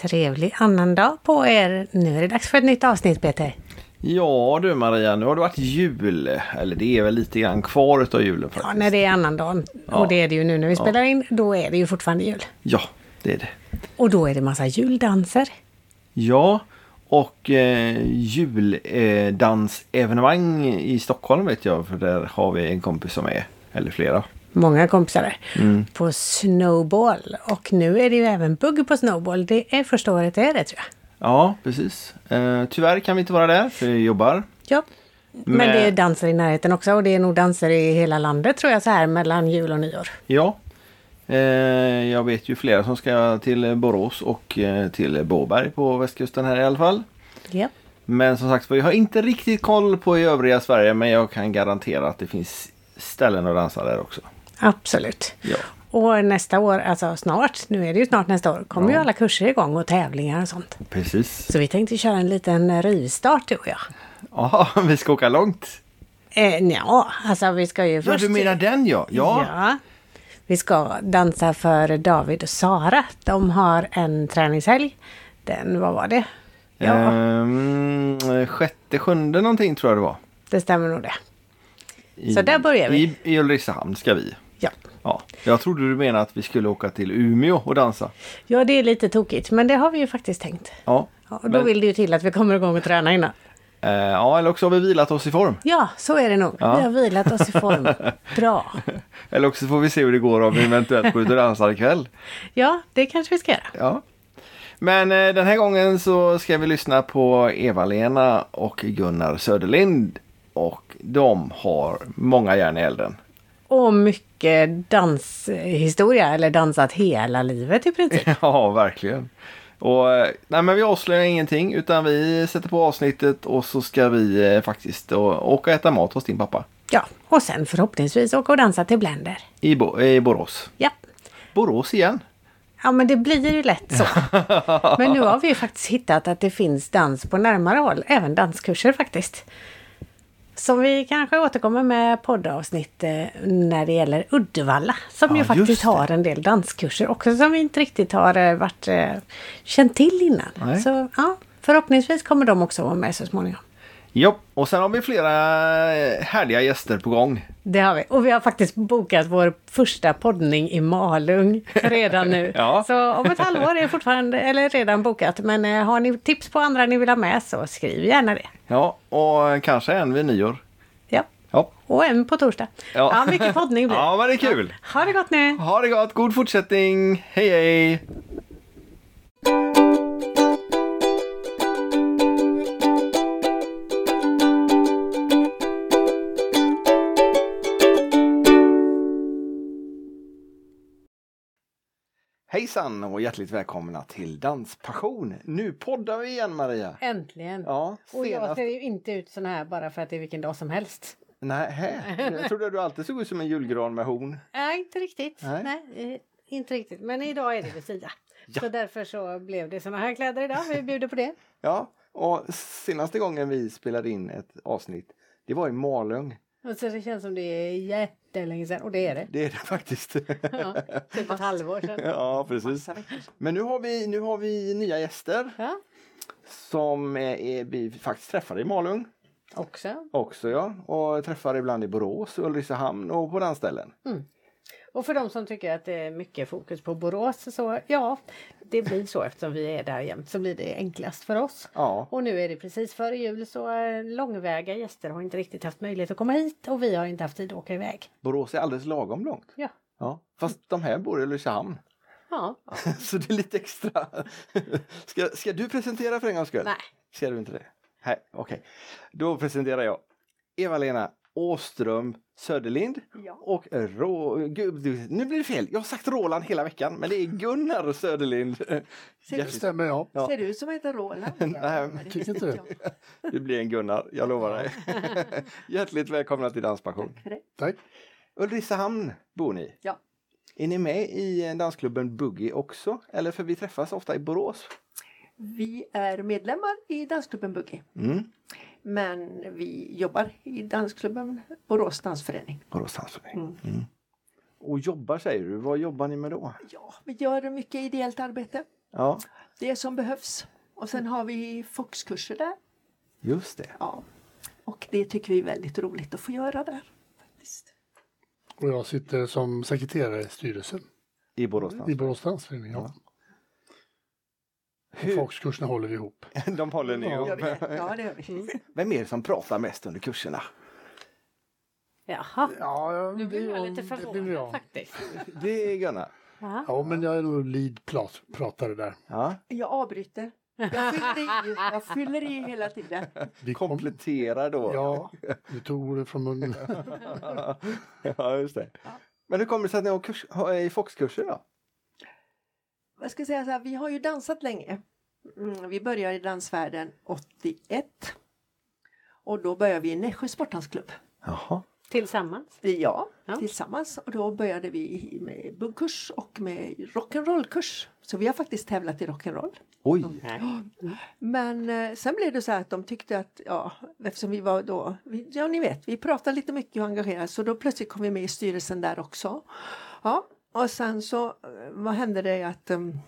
trevlig annandag på er. Nu är det dags för ett nytt avsnitt, Peter. Ja du Maria, nu har det varit jul. Eller det är väl lite grann kvar utav julen faktiskt. Ja, när det är annandag. Och det är det ju nu när vi spelar in. Då är det ju fortfarande jul. Ja, det är det. Och då är det massa juldanser. Ja, och juldansevenemang i Stockholm vet jag. För där har vi en kompis som är, eller flera. Många kompisar där. På snowball. Och nu är det ju även bugg på snowball. Det är första året det är det, tror jag. Ja, precis. Tyvärr kan vi inte vara där för vi jobbar. Ja, men det är danser i närheten också. Och det är nog danser i hela landet, tror jag, så här mellan jul och nyår. Ja, jag vet ju flera som ska till Borås och till Båberg på västkusten här i alla fall. Ja. Men som sagt, jag har inte riktigt koll på i övriga Sverige, men jag kan garantera att det finns ställen att dansa där också. Absolut. Ja. Och nästa år, alltså snart, nu är det ju snart nästa år, kommer ju alla kurser igång och tävlingar och sånt. Precis. Så vi tänkte köra en liten rivstart, du och jag. Ja, vi ska åka långt. Ja, alltså vi ska ju först... Ja, du menar den ja. Ja. Vi ska dansa för David och Sara. De har en träningshelg. Vad var det? Ja. 6:e, 7:e någonting tror jag det var. Det stämmer nog det. Så där börjar vi. I Ulricehamn ska vi. Ja. Ja. Jag trodde du menade att vi skulle åka till Umeå och dansa. Ja, det är lite tokigt. Men det har vi ju faktiskt tänkt. Ja. Och då vill det ju till att vi kommer igång och träna innan. Ja, eller också har vi vilat oss i form. Ja, så är det nog. Ja. Vi har vilat oss i form. Bra. Eller också får vi se hur det går om vi eventuellt går ut och dansar ikväll. Ja, det kanske vi ska göra. Ja. Men den här gången så ska vi lyssna på Eva-Lena och Gunnar Söderlind. Och de har många järn i elden. Och mycket danshistoria, eller dansat hela livet i princip. Ja, verkligen. Och nej, men vi avslöjar ingenting utan vi sätter på avsnittet och så ska vi faktiskt åka och äta mat hos din pappa. Ja, och sen förhoppningsvis åka och dansa till Blender. I Borås. Ja. Borås igen. Ja, men det blir ju lätt så. Men nu har vi ju faktiskt hittat att det finns dans på närmare håll. Även danskurser faktiskt. Som vi kanske återkommer med poddavsnitt när det gäller Uddevalla. Som ju faktiskt har en del danskurser också som vi inte riktigt har varit känt till innan. Nej. Så ja, förhoppningsvis kommer de också vara med så småningom. Ja, och sen har vi flera härliga gäster på gång. Det har vi. Och vi har faktiskt bokat vår första poddning i Malung redan nu. Ja. Så om ett halvår är fortfarande, eller redan bokat. Men har ni tips på andra ni vill ha med så skriv gärna det. Ja, och kanske en vid nyår. Ja. Ja. Och en på torsdag. Ja, mycket poddning blir det. Ja, men det är kul. Ja. Ha det gott nu. Ha det gott, god fortsättning. Hej hej. Hejsan och hjärtligt välkomna till Danspassion. Nu poddar vi igen, Maria. Äntligen. Ja, och jag ser ju inte ut sån här bara för att det är vilken dag som helst. Nej, jag trodde du alltid såg ut som en julgran med horn. Nej, inte riktigt. Nej, inte riktigt. Men idag är det Lucia. Ja. Så därför så blev det såna här kläder idag. Vi bjuder på det. Ja, och senaste gången vi spelade in ett avsnitt, det var i Malung. Och så det känns som det är jättelänge sedan. Och det är det. Det är det faktiskt. Ja, typ ett halvår sedan. Ja, precis. Men nu har vi nya gäster. Ja. Som vi faktiskt träffade i Malung. Också ja. Och träffar ibland i Borås, Ulricehamn och på dansställen. Mm. Och för de som tycker att det är mycket fokus på Borås så ja, det blir så eftersom vi är där jämt så blir det enklast för oss. Ja. Och nu är det precis före jul så långväga gäster har inte riktigt haft möjlighet att komma hit och vi har inte haft tid att åka iväg. Borås är alldeles lagom långt. Ja. Fast de här bor i Ulricehamn. Ja. Så det är lite extra. Ska du presentera för en gångs skull? Nej. Ska du inte det? Nej, okej. Då presenterar jag Eva-Lena Åström Söderlind. Ja. Och nu blir det fel. Jag har sagt Roland hela veckan, men det är Gunnar Söderlind. Det stämmer jag. Ja. Ser du som heter Roland? Nej, tycker inte det. Det blir en Gunnar, jag lovar dig. Hjärtligt välkomna till Danspassion. Tack. Ulricehamn bor ni. Ja. Är ni med i dansklubben Boogie också? Eller för vi träffas ofta i Borås. Vi är medlemmar i dansklubben Boogie. Mm. Men vi jobbar i dansklubben Borås dansförening. Borås dansförening. Mm. Och jobbar säger du, vad jobbar ni med då? Ja, vi gör mycket ideellt arbete. Ja. det som behövs. Och sen har vi foxkurser där. Just det. Ja. Och det tycker vi är väldigt roligt att få göra där. Faktiskt. Och jag sitter som sekreterare i styrelsen I Borås. i Borås dansförening. Ja. Hur- Folkskurserna håller vi ihop. De håller ni Gör ihop. vi det? Ja, det gör vi. Vem är det som pratar mest under kurserna? Jaha, Ja, nu blir jag lite det blir förvånad jag. faktiskt. Det är Gunnar. Ja, men jag är nog lead-pratare där. Ja. Jag avbryter. Jag fyller i hela tiden. Vi kom, Kompletterar då. ja, du tog ordet från munnen. Ja, just det. Men hur kommer det sig att ni har i Foxkurser då? Jag ska säga så här, vi har ju dansat länge. Vi började i dansvärlden 81. Och då började vi i Nässjö sportdansklubb. Jaha. Tillsammans. Ja, Ja. tillsammans. Och då började vi med buggkurs och med rock'n'roll-kurs. Så vi har faktiskt tävlat i rock'n'roll. Oj. Men sen blev det så här att de tyckte att, ja, eftersom vi var då, ja ni vet, vi pratade lite mycket och engagerade, så då plötsligt kom vi med i styrelsen där också. Ja, och sen så, vad hände det att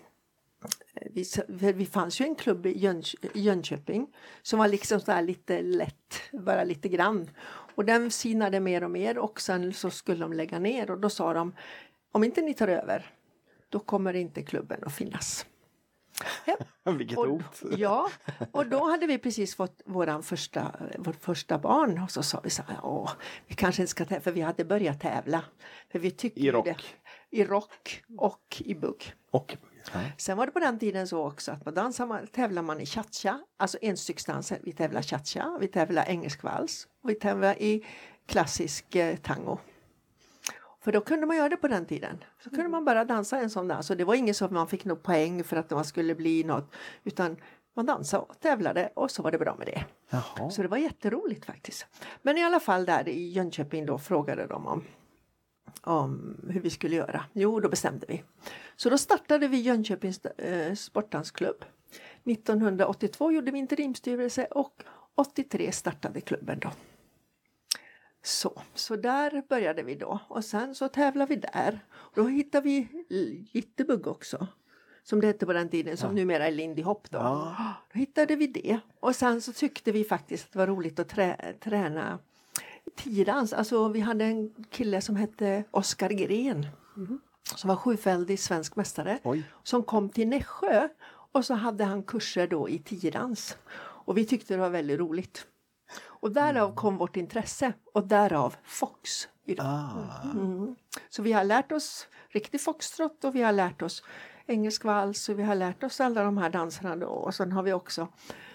vi fanns ju en klubb i Jönköping som var liksom så här lite lätt, bara lite grann. Och den sinade mer och mer och sen så skulle de lägga ner och då sa de, om inte ni tar över, då kommer inte klubben att finnas. Ja. Vilket Och, hot. ja, och då hade vi precis fått vårt första barn och så sa vi så här, vi kanske inte ska tävla, för vi hade börjat tävla. För vi tyckte I rock. I rock och i bugg. Och. Ja. Sen var det på den tiden så också att tävlar man i cha-cha, alltså enstycksdanser. Vi tävlar cha-cha, vi tävlar engelsk vals och vi tävlar i klassisk tango. För då kunde man göra det på den tiden. Så kunde man bara dansa en sån dans. Så det var inget så att man fick något poäng för att man skulle bli något. Utan man dansade och tävlade och så var det bra med det. Jaha. Så det var jätteroligt faktiskt. Men i alla fall där i Jönköping då frågade de om hur vi skulle göra. Jo, då bestämde vi. Så då startade vi Jönköpings sportdansklubb. 1982 gjorde vi interimstyrelse och 83 startade klubben då. Så där började vi då och sen så tävlade vi där. Då hittade vi Jittebugg också, som det hette på den tiden, som numera är Lindy Hop då. Ja. Då hittade vi det och sen så tyckte vi faktiskt att det var roligt att träna tiodans. Alltså vi hade en kille som hette Oskar Gren som var 7-fäldig svensk mästare. Oj. Som kom till Nässjö och så hade han kurser då i tiodans. Och vi tyckte det var väldigt roligt. Och därav kom vårt intresse och därav Fox idag. Så vi har lärt oss riktig foxtrot och vi har lärt oss engelsk vals och vi har lärt oss alla de här danserna då. Och sen har vi också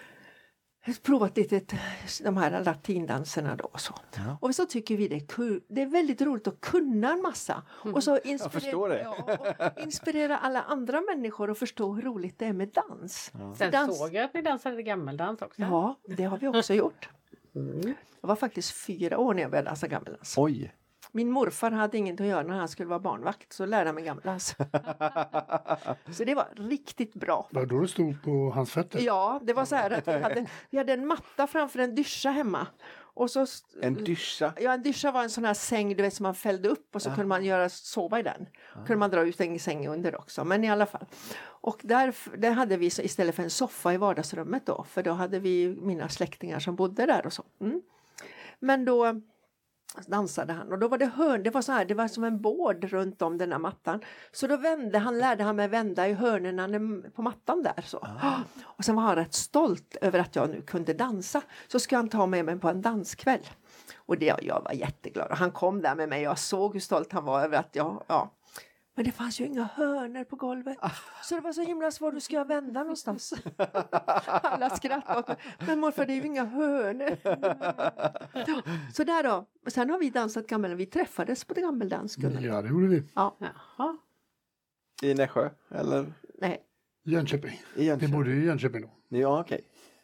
provat lite de här latindanserna då. Och så. Ja. Och så tycker vi det är väldigt roligt att kunna en massa. Och så förstår det. och inspirera alla andra människor att förstå hur roligt det är med dans. Sen såg jag att ni dansade gammeldans också. Ja, det har vi också gjort. Jag var faktiskt 4 år när jag började dansa gammeldans. Oj. Min morfar hade inget att göra när han skulle vara barnvakt, så lärde han mig gammeldans. Så det var riktigt bra. Var då du stod på hans fötter? Ja, det var så här att vi hade en matta framför en dyscha hemma. Och så, En dyscha. ja, en dyscha var en sån här säng du vet, som man fällde upp och så kunde man sova i den. Kunde man dra ut en säng under också, men i alla fall. Och där hade vi istället för en soffa i vardagsrummet då, för då hade vi mina släktingar som bodde där och så. Men då dansade han och då var det det var så här, det var som en bård runt om den här mattan. Så då lärde han mig vända i hörnerna på mattan där så. Och sen var han rätt stolt över att jag nu kunde dansa. Så skulle han ta med mig på en danskväll. Och jag var jätteglad. Och han kom där med mig och jag såg hur stolt han var över att ja. Men det fanns ju inga hörner på golvet. Så det var så himla svårt, du ska jag vända någonstans. Alla skrattade åt mig. Men morfar, det är ju inga hörner. Så där då. Sen har vi dansat vi träffades på det gammeldans. Ja, det gjorde vi. Ja. Jaha. I Nässjö? Eller? Nej. Jönköping. I Jönköping. Vi bodde i Jönköping då. Ja, okej.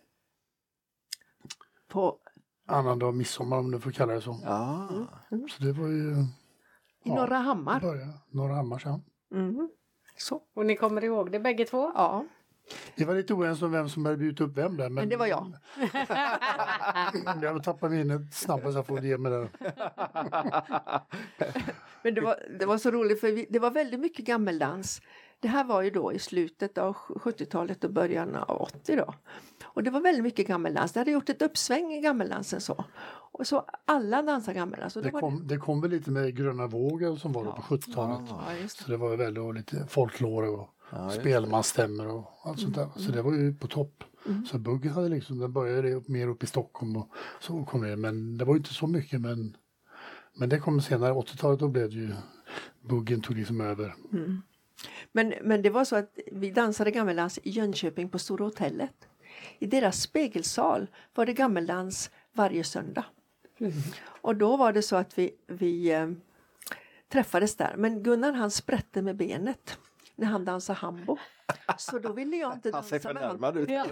På Annandag midsommar om du får kalla det så. Ja. Så det var ju... i Norra Hammar. Norra Hammar, ja. Så. Och ni kommer ihåg det bägge två? Ja. Vi var lite oense om vem som hade bjudit upp vem där. Men det var jag. Jag tappade minnet snabbast jag får ge mig det. Men det var så roligt för det var väldigt mycket gammeldans Det här var ju då i slutet av 70-talet och början av 80 då. Och det var väldigt mycket gammeldans. Det hade gjort ett uppsväng i gammeldansen så. Och så alla dansar gammeldans. Och det kom väl lite med gröna vågen som var då på 70-talet. Ja, så det var ju väldigt lite folklore och spelmansstämmer och allt sånt där. Så det var ju på topp. Så buggen hade liksom, den började mer upp i Stockholm och så kom det. Men det var ju inte så mycket, men det kom senare, 80-talet, då blev det ju, buggen tog liksom över. Men det var så att vi dansade gammeldans i Jönköping på Stora hotellet. I deras spegelsal var det gammeldans varje söndag. Och då var det så att vi träffades där. Men Gunnar, han sprätte med benet när han dansade hambo. Så då ville jag inte dansa med honom.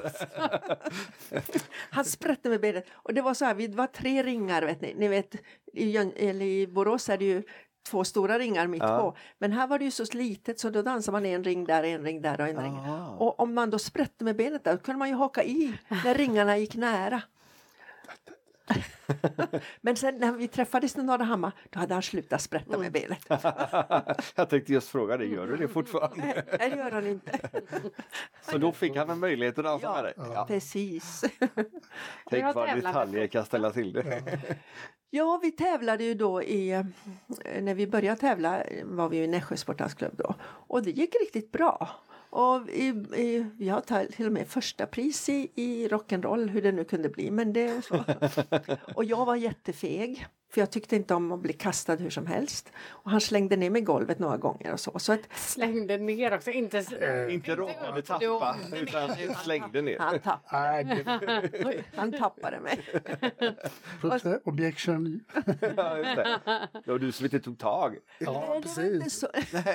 Han sprätte med benet. Och det var så här, det var 3 ringar, vet ni. Ni vet, i Borås är det ju 2 stora ringar mitt på. Men här var det ju så litet så då dansar man en ring där och en ring. Och om man då sprätte med benet där kunde man ju haka i när ringarna gick nära. Men sen när vi träffades i Norrhammar, då hade han slutat sprätta med benet. Jag tänkte just fråga dig, gör du det fortfarande? Nej, det gör han inte. Så då fick han en möjlighet att dansa med dig? Ja, precis. Tänk vad detaljer kan ställa till det. Ja, vi tävlade ju då när vi började tävla var vi i Nässjö sportdansklubb då. Och det gick riktigt bra. Och vi har till och med första pris i rock'n'roll, hur det nu kunde bli, men det är så. Och jag var jättefeg, för jag tyckte inte om att bli kastad hur som helst. Och han slängde ner mig i golvet några gånger och så. Slängde ner också, inte råkade tappa, utan slängde ner. Han tappade mig. Objection. Ja, just det. Det var du som inte tog tag. Ja, precis.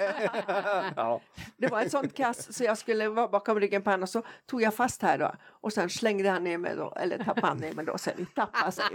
Det var ett sånt kast så jag skulle vara bakom ryggen på honom och så tog jag fast här då. Och sen slängde han ner mig då, eller tappade han ner mig då. Så vi tappade sig.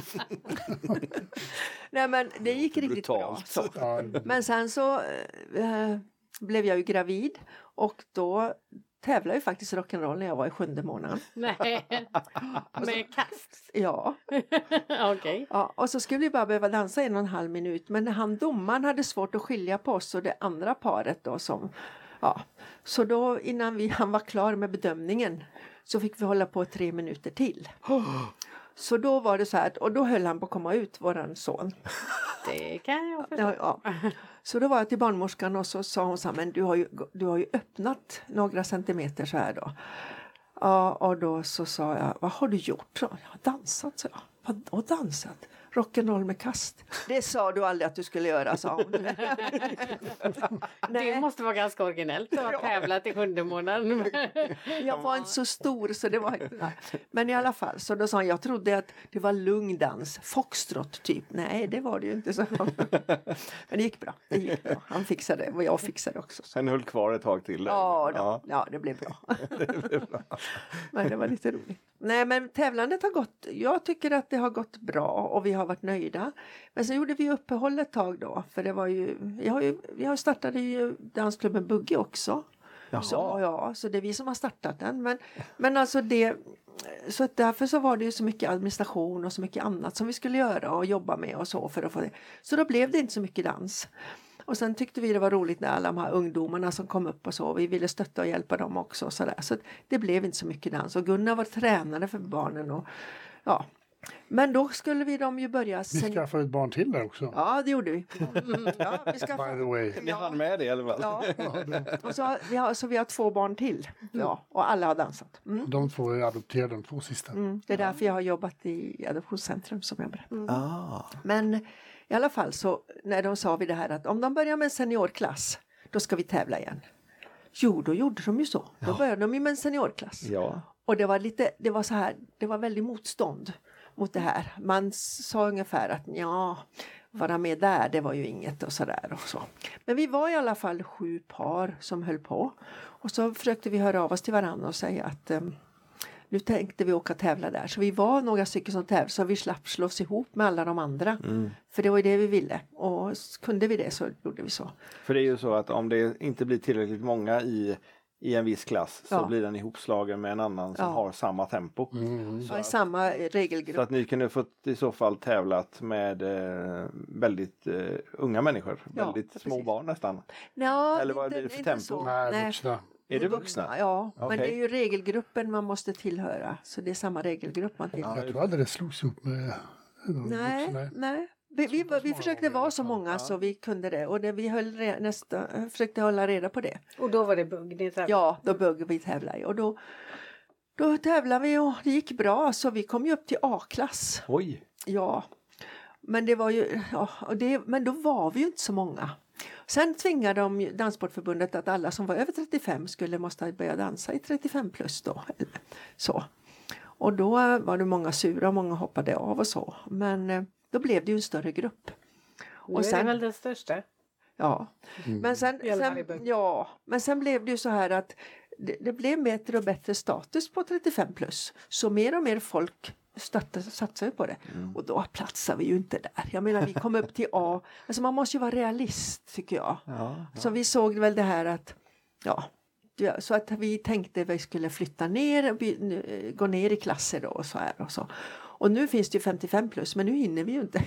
Nej, men det gick riktigt bra. Så. Men sen så blev jag ju gravid och då tävlade jag faktiskt rock'n'roll när jag var i 7:e månaden. Nej, med kast? Ja. Okej. Ja, och så skulle vi bara behöva dansa 1,5 minut. Men när domaren hade svårt att skilja på oss och det andra paret då som... Ja, så då innan han var klar med bedömningen så fick vi hålla på 3 minuter till. Så då var det så här, och då höll han på att komma ut, våran son. Det kan jag förstå. Ja. Så då var jag till barnmorskan och så sa hon så här, men du har ju öppnat några centimeter så här då. Ja, och då så sa jag, vad har du gjort? Jag har dansat, så jag. Vadå dansat? Rock'n'roll med kast. Det sa du aldrig att du skulle göra, sa hon. Det måste vara ganska originellt att ha tävlat i 7:e månaden. Jag var inte så stor så det var inte. Men i alla fall, så då sa han, jag trodde att det var lungdans, foxtrot typ. Nej, det var det ju inte så. Men det gick bra. Han fixade det och jag fixade också. Så. Han höll kvar ett tag till. Ja, det blev bra. Men det var lite roligt. Nej, men tävlandet har gått, jag tycker att det har gått bra och vi har varit nöjda. Men så gjorde vi uppehåll ett tag då, för det var ju, jag startade ju dansklubben Bugge också. Så det är vi som har startat den. Men alltså det, så därför så var det ju så mycket administration och så mycket annat som vi skulle göra och jobba med och så för att få det. Så då blev det inte så mycket dans. Och sen tyckte vi det var roligt när alla de här ungdomarna som kom upp och så. Vi ville stötta och hjälpa dem också. Så det blev inte så mycket dans. Och Gunnar var tränare för barnen. Och, ja. Men då skulle de ju börja... Ni skaffade ett barn till där också. Ja, det gjorde vi. Ja, vi skaffade... By the way. Ni hann med det i alla fall. Ja. Och så vi har 2 barn till. Ja, och alla har dansat. Mm. De 2 är adopterade, de 2 sista. Det är därför jag har jobbat i adoptionscentrum som jag berättade. Men i alla fall så när de sa vi det här att om de börjar med en seniorklass då ska vi tävla igen. Jo, då gjorde de ju så. Då började de ju med en seniorklass. Ja. Och det var så här, det var väldigt motstånd mot det här. Man sa ungefär att vara med där, det var ju inget och sådär och så. Men vi var i alla fall 7 par som höll på. Och så försökte vi höra av oss till varandra och säga att nu tänkte vi åka och tävla där. Så vi var några stycken som tävlade så vi slapp slås ihop med alla de andra. För det var ju det vi ville. Och kunde vi det så gjorde vi så. För det är ju så att om det inte blir tillräckligt många i i en viss klass så blir den ihopslagen med en annan som har samma tempo. I samma regelgrupp. Så att ni kunde fått i så fall tävlat med väldigt unga människor. Väldigt små barn nästan. Ja, eller vad blir det för tempo? Så. Nej, vuxna. Är det vuxna? Ja, Okay. men det är ju regelgruppen man måste tillhöra. Så det är samma regelgrupp man tillhör. Jag tror aldrig det slogs ihop med Nej. Vi försökte vara så många så vi kunde det. Och vi försökte hålla reda på det. Och då var det bugg ni tävlade? Ja, då bugg vi tävlade i. Och då tävlade vi och det gick bra. Så vi kom ju upp till A-klass. Oj! Ja, men det var ju... Ja, men då var vi ju inte så många. Sen tvingade de Danssportförbundet att alla som var över 35 måste börja dansa i 35 plus då. Så. Och då var det många sura och många hoppade av och så. Men då blev det ju en större grupp. Nu är det väl den största? Ja. Men sen blev det ju så här att det blev bättre och bättre status på 35 plus. Så mer och mer folk satsar ju på det. Och då platsar vi ju inte där. Jag menar vi kom upp till A. Alltså man måste ju vara realist tycker jag. Så vi såg väl det här att så att vi tänkte att vi skulle flytta ner, gå ner i klasser då och så här och så. Och nu finns det ju 55 plus men nu hinner vi ju inte.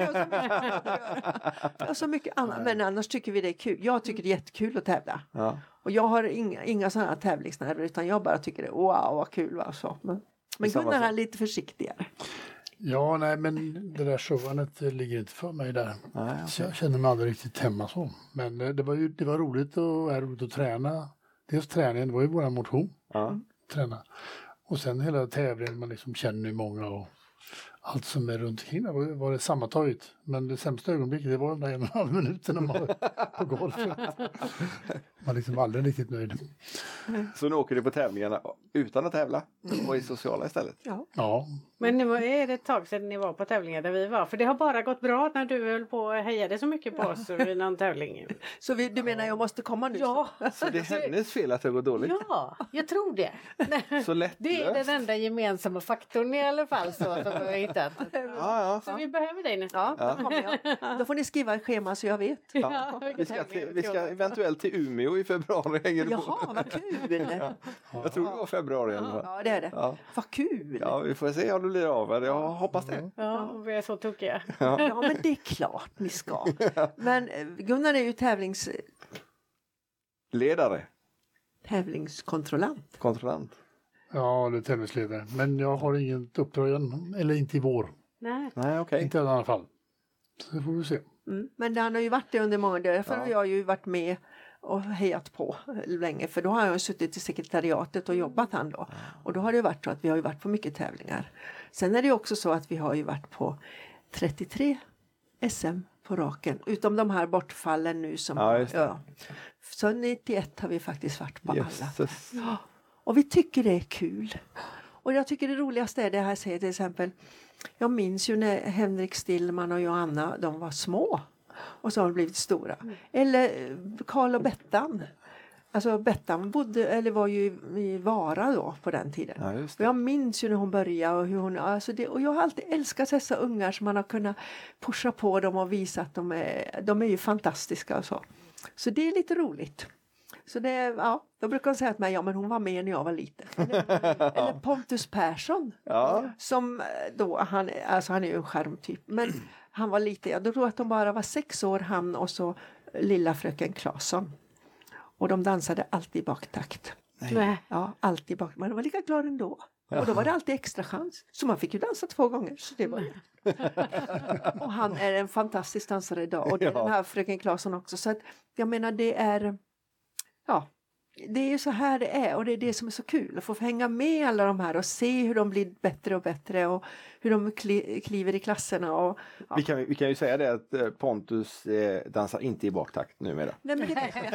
Så mycket annat. Men annars tycker vi det är kul. Jag tycker det är jättekul att tävla. Ja. Och jag har inga sådana tävlingsnerver utan jag bara tycker det är wow vad kul va så. Men Gunnar är lite försiktigare. Ja, nej men det där showandet ligger inte för mig där. Så jag känner mig aldrig riktigt hemma så. Men det var roligt att träna. Dels träningen, det var ju våran motion. Träna. Och sen hela tävlingen, man liksom känner många och allt som är runt omkring var det sammantaget. Men det sämsta ögonblicket det var de där 1,5 minuterna man var på golfen. Man liksom aldrig riktigt nöjd. Så nu åker du på tävlingarna utan att tävla och i sociala istället? Ja. Men nu är det ett tag sedan ni var på tävlingar där vi var. För det har bara gått bra när du höll på och hejade så mycket på oss vid någon tävling. Så du menar jag måste komma nu? Ja. Så det är hennes fel att det går dåligt? Ja, jag tror det. Så lätt. Det är den enda gemensamma faktorn i alla fall så som vi har hittat. Så vi behöver dig nästan. Ja, då kommer jag. Då får ni skriva ett schema så jag vet. Ja. Vi ska eventuellt till Umeå i februari. Jaha, vad kul! Jag tror det var februari i alla fall. Ja, det är det. Ja. Vad kul! Ja, vi får se om det blir av. Jag hoppas det. Ja, vi är så tokiga. Ja, men det är klart ni ska. Men Gunnar är ju ledare. Tävlingskontrollant. Kontrollant. Ja, det är tävlingsledare. Men jag har inget uppdrag än, eller inte i vår. Nej, okej. Inte i alla fall. Så det får vi se. Men han har ju varit det under många år. Därför har jag ju varit med och hejat på länge. För då har jag suttit i sekretariatet och jobbat han då. Och då har det varit så att vi har ju varit på mycket tävlingar. Sen är det också så att vi har ju varit på 33 SM på raken. Utom de här bortfallen nu som... Så 91 har vi faktiskt varit på alla. Ja. Och vi tycker det är kul. Och jag tycker det roligaste är det här säger till exempel. Jag minns ju när Henrik Stillman och Johanna, de var små. Och så har de blivit stora. Eller Karl och Bettan. Alltså Bettan var ju i Vara då på den tiden. Ja, just det. Och jag minns ju när hon började och hur hon... och jag har alltid älskat dessa ungar som man har kunnat pusha på dem och visa att de är ju fantastiska och så. Så det är lite roligt. Så det, då brukar de säga att men hon var med när jag var liten. Eller Pontus Persson. Ja. Som då, han är ju en skärmtyp. Men han var lite, jag tror att de bara var 6 år, han och så lilla fröken Claesson. Och de dansade alltid i baktakt. Nej. Ja, alltid i baktakt. Men de var lika glada ändå. Och då var det alltid extra chans. Så man fick ju dansa 2 gånger. Så det var och han är en fantastisk dansare idag. Och det är den här fröken Claesson också. Så att jag menar det är... Ja, det är ju så här det är och det är det som är så kul att få hänga med alla de här och se hur de blir bättre och bättre och hur de kliver i klasserna. Och, vi kan ju säga det att Pontus dansar inte i baktakt numera. Nej, men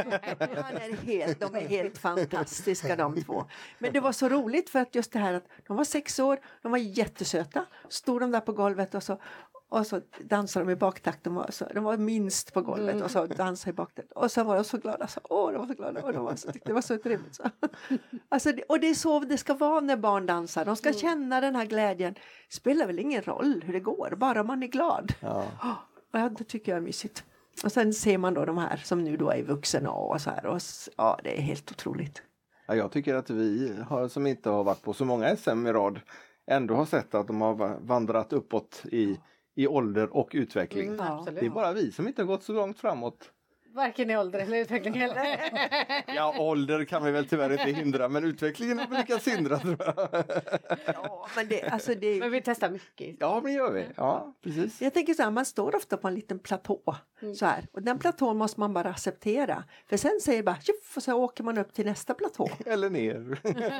de är helt fantastiska de två. Men det var så roligt för att just det här att de var 6 år, de var jättesöta, stod de där på golvet och så dansade de i baktakt. De var minst på golvet och så dansade i baktakt. Och så var de så glada. De var så glada. Och det var så trevligt. Så. Alltså, och det är så det ska vara när barn dansar. De ska känna den här glädjen. Det spelar väl ingen roll hur det går. Bara man är glad. Ja, det tycker jag är mysigt. Och sen ser man då de här som nu då är vuxna och så här. Och, det är helt otroligt. Ja, jag tycker att vi som inte har varit på så många SM i rad ändå har sett att de har vandrat uppåt i ålder och utveckling. Absolut. Det är bara vi som inte har gått så långt framåt. Varken i ålder eller utveckling heller. Ja, ålder kan vi väl tyvärr inte hindra, men utvecklingen har vi lyckats hindra, tror jag. Ja, Men vi testar mycket. Ja, det gör vi. Ja, precis. Jag tänker så här, man står ofta på en liten platå så här, och den platån måste man bara acceptera. För sen säger bara tjuff, och så åker man upp till nästa platå. Eller ner.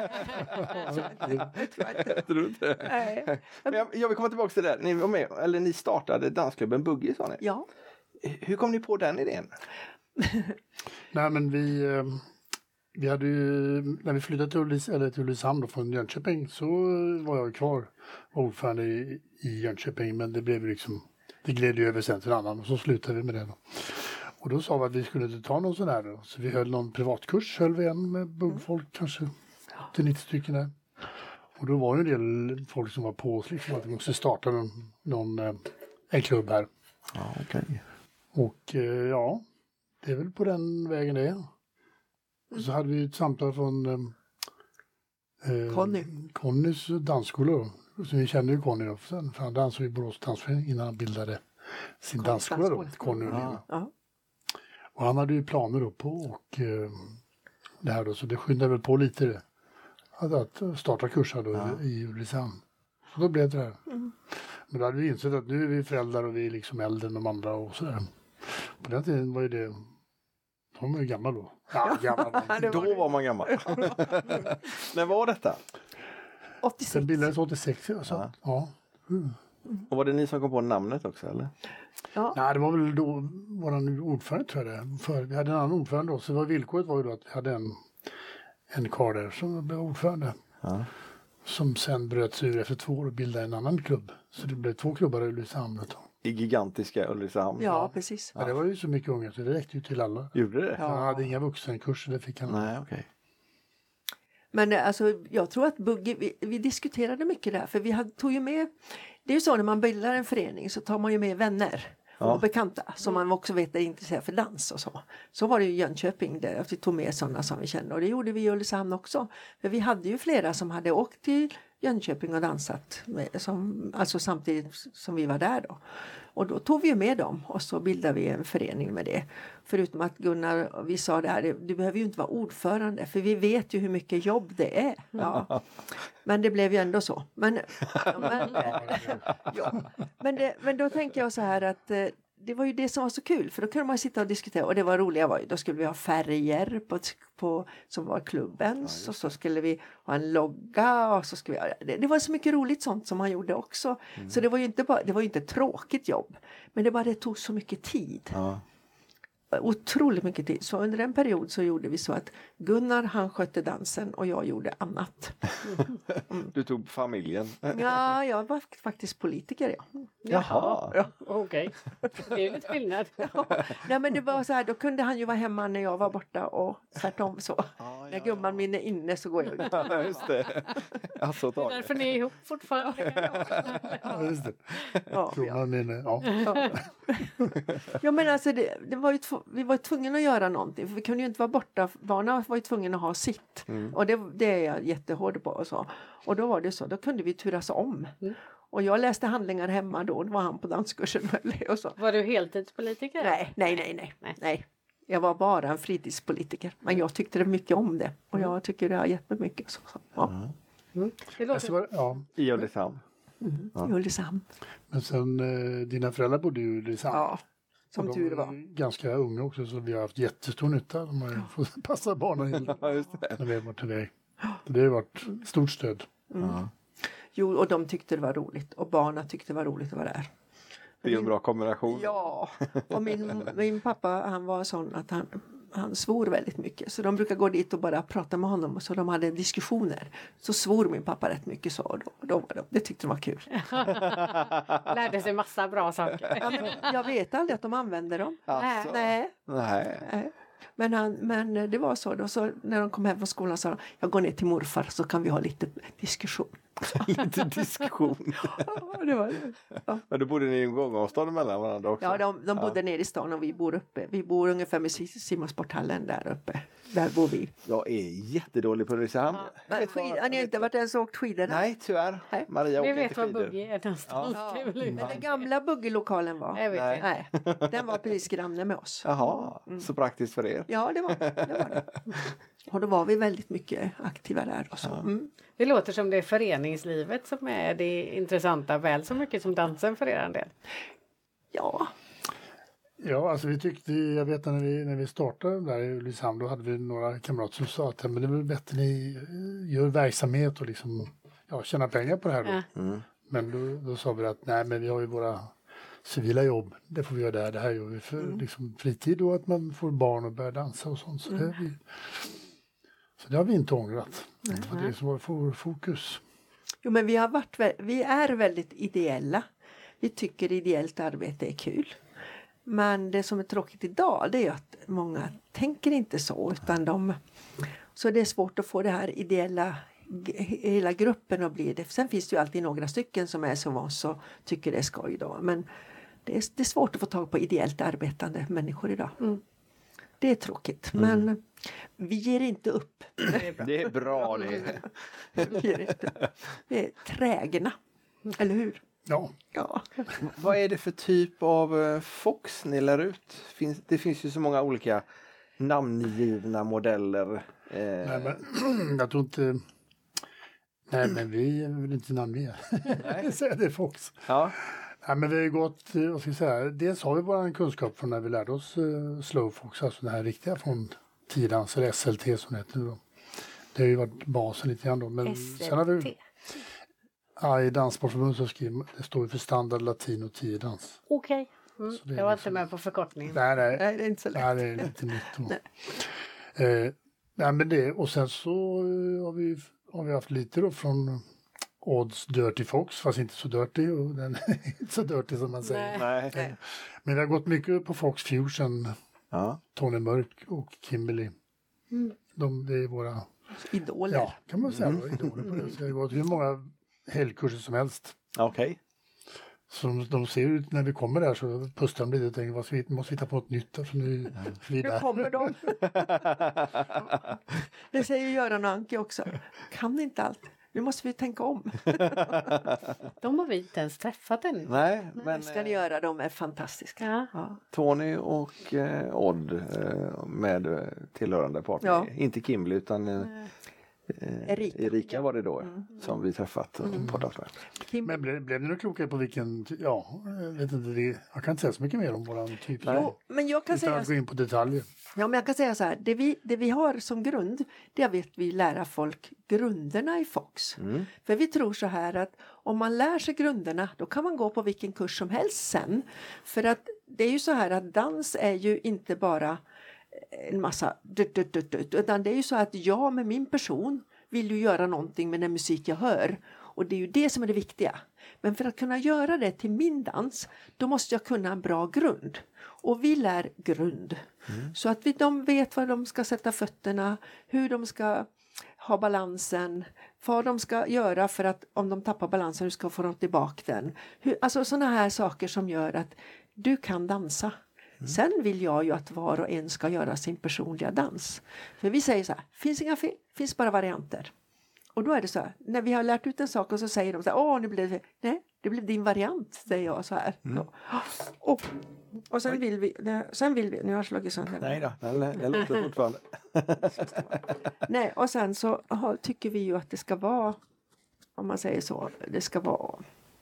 Jag tror inte det. Nej. Men jag vill komma tillbaka till det där. Ni var med, eller ni startade dansklubben Buggy, sa ni. Ja. Hur kom ni på den idén? Nej, men vi hade ju, när vi flyttade till Ulricehamn då från Jönköping, så var jag kvar ordförande i Jönköping, men det blev liksom, det gled ju över sen till en annan och så slutade vi med det då. Och då sa vi att vi skulle inte ta någon sån här då, så vi höll någon privatkurs, höll vi en med buggfolk, kanske till 90 stycken där. Och då var ju en del folk som var på oss liksom, att vi måste starta en klubb här. Ja, okej. Och ja, det är väl på den vägen det är. Och så hade vi ett samtal från Connys dansskola då. Så vi kände ju Conny då, för han dansade i Borås dansförening innan han bildade sin dansskola då, Conny. Ja. Och han hade ju planer då på och det här då, så det skyndade väl på lite det. Att starta kurser då i Ulricehamn. Så då blev det här. Men då hade vi insett att nu är vi föräldrar och vi är liksom äldre än de andra och sådär. På den tiden var ju det, de var ju gamla då. Ja, gamla. Då var man gammal. När var detta? 86. Den bildades 86. Så, ja. Och var det ni som kom på namnet också, eller? Ja. Nej, det var väl då våran ordförande, tror jag det. För vi hade en annan ordförande då, så villkoret var ju då att vi hade en karl där som blev ordförande. Ja. Som sen bröt sig ur efter 2 år och bildade en annan klubb. Så det blev 2 klubbar i Ulricehamn då. I gigantiska Ulricehamn. Ja, precis. Men det var ju så mycket unga så det räckte ju till alla. Gjorde det? Han hade inga vuxenkurser, det fick han. Nej, okej. Men alltså, jag tror att Buggy, vi diskuterade mycket där, för vi tog ju med, det är ju så när man bildar en förening så tar man ju med vänner och bekanta som man också vet är intresserade för dans och så. Så var det ju i Jönköping där att vi tog med sådana som vi kände, och det gjorde vi i Ulricehamn också. För vi hade ju flera som hade åkt till Jönköping och dansat med, alltså samtidigt som vi var där då. Och då tog vi med dem och så bildade vi en förening med det. Förutom att Gunnar, vi sa det här, du behöver ju inte vara ordförande för vi vet ju hur mycket jobb det är. Ja. Men det blev ju ändå så. Men då tänker jag så här att det var ju det som var så kul, för då kunde man sitta och diskutera, och det var roliga var ju, då skulle vi ha färger på som var klubbens, och så skulle vi ha en logga, och så skulle vi det var så mycket roligt sånt som man gjorde också. Så det var ju inte ett tråkigt jobb, men det tog så mycket tid. Ja. Otroligt mycket tid. Så under en period så gjorde vi så att Gunnar han skötte dansen och jag gjorde annat. Du tog familjen. Ja, jag var faktiskt politiker. Ja. Jaha. Ja, okej. Det är ju lite skillnad. Nej, men det var så här, då kunde han ju vara hemma när jag var borta och tvärtom så. När gumman min är inne så går jag ut. Ja, just det. Alltså, Det är därför ni är ihop fortfarande. Ja, just det. Ja. Ja. Men alltså det var ju vi var tvungna att göra någonting, för vi kunde ju inte vara borta. Barnen var ju tvungna att ha sitt. Och det är jag jättehård på och så. Och då var det så, då kunde vi turas om. Och jag läste handlingar hemma då var han på danskursen och så. Var du heltidspolitiker? Nej. Jag var bara en fritidspolitiker. Men jag tyckte mycket om det. Och jag tycker det har gett mig mycket. Så. Ja. Det låter... I Ulricehamn. I Ulricehamn. Men sen dina föräldrar bodde ju i Ulricehamn. Ja, som tur var. Ganska unga också, så vi har haft jättestor nytta. De har ju fått passa barnen när vi har varit iväg. Det har varit stort stöd. Jo, och de tyckte det var roligt. Och barnen tyckte det var roligt att vara där. Det är en bra kombination. Ja, och min pappa han var sån att han svor väldigt mycket. Så de brukar gå dit och bara prata med honom. Så de hade diskussioner. Så svor min pappa rätt mycket så. Det tyckte de var kul. Lärde sig massa bra saker. Ja, men jag vet aldrig att de använder dem. Alltså. Nej. Men det var så då. Så när de kom hem från skolan sa de, jag går ner till morfar så kan vi ha lite diskussion. Lite diskussion. Ja, det var det. Ja. Men då bodde ni i en gångavstånd mellan varandra också? Ja, de bodde nere i stan och vi bor uppe. Vi bor ungefär med simmarsporthallen där uppe. Där bor vi. Jag är jättedålig på Ulricehamn. Men har ni inte varit ens åkt skidor? Nej, tyvärr. Nej. Maria Vi åker vet inte var skidor. Bugge är någonstans. Ja. Det är väl Men den gamla buggelokalen var. Jag vet Nej. inte. Nej, den var precis granne med oss. Jaha, så praktiskt för er. Ja, det var det. Och då var vi väldigt mycket aktiva där och så. Mm. Det låter som det är föreningslivet som är det intressanta väl så mycket som dansen för er del. Ja, Ja, alltså vi tyckte, jag vet när vi startade där i Ulricehamn, då hade vi några kamrater som sa att men det är väl bättre ni gör verksamhet och liksom tjäna pengar på det här då. Ja. Men då sa vi att nej, men vi har ju våra civila jobb, det får vi göra där, det här gör vi för liksom fritid och att man får barn och börjar dansa och sånt. Så det har vi inte ångrat. För det är så vår fokus. jo, men vi är väldigt ideella. Vi tycker ideellt arbete är kul. Men det som är tråkigt idag, det är att många tänker inte så, utan så det är svårt att få det här ideella, hela gruppen att bli det. Sen finns det ju alltid några stycken som är som oss och tycker det är skoj då. Men det är svårt att få tag på ideellt arbetande människor idag. Det är tråkigt, men vi ger inte upp. Det är bra det. Vi ger inte upp. Vi är trägna, eller hur? Ja, Ja. Vad är det för typ av fox ni lär ut? Det finns ju så många olika namngivna modeller. nej, men jag tror inte... Nej, men vi vill inte namnge. Säga det Fox. Ja. Nej, men vi har ju gått, vad ska jag säga, dels har vi vår kunskap från när vi lärde oss slow fox, alltså den här riktiga från tiodans, eller SLT som det heter nu då. Det har ju varit basen lite grann då. Men sen har vi, SLT. ja, i Danssportförbundet så skriver det står ju för standard latin och tiodans. Okej. Så det är Jag var liksom- inte med på förkortningen. Nej, Nej, det är inte så lätt. nej, det är lite nytt. Nej, men det, och sen så har vi haft lite då från Odds Dirty Fox, fast inte så dirty, och den är inte så dirty som man säger. Nej. Men vi har gått mycket på Fox Fusion, Ja. Tony Mörk och Kimberly. Det är våra, Idoler. ja, kan man säga, idoler på det. Så det har gått hur många helgkurser som helst. Okej. Så de ser ut när vi kommer där så pustar de lite och tänker, vi måste hitta på något nytt. För nu är vi Nu där. kommer de. Det säger Göran och Anki också. Kan inte allt. Nu måste vi tänka om. De har vi inte ens träffat ännu. Nej, men Ska ni göra, de är fantastiska. Ja. Ja. Tony och Odd med tillhörande partner. Ja. Inte Kimberly utan Erika. var det då som vi träffat och poddat med. Kim, Men blev ni nog klokare på vilken, ja, jag vet inte, jag kan inte säga så mycket mer om våran typ. jo, men jag kan Utan säga att gå in på detaljer. Ja, men jag kan säga så här, det vi har som grund, det är att vi lära folk grunderna i Fox. För vi tror så här att om man lär sig grunderna, då kan man gå på vilken kurs som helst sen. För att det är ju så här att dans är ju inte bara en massa utan det är ju så att jag med min person vill ju göra någonting med den musik jag hör. Och det är ju det som är det viktiga. Men för att kunna göra det till min dans, då måste jag kunna en bra grund. Och vi lär grund. Så att de vet var de ska sätta fötterna, hur de ska ha balansen, vad de ska göra för att om de tappar balansen, hur ska de få dem tillbaka den. Alltså sådana här saker som gör att du kan dansa. Sen vill jag ju att var och en ska göra sin personliga dans. För vi säger så här, finns inga fel, finns bara varianter. Och då är det så här, när vi har lärt ut en sak och så säger de så här, nu blev det, nej, det blev din variant, säger jag så här. Och sen vill vi, nu har jag slagit sönder. Nej då, den låter fortfarande. Nej, och sen så tycker vi ju att det ska vara, om man säger så, det ska vara,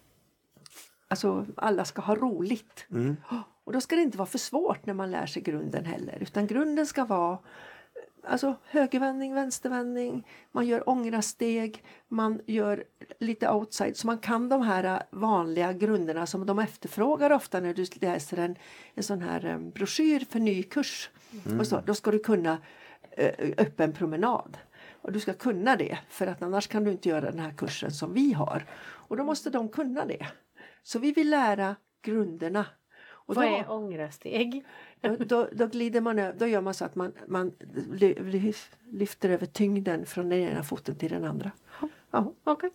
alltså alla ska ha roligt. Och då ska det inte vara för svårt när man lär sig grunden heller, utan grunden ska vara alltså högervändning, vänstervändning, man gör ångrasteg, man gör lite outside, så man kan de här vanliga grunderna som de efterfrågar ofta när du läser en sån här broschyr för ny kurs. Och så, då ska du kunna öppen promenad. Och du ska kunna det, för att annars kan du inte göra den här kursen som vi har. Och då måste de kunna det. Så vi vill lära grunderna. Och Vad är ångrasteg? då glider man över, då gör man så att man lyfter över tyngden från den ena foten till den andra. Ja. Okej.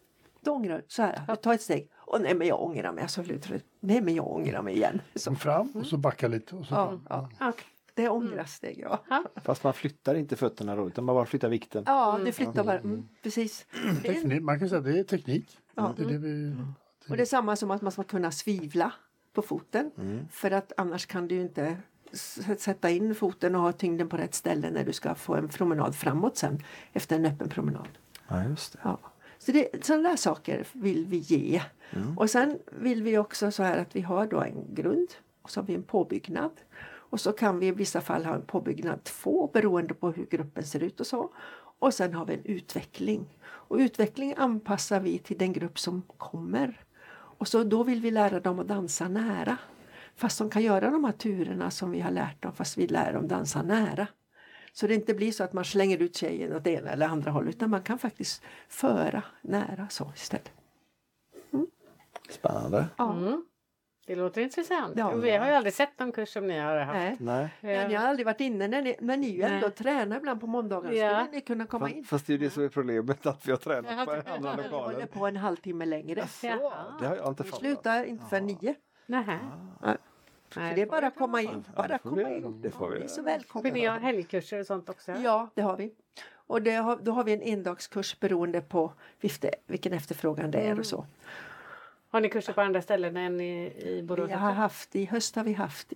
Då ångrar du så här. Du tar ett steg. Och nej men jag ångrar mig. Så nej men jag ångrar mig igen. Så. Kom fram och så backa lite. Och så Okay. Det ångrasteg, ja. Fast man flyttar inte fötterna då, utan man bara flyttar vikten. Ja, du flyttar bara. Precis. Teknik, man kan säga att det är teknik. Ja. Det är det vi... Och det är samma som att man ska kunna svivla på foten. För att annars kan du ju inte sätta in foten och ha tyngden på rätt ställe när du ska få en promenad framåt sen. Efter en öppen promenad. Ja, just det. Ja. Så sådana där saker vill vi ge. Och sen vill vi också så här att vi har då en grund. Och så har vi en påbyggnad. Och så kan vi i vissa fall ha en påbyggnad 2 beroende på hur gruppen ser ut och så. Och sen har vi en utveckling. Och utveckling anpassar vi till den grupp som kommer. Och så då vill vi lära dem att dansa nära. Fast de kan göra de här turerna som vi har lärt dem fast vi lär dem dansa nära. Så det inte blir så att man slänger ut tjejen åt det ena eller andra håll utan man kan faktiskt föra nära så istället. Spännande. Ja. Det låter intressant. Ja. Vi har ju aldrig sett någon kurs som ni har haft. Nej. Men jag har aldrig varit inne men ni är ju ändå tränar ibland på måndagar. Ja. Skulle ni kunna komma in? Fast det är ju det som är problemet, att vi har tränat på andra Vi håller lokaler. på en halvtimme längre. Jaha. Det har jag inte Vi fattat. slutar inte för 9. Nähä. Så det är bara att komma in. Bara får vi komma göra. in. Det får vi Ni är göra. så Men ni välkomna. har helgkurser och sånt också? Ja, det har vi. Och då har vi en endagskurs beroende på vilken efterfrågan det är och så. Har ni kurser på andra ställen än i Borås? I höst har vi haft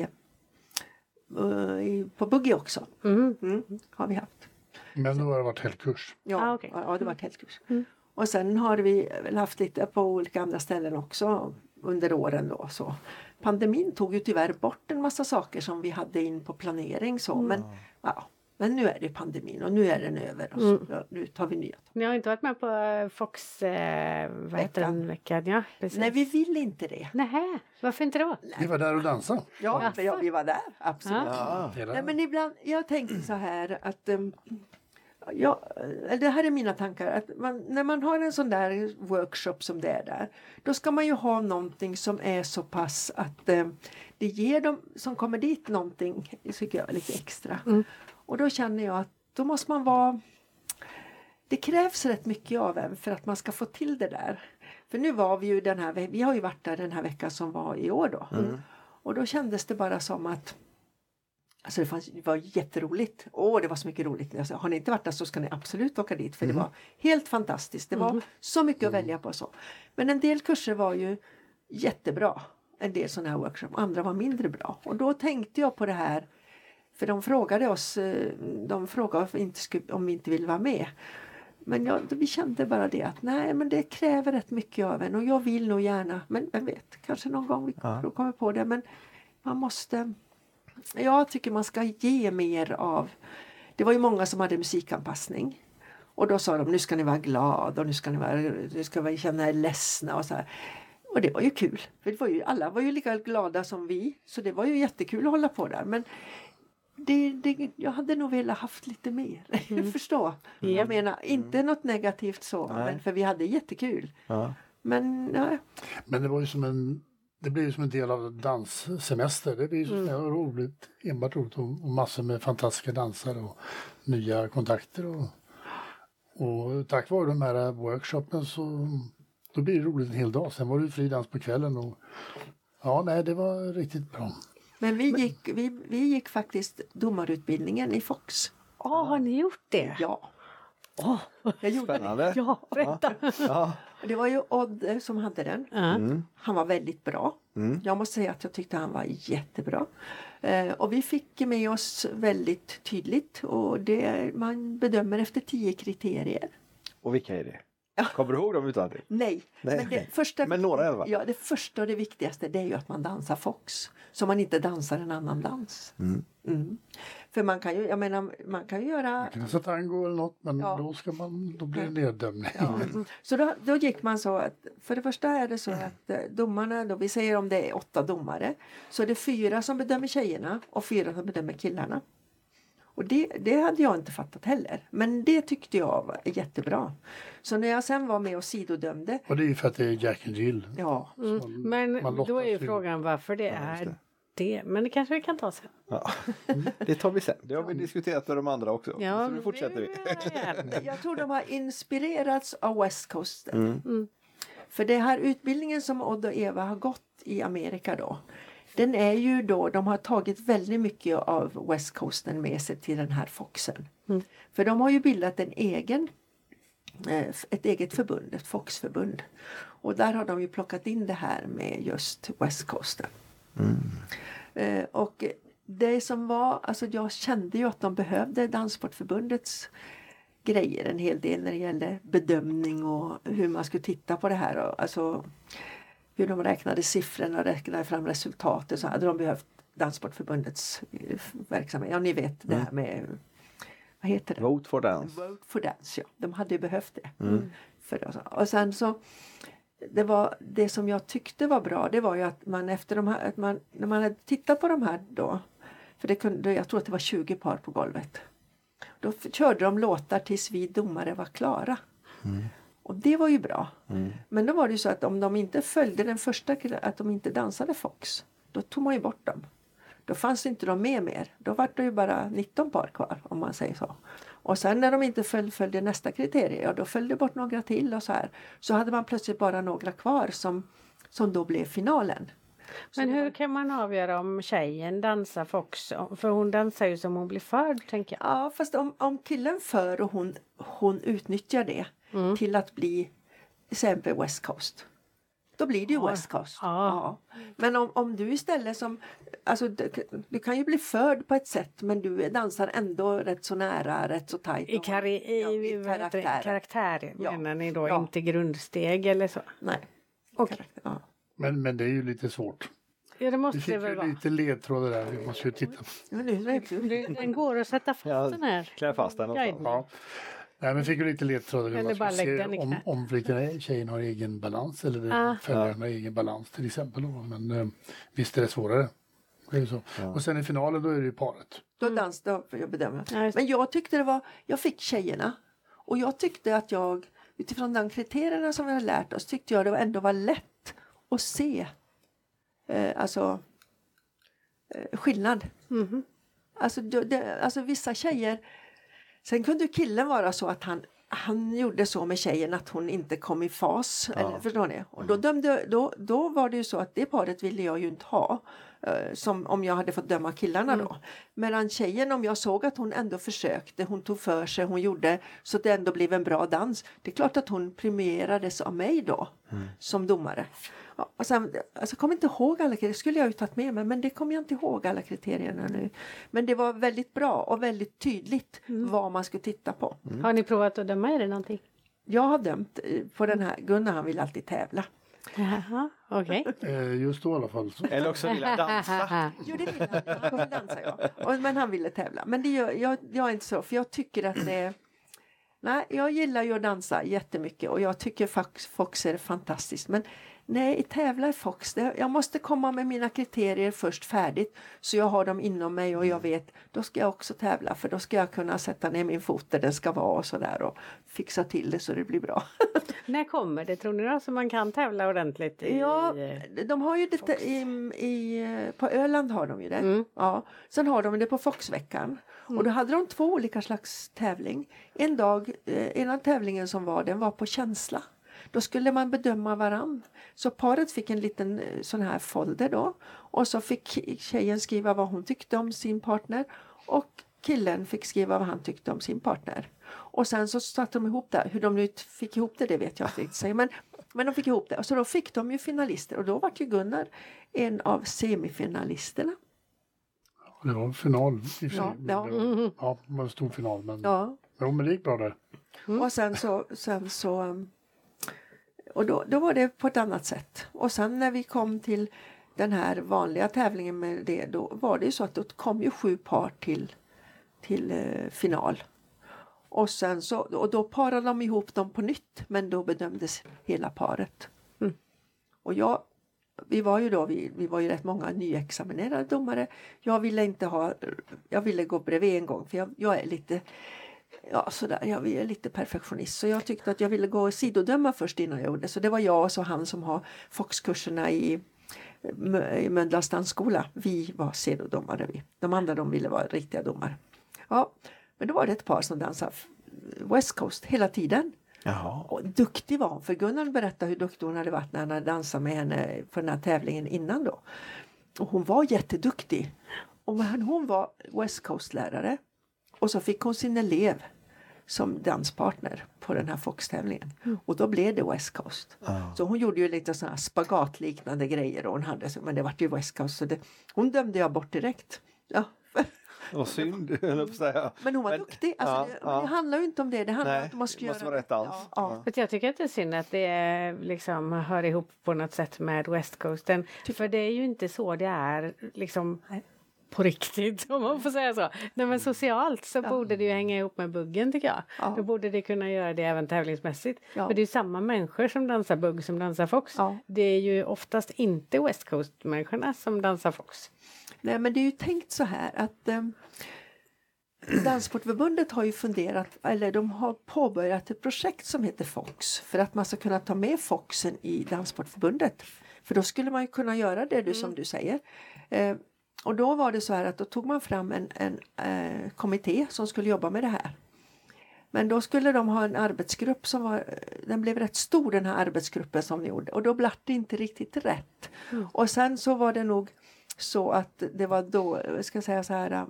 på Bugge också. Har vi haft. Men då har det varit helgkurs. Ja, okej. ja, det var ett helgkurs. Och sen har vi väl haft lite på olika andra ställen också under åren då. Så. Pandemin tog ju tyvärr bort en massa saker som vi hade in på planering så. Men nu är det pandemin och nu är den över. Och så, nu tar vi nya. Ni har inte varit med på Fox vad heter den veckan? Ja, precis. Nej, vi vill inte det. Nähä, varför inte då? Vi var där och dansade. Ja, för vi var där. Absolut. Hela- Nej, men ibland, jag tänkte så här att det här är mina tankar. Att när man har en sån där workshop som det är där. Då ska man ju ha någonting som är så pass att det ger dem som kommer dit någonting, tycker jag, lite extra. Och då känner jag att då måste man vara... Det krävs rätt mycket av en för att man ska få till det där. För nu var vi ju vi har ju varit där den här veckan som var i år då. Och då kändes det bara som att alltså det var jätteroligt. Det var så mycket roligt. Alltså, har ni inte varit där så ska ni absolut åka dit. För det var helt fantastiskt. Det var så mycket att välja på. Så. Men en del kurser var ju jättebra. En del sådana här workshop. Andra var mindre bra. Och då tänkte jag på det här. För de frågade oss. De frågade om vi inte ville vara med. Men vi kände bara det att nej men det kräver rätt mycket av en. Och jag vill nog gärna. Men vem vet. Kanske någon gång vi kommer på det. Men man måste... Jag tycker man ska ge mer av... Det var ju många som hade musikanpassning. Och då sa de, nu ska ni vara glada och nu ska vi känna er ledsna och så här. Och det var ju kul. För alla var ju lika glada som vi. Så det var ju jättekul att hålla på där. Men jag hade nog velat haft lite mer. Förstå? Jag menar, inte något negativt så. Men för vi hade jättekul. Ja. Men Men det var ju det blir ju som en del av danssemester. Det blir ju så roligt, enbart roligt och massor med fantastiska dansare och nya kontakter. Och tack vare de här workshopen så då blir det roligt en hel dag. Sen var det fri dans på kvällen och det var riktigt bra. Men vi gick faktiskt domarutbildningen i Fox. Har ni gjort det? Ja. Jag gjorde Spännande. Ja, berätta. det. Det var ju Odd som hade den. Han var väldigt bra. Jag måste säga att jag tyckte han var jättebra. Och vi fick med oss väldigt tydligt. Och man bedömer efter 10 kriterier. Och vilka är det? Kommer du ihåg dem utan det? Nej. Men några i alla fall. Ja, det första och det viktigaste det är ju att man dansar Fox. Så man inte dansar en annan dans. För man kan ju, man kan ju göra... Man kan sätta tango eller något men då blir det neddömning. Så då gick man så att för det första är det så att domarna, då vi säger om det är 8 domare. Så är det 4 som bedömer tjejerna och 4 som bedömer killarna. Och det hade jag inte fattat heller. Men det tyckte jag var jättebra. Så när jag sen var med och sidodömde. Och det är ju för att det är Jack and Jill. Ja. Men då är ju frågan varför det är det. Men det kanske vi kan ta sen. Ja. Det tar vi sen. Det har vi diskuterat med de andra också. Ja, så nu fortsätter vi. Jag tror de har inspirerats av West Coasten. För det här utbildningen som Odd och Eva har gått i Amerika då. Den är ju då, de har tagit väldigt mycket av West Coasten med sig till den här Foxen. För de har ju bildat ett eget förbund, ett Foxförbund. Och där har de ju plockat in det här med just West Coasten. Och det som var, alltså jag kände ju att de behövde Danssportförbundets grejer en hel del när det gällde bedömning och hur man skulle titta på det här. Och alltså hur de räknade siffrorna och räknade fram resultatet, så hade de behövt Danssportförbundets verksamhet. Ja, ni vet det här med, vad heter det? Vote for Dance. Vote for Dance, ja. De hade ju behövt det. Och sen så det som jag tyckte var bra, det var ju att man efter de här, när man hade tittat på de här då, för jag tror att det var 20 par på golvet. Då körde de låtar tills vi domare var klara. Och det var ju bra. Men då var det ju så att om de inte följde den första, att de inte dansade Fox, då tog man ju bort dem. Då fanns inte de med mer. Då var det ju bara 19 par kvar, om man säger så. Och sen när de inte följde nästa kriterie, ja, då följde bort några till och så här. Så hade man plötsligt bara några kvar som då blev finalen. Men hur kan man avgöra om tjejen dansar Fox? För hon dansar ju som hon blir förd, tänker jag. Ja, fast om killen för och hon utnyttjar det till att bli till exempel West Coast. Då blir det ju West Coast. Ja. Men om du istället som, alltså du kan ju bli förd på ett sätt, men du dansar ändå rätt så nära, rätt så tajt. I karaktär menar ni då, inte grundsteg eller så? Nej. Okay. Ja. Men det är ju lite svårt. Ja, det måste Vi fick det väl vara. lite ledtrådar där, vi måste ju titta. Den går att sätta fast den här. Klä fast den. Ja. Nej, men fick ju lite ledtrådar. Eller bara lägg den i knä. om vilken tjejen har egen balans eller följaren har egen balans till exempel. Men visst är det svårare. Det är så. Ja. Och sen i finalen då är det ju paret. Då jag bedömer. Ja, men jag tyckte jag fick tjejerna. Och jag tyckte att utifrån de kriterierna som vi har lärt oss, tyckte jag det ändå var lätt att se skillnad. Alltså vissa tjejer, sen kunde killen vara så att han gjorde så med tjejen att hon inte kom i fas. Eller, förstår ni? Och då var det ju så att det paret ville jag ju inte ha. Som om jag hade fått döma killarna då. Medan tjejen, om jag såg att hon ändå försökte, hon tog för sig, hon gjorde så att det ändå blev en bra dans. Det är klart att hon premierades av mig då som domare. Ja, och sen, alltså, kom inte ihåg alla kriterier, skulle jag ju tagit med mig, men det kommer jag inte ihåg alla kriterierna nu. Men det var väldigt bra och väldigt tydligt vad man skulle titta på. Har ni provat att döma i det någonting? Jag har dömt på den här, Gunnar han vill alltid tävla. Jaha, okej. Just då i alla fall. Så. Eller också vill jag dansa. Jo, det vill han vill dansa, ja. Men han ville tävla. Men det gör jag är inte så, för jag tycker att det... Nej, jag gillar ju att dansa jättemycket och jag tycker Fox är fantastiskt. Men nej, tävla i Fox, jag måste komma med mina kriterier först färdigt. Så jag har dem inom mig och jag vet, då ska jag också tävla. För då ska jag kunna sätta ner min fot där den ska vara och sådär. Och fixa till det så det blir bra. När kommer det, tror ni då? Så man kan tävla ordentligt Ja, de har ju det på Öland har de ju det. Ja. Sen har de det på Foxveckan. Och då hade de 2 olika slags tävling. En tävlingen som den var på känsla. Då skulle man bedöma varann. Så paret fick en liten sån här folder då. Och så fick tjejen skriva vad hon tyckte om sin partner. Och killen fick skriva vad han tyckte om sin partner. Och sen så satte de ihop det. Hur de nu fick ihop det vet jag inte riktigt säga. Men de fick ihop det. Och så då fick de ju finalister. Och då var ju Gunnar en av semifinalisterna. Det var en final. Ja, det var en stor final. Men, men det gick bra där. Och sen så och då var det på ett annat sätt. Och sen när vi kom till den här vanliga tävlingen med det, då var det ju så att då kom ju 7 par till final. Och sen och då parade de ihop dem på nytt, men då bedömdes hela paret. Och vi var ju rätt många nyexaminerade domare. Jag ville gå bredvid en gång, för jag är lite jag är lite perfektionist. Så jag tyckte att jag ville gå sidodöma först innan jag gjorde. Så det var jag och så han som har Foxkurserna i Mölndals dansskola. Vi var sidodomare. De andra de ville vara riktiga domare. Ja, men då var det ett par som dansade West Coast hela tiden. Jaha. Och duktig var hon, för Gunnar berättade hur duktig hon hade varit när han hade dansat med henne på den här tävlingen innan då. Och hon var jätteduktig. Och hon var West Coast-lärare. Och så fick hon sin elev som danspartner på den här Fox-tävlingen. Och då blev det West Coast. Så hon gjorde ju lite sådana här spagatliknande grejer och hon hade, men det var ju West Coast. Så hon dömde jag bort direkt. Ja. Vad synd, höll jag på att säga. Men hon var duktig. Alltså, det handlar ju inte om det. Det handlar om att man ska måste göra vara rätt alls. Ja. Jag tycker att det är synd att det liksom hör ihop på något sätt med West Coasten. För det är ju inte så det är liksom på riktigt, om man får säga så. Nej, men socialt så borde det ju hänga ihop med buggen, tycker jag. Ja. Då borde det kunna göra det även tävlingsmässigt. Ja. För det är ju samma människor som dansar bugg som dansar fox. Ja. Det är ju oftast inte West Coast-människorna som dansar fox. Nej, men det är ju tänkt så här att Danssportförbundet har ju funderat, eller de har påbörjat ett projekt som heter Fox. För att man ska kunna ta med Foxen i Danssportförbundet. För då skulle man ju kunna göra det som du säger. Och då var det så här att då tog man fram en kommitté som skulle jobba med det här. Men då skulle de ha en arbetsgrupp den blev rätt stor, den här arbetsgruppen som de gjorde. Och då blev det inte riktigt rätt. Och sen så var det nog så att det var då, jag ska säga så här,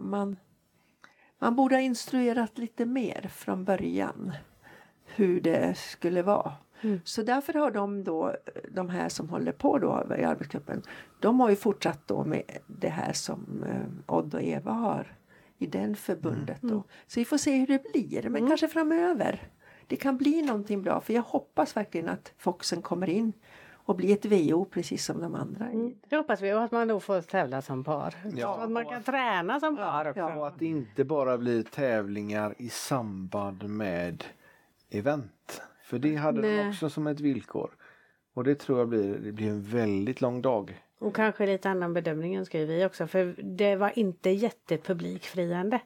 man borde ha instruerat lite mer från början hur det skulle vara. Så därför har de här som håller på då i arbetsgruppen, de har ju fortsatt då med det här som Odd och Eva har i den förbundet då. Så vi får se hur det blir, men kanske framöver. Det kan bli någonting bra, för jag hoppas verkligen att Foxen kommer in och blir ett VO precis som de andra. Det hoppas vi, och att man då får tävla som par. Ja. Så att man kan träna som par också. Och att det inte bara blir tävlingar i samband med event. För det hade de också som ett villkor. Och det tror jag blir en väldigt lång dag. Och kanske lite annan bedömning önskar vi också. För det var inte jättepublikfriande.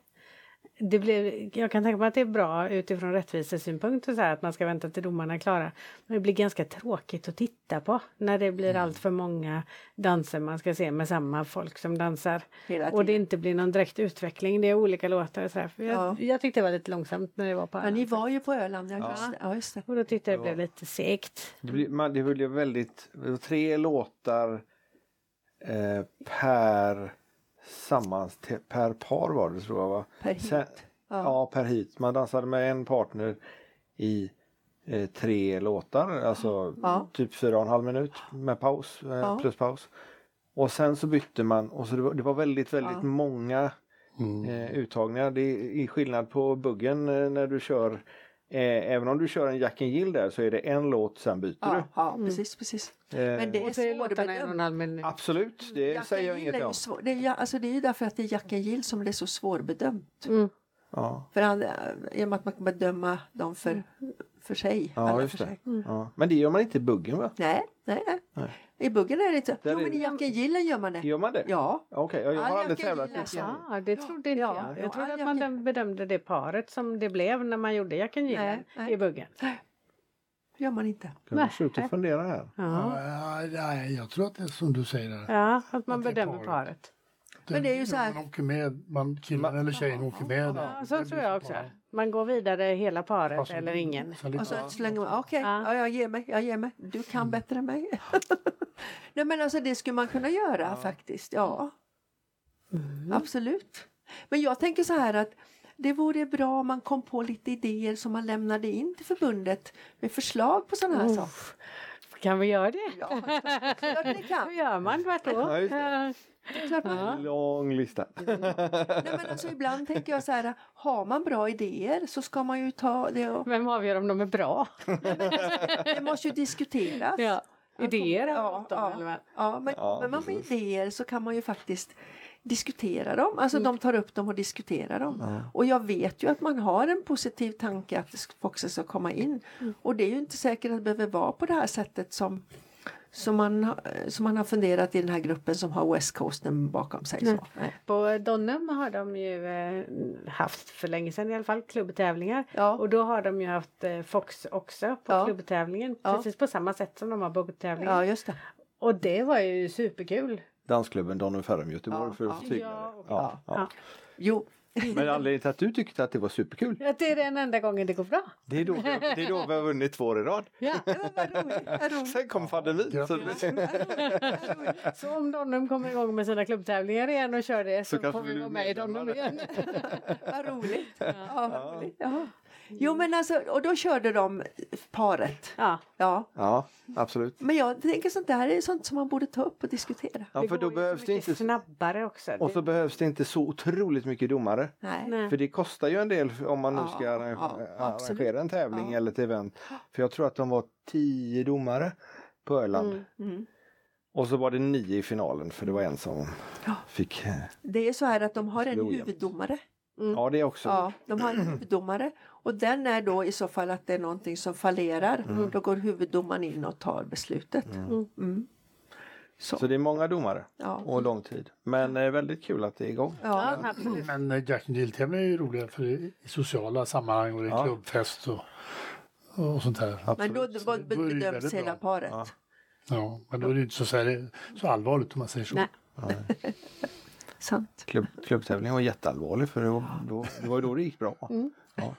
Jag kan tänka mig att det är bra utifrån rättvisesynpunkt så här, att man ska vänta till domarna är klara. Men det blir ganska tråkigt att titta på när det blir allt för många danser man ska se med samma folk som dansar. Och det inte blir någon direkt utveckling. Det är olika låtar och så här. Jag tyckte det var lite långsamt när det var på Öland. Ja, ni var ju på Öland. Just det. Och då tyckte jag det blev lite segt. Det blev väldigt 3 låtar per par var det, tror jag, va? Per hit. Ja, per hit. Man dansade med en partner i 3 låtar, alltså typ 4,5 minut med paus, plus paus. Och sen så bytte man, och så det var väldigt många uttagningar. Det är skillnad på buggen när du kör, även om du kör en Jack and Jill där, så är det en låt, sen byter du. Ja, precis. Men det är svårbedömt. Absolut, det säger jag inget om. Det är ju därför att det är Jack and Jill som det är så svårbedömt. Ja. För i och med att man kan bedöma dem för sig. Ja, just det. Ja. Men det gör man inte i buggen, va? Nej. I buggen är det inte. Jo, men i Jack and Jillen gör man det. Gör man det? Ja. Okej, jag har aldrig tävlat i det. Ja, det trodde inte jag. Jag trodde att man bedömde det paret som det blev när man gjorde Jack and Jillen i buggen. Gör man inte. Kan vi sluta fundera här? Nej, jag tror att det är som du säger där. Ja, att man bedömer paret. Men det är ju så här. Man åker med, killen eller tjejen åker med. Ja, så tror jag också. Man går vidare hela paret eller ingen. Och så slänger man, okej, jag ger mig. Du kan bättre än mig. Nej, men alltså det skulle man kunna göra faktiskt, ja. Absolut. Men jag tänker så här att det vore bra om man kom på lite idéer som man lämnade in till förbundet med förslag på sådana här saker. Kan vi göra det? Ja, klart det kan. Hur gör man vart då? Lång lista. Nej, men alltså ibland tänker jag så här, har man bra idéer så ska man ju ta det och... Vem avgör om de är bra? Det måste ju diskuteras. Ja. Idéer? Men man med idéer så kan man ju faktiskt diskutera dem. Alltså de tar upp dem och diskuterar dem. Och jag vet ju att man har en positiv tanke att Foxen ska komma in. Och det är ju inte säkert att det behöver vara på det här sättet som man har funderat i den här gruppen som har West Coasten bakom sig. Så. På Donum har de ju haft för länge sedan i alla fall klubbtävlingar. Ja. Och då har de ju haft Fox också på klubbtävlingen. Precis på samma sätt som de har buggtävlingen. Ja, just det. Och det var ju superkul. Dansklubben Donny Ferrum Göteborg för att Ja. Jo. Men anledningen till att du tyckte att det var superkul. Att det är den enda gången det går bra. Det är då vi har vunnit 2 år i rad. Ja. Vad roligt. Sen kom pandemin. Så om Donum kommer igång med sina klubbtävlingar igen och kör det så får vi vara med i Donum igen. Vad roligt. Ja, roligt. Ja. Jo men alltså, och då körde de paret. Ja. Ja, absolut. Men jag tänker sånt där är sånt som man borde ta upp och diskutera. Ja, för då behövs det inte snabbare också. Och så behövs det inte så otroligt mycket domare. Nej. För det kostar ju en del om man nu ska arrangera en tävling eller ett event. För jag tror att de var 10 domare på Öland. Och så var det 9 i finalen för det var en som fick... Det är så här att de har en huvuddomare. Ja, det också. Ja, de har en huvuddomare och den är då i så fall att det är någonting som fallerar. Då går huvuddomaren in och tar beslutet. Så det är många domare och lång tid. Men väldigt kul att det är igång. Ja, absolut. Men Jack and Jill-tävlingar är ju roliga för i sociala sammanhang och i klubbfest och sånt här. Men då bedöms hela paret. Ja, men då är det inte så allvarligt om man säger så. Nej. Sant. Klubbtävlingen var jätteallvarlig för det var ju då det gick bra. Ja.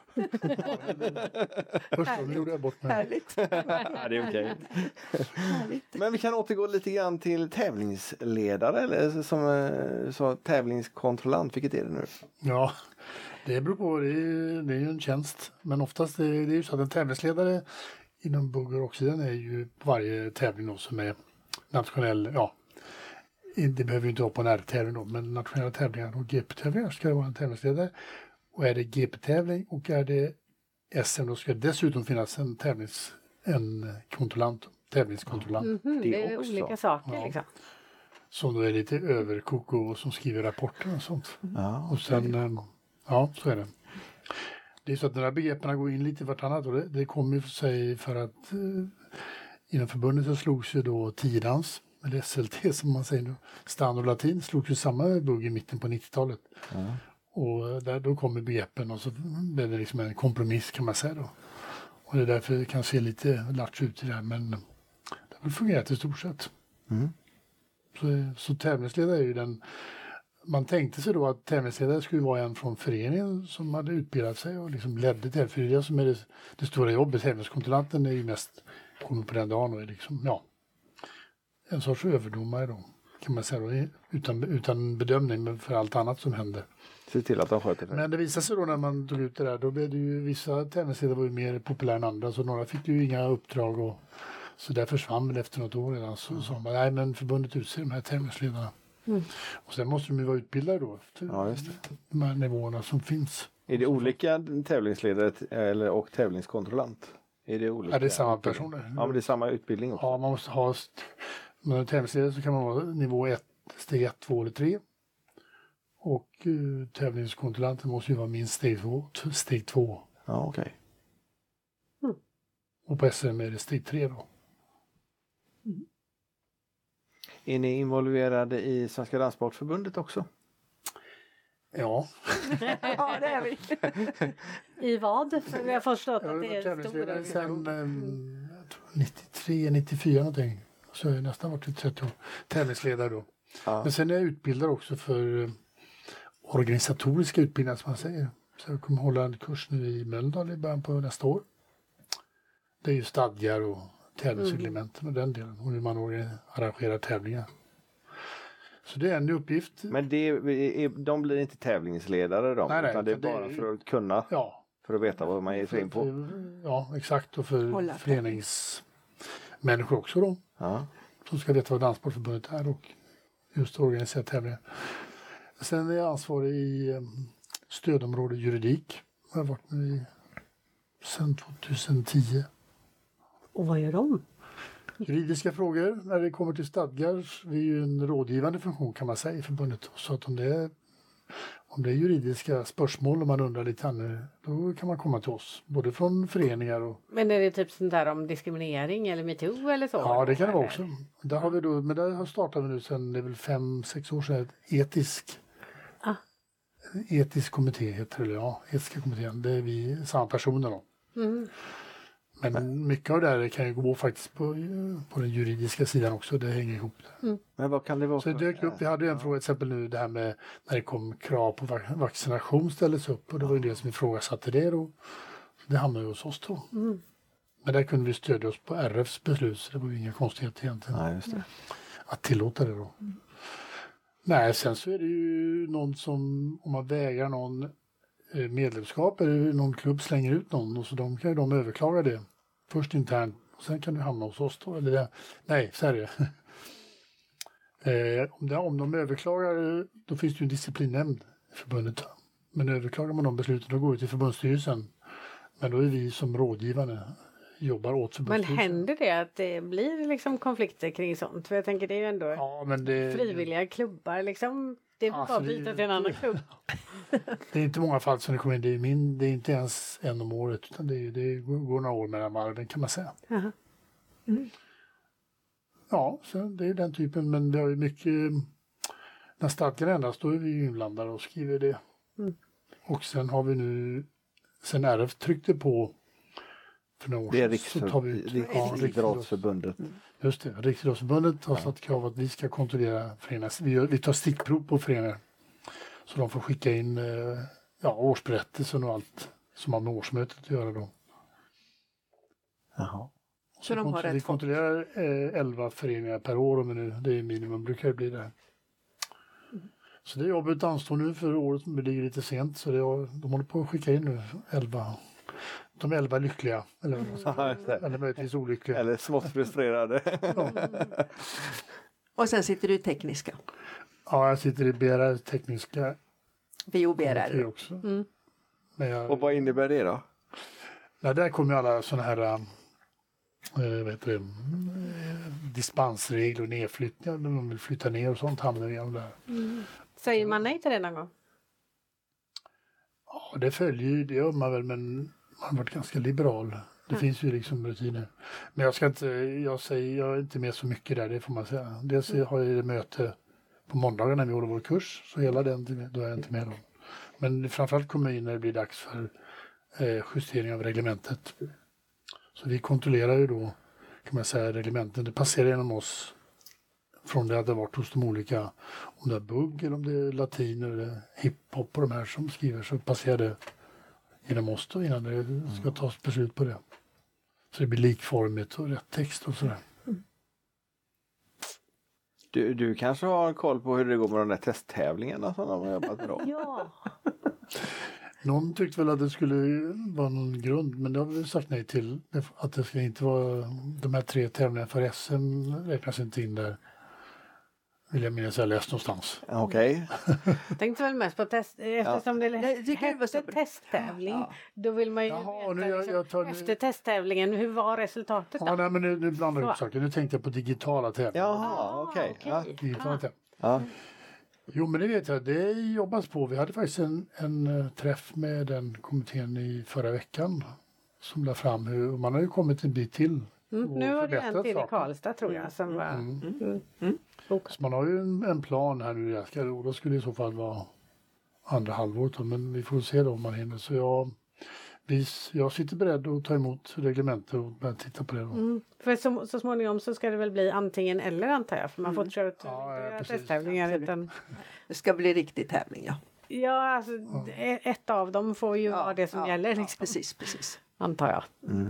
Först då gjorde jag bort mig. Härligt. Ja, det är okej. Men vi kan återgå lite grann till tävlingsledare eller som så tävlingskontrollant. Vilket är det nu? Ja, det beror på. Det är ju en tjänst. Men oftast det är ju så att en tävlingsledare inom Bugger också den är ju på varje tävling då, som är nationell. Ja, det behöver ju inte vara på en R-tävling då, men nationella tävlingar och GP-tävlingar ska det vara en tävlingsledare. Och är det GP-tävling och är det SM då ska det dessutom finnas en tävlingskontrollant. Det är också olika saker liksom. Som då är lite överkoko och som skriver rapporter och sånt. Ja, och sen, så är det. Det är så att de här begreppen går in lite i vartannat och det kommer ju för sig för att inom förbundet så slogs ju då tiodans, eller SLT som man säger nu, standard latin slogs ju samma bugg i mitten på 90-talet. Och då kommer begreppen och så blir det liksom en kompromiss kan man säga då. Och det är därför det kan se lite latch ut i det här, men det har väl fungerat i stort sett. Så tävlingsledare är ju den... Man tänkte sig då att tävlingsledare skulle vara en från föreningen som hade utbildat sig och liksom ledde till. För det är det som är det stora jobbet. Tävlingskontrollanten är ju mest kommer på den dagen och är liksom, en sorts överdomare då. Kan man säga då, utan bedömning för allt annat som händer. Se till att de sköter det. Men det visade sig då när man tog ut det där, då blev det ju vissa tävlingsledare var ju mer populära än andra, så några fick ju inga uppdrag och så där försvann väl efter något år redan. Så sa man, nej men förbundet utser de här tävlingsledarna. Och sen måste de ju vara utbildade då efter de här nivåerna som finns. Är det olika tävlingsledare och tävlingskontrollant? Är det olika? Ja, det är samma personer. Ja, men det är samma utbildning också. Ja, man måste ha... Med tävlingsledare så kan man vara nivå 1, steg 1, 2 eller 3. Och tävlingskontrollanten måste ju vara minst steg 2. Ja, okej. Och på SM är det steg 3 då. Är ni involverade i Svenska Danssportförbundet också? Ja. Ja, det är vi. I vad? För vi har förstått att det är tävlingsledare sedan 93, 94 någonting. Så har jag nästan varit i 30 år. Tävlingsledare då. Ja. Men sen är jag utbildad också för organisatoriska utbildningar som man säger. Så jag kommer hålla en kurs nu i Mölndal i början på nästa år. Det är ju stadgar och tävlingsreglementen och den delen. Och hur man arrangerar tävlingar. Så det är en uppgift. Men de blir inte tävlingsledare då? Nej, utan det är bara för att kunna. Ja. För att veta vad man ger sig in på. Ja, exakt. Och för föreningsmänniskor också då. Ja. Som ska veta vad Danssportförbundet är och just organisera tävlingar. Sen är jag ansvarig i stödområde juridik. Jag har varit med sedan 2010. Och vad gör de? Juridiska frågor när det kommer till stadgar. Vi är ju en rådgivande funktion kan man säga i förbundet. Så att om det är juridiska spörsmål och man undrar lite annat, då kan man komma till oss. Både från föreningar och... Men är det typ sånt där om diskriminering eller metoo eller så? Ja, det kan det vara också. Där har vi då, men där startar vi nu sedan, det är väl 5-6 år sedan, etisk kommitté heter det, etiska kommittén. Det är vi samma personer då. Men mycket av det här kan ju gå faktiskt på den juridiska sidan också. Det hänger ihop. Men vad kan det vara? Så det dök upp, vi hade ju en fråga till exempel nu det här med när det kom krav på vaccination ställdes upp. Och det var ju det som ifrågasatte det då. Det hamnade ju hos oss då. Men där kunde vi stödja oss på RFs beslut. Så det var ju inga konstigheter egentligen. Nej, just det. Att tillåta det då. Nej, sen så är det ju någon som, om man vägrar någon medlemskap eller någon klubb slänger ut någon och så kan ju de överklaga det. Först internt och sen kan du hamna hos oss då. Eller det, nej, så är det. Om de överklagar, då finns det ju en disciplinnämnd i förbundet. Men överklagar man de besluten, då går det till förbundsstyrelsen. Men då är vi som rådgivare jobbar åt förbundsstyrelsen. Men händer det att det blir liksom konflikter kring sånt? För jag tänker det är ju ändå frivilliga klubbar liksom. Det är bara att byta till en annan klubb. Det är inte många fall som det kommer in. Det är inte ens en om året utan det går några år mellan varven kan man säga. Ja, så det är den typen. Men vi har ju mycket, när stadgan ändras då är vi ju inblandade och skriver det. Och sen har vi nu, sen RF tryckte på för några år det är Riksidrottsförbundet. Just det, Riksidrottsförbundet har satt krav att vi ska kontrollera föreningar. Vi tar stickprov på föreningar. Så de får skicka in årsberättelsen och allt som har med årsmötet att göra då. Jaha. Så de har rätt vi kontrollerar 11 föreningar per år om det är minimum, brukar det bli det. Så det jobbet anstår nu för året som ligger lite sent så de håller på att skicka in nu 11. De 11 lyckliga, eller möjligtvis olyckliga. Eller smått frustrerade. Och sen sitter du i tekniska. Ja, jag sitter i BRR tekniska. VOBRR. Också. Och vad innebär det då? Där kommer ju alla sådana här dispensregler och nedflyttningar. När man vill flytta ner och sånt hamnar igen där. Säger man nej till det någon gång? Ja, det följer ju, det gör man väl, men man har varit ganska liberal. Det finns ju liksom rutiner. Men jag är inte med så mycket där, det får man säga. Dels har jag ett möte på måndagar när vi håller vår kurs, så hela den, då är jag inte med då. Men framförallt kommer jag in när det blir dags för justering av reglementet. Så vi kontrollerar ju då, kan man säga, reglementen. Det passerar genom oss från det att det har varit hos de olika, om det är bugg eller om det är latin eller hiphop och de här som skriver, så passerar det genom oss då innan det ska tas beslut på det. Så det blir likformigt och rätt text och sådär. Du kanske har koll på hur det går med de där testtävlingarna som de har jobbat med då? Ja. Någon tyckte väl att det skulle vara någon grund, men det har vi sagt nej till. Att det ska inte vara, de här 3 tävlingarna för SM räknas inte in där. Vill jag minnas jag läst någonstans. Okej. Jag tänkte väl mest på test, eftersom det hette testtävling. Då vill man ju veta efter testtävlingen, hur var resultatet då? Ja, nej, men nu blandar jag upp saker. Nu tänkte jag på digitala tävlingar. Jaha, okej. Digitala tävlingar. Ja. Jo, men det vet jag. Det jobbas på. Vi hade faktiskt en träff med den kommittén i förra veckan som la fram hur man har ju kommit en bit till. Nu har det en till i Karlstad tror jag som var... Så man har ju en plan här nu. Då skulle det i så fall vara andra halvåret. Men vi får se då om man hinner. Så jag sitter beredd att ta emot reglementet och börja titta på det då. För så småningom så ska det väl bli antingen eller antar jag. För man får inte köra testtävlingar utan... Det ska bli riktig tävling, ja. Ja, alltså ett av dem får ju vara det som gäller. Liksom. Precis. Antar jag.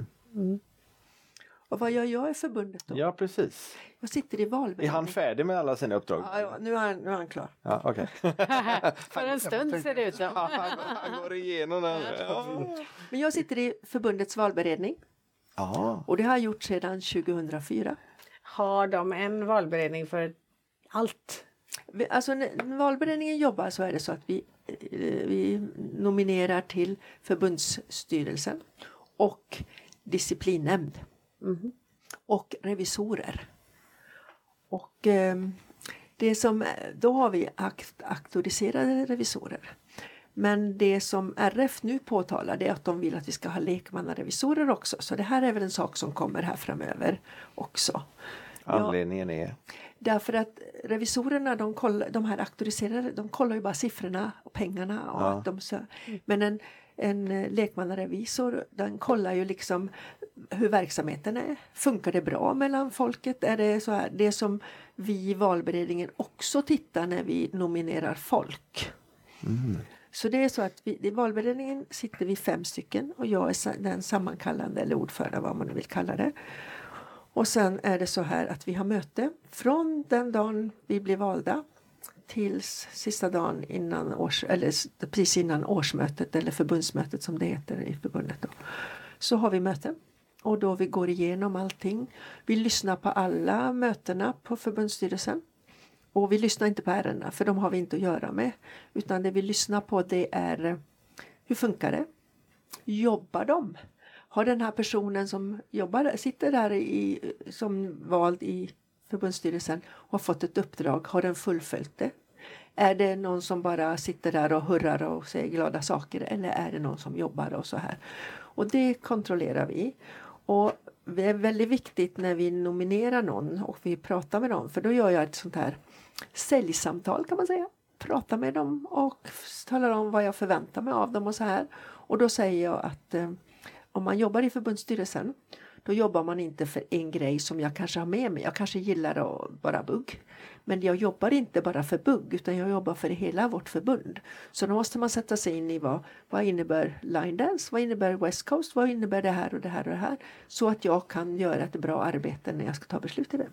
Och vad gör jag i förbundet då? Ja, precis. Jag sitter i valberedning. Är han färdig med alla sina uppdrag? Ja, nu är han klar. Ja, okej. För en stund ser det ut som. Han går igenom den. Men jag sitter i förbundets valberedning. Ja. Och det har jag gjort sedan 2004. Har de en valberedning för allt? Alltså när valberedningen jobbar så är det så att vi nominerar till förbundsstyrelsen och disciplinnämnd. Och revisorer. Och då har vi auktoriserade revisorer. Men det som RF nu påtalar är att de vill att vi ska ha lekmannarevisorer också. Så det här är väl en sak som kommer här framöver också. Anledningen är? Därför att revisorerna, de här auktoriserade, de kollar ju bara siffrorna och pengarna. Och att men en lekmannarevisor, den kollar ju liksom hur verksamheten är. Funkar det bra mellan folket? Är det så här, det som vi i valberedningen också tittar när vi nominerar folk. Så det är så att i valberedningen sitter vi 5 stycken och jag är den sammankallande eller ordförande, vad man nu vill kalla det. Och sen är det så här att vi har möte från den dagen vi blir valda tills sista dagen innan precis innan årsmötet eller förbundsmötet som det heter i förbundet då. Så har vi möte och då vi går igenom allting. Vi lyssnar på alla mötena på förbundsstyrelsen. Och vi lyssnar inte på ärendena för de har vi inte att göra med. Utan det vi lyssnar på det är hur funkar det? Jobbar de? Har den här personen som sitter där som vald i förbundsstyrelsen och har fått ett uppdrag, har den fullföljt det? Är det någon som bara sitter där och hurrar och säger glada saker eller är det någon som jobbar och så här? Och det kontrollerar vi. Och det är väldigt viktigt när vi nominerar någon och vi pratar med dem, för då gör jag ett sånt här säljsamtal kan man säga. Pratar med dem och talar om vad jag förväntar mig av dem och så här. Och då säger jag att om man jobbar i förbundsstyrelsen, då jobbar man inte för en grej som jag kanske har med mig. Jag kanske gillar att bara bugg. Men jag jobbar inte bara för bugg utan jag jobbar för hela vårt förbund. Så då måste man sätta sig in i vad innebär line dance, vad innebär West Coast, vad innebär det här och det här och det här. Så att jag kan göra ett bra arbete när jag ska ta beslut i det.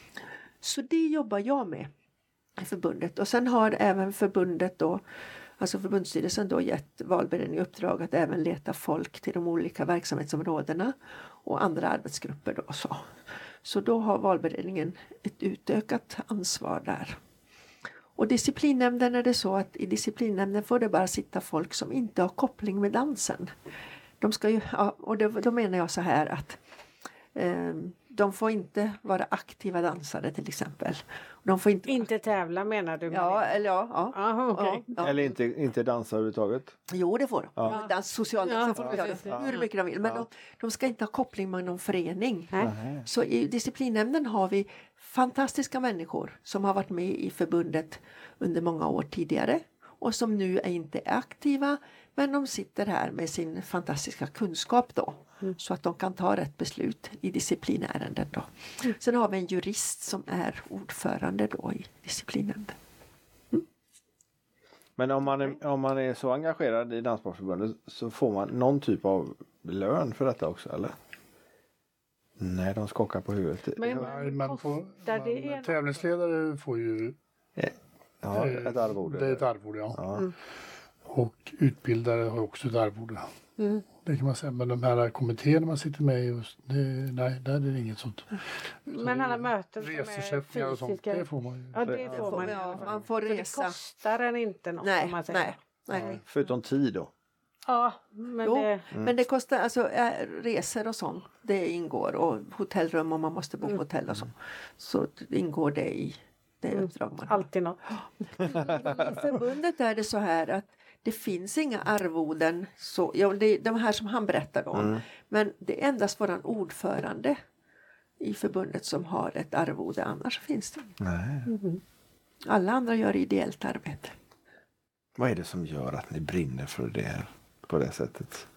Så det jobbar jag med i förbundet. Och sen har även förbundet då, alltså förbundsstyrelsen då gett valberedningen i uppdrag att även leta folk till de olika verksamhetsområdena och andra arbetsgrupper då. Så då har valberedningen ett utökat ansvar där. Och disciplinnämnden är det så att i disciplinnämnden får det bara sitta folk som inte har koppling med dansen. De ska ju, och då menar jag så här att de får inte vara aktiva dansare till exempel. De får inte tävla menar du? Eller inte dansa överhuvudtaget? Jo, det får de. Ja. Socialdans får de göra hur mycket de vill. Men de ska inte ha koppling med någon förening. Så i disciplinnämnden har vi fantastiska människor som har varit med i förbundet under många år tidigare. Och som nu inte är aktiva, men de sitter här med sin fantastiska kunskap då. Så att de kan ta rätt beslut i disciplinärenden då. Sen har vi en jurist som är ordförande då i disciplinnämnden. Men om man är så engagerad i Danssportförbundet så får man någon typ av lön för detta också, eller? Nej, de skakar på huvudet. Tävlingsledare får ju ett arvode. Det är ett arvode, ja. Och utbildare har också ett arvode. Det kan man säga. Men de här kommittéerna man sitter med i, där är det inget sånt. Men alla möten som är fysiska och sånt, det får man ju. Ja, det får man. Man får resa. Det kostar en inte något. Nej. Förutom tid då? Ja, men men det kostar alltså resor och sånt. Det ingår och hotellrum om man måste bo på hotell och så. Så ingår det i det uppdrag man har. Alltid något. I förbundet är det så här att det finns inga arvoden. Det är de här som han berättar om. Men det är endast våran ordförande i förbundet som har ett arvode. Annars finns det. Nej. Alla andra gör ideellt arbete. Vad är det som gör att ni brinner för det här på det sättet?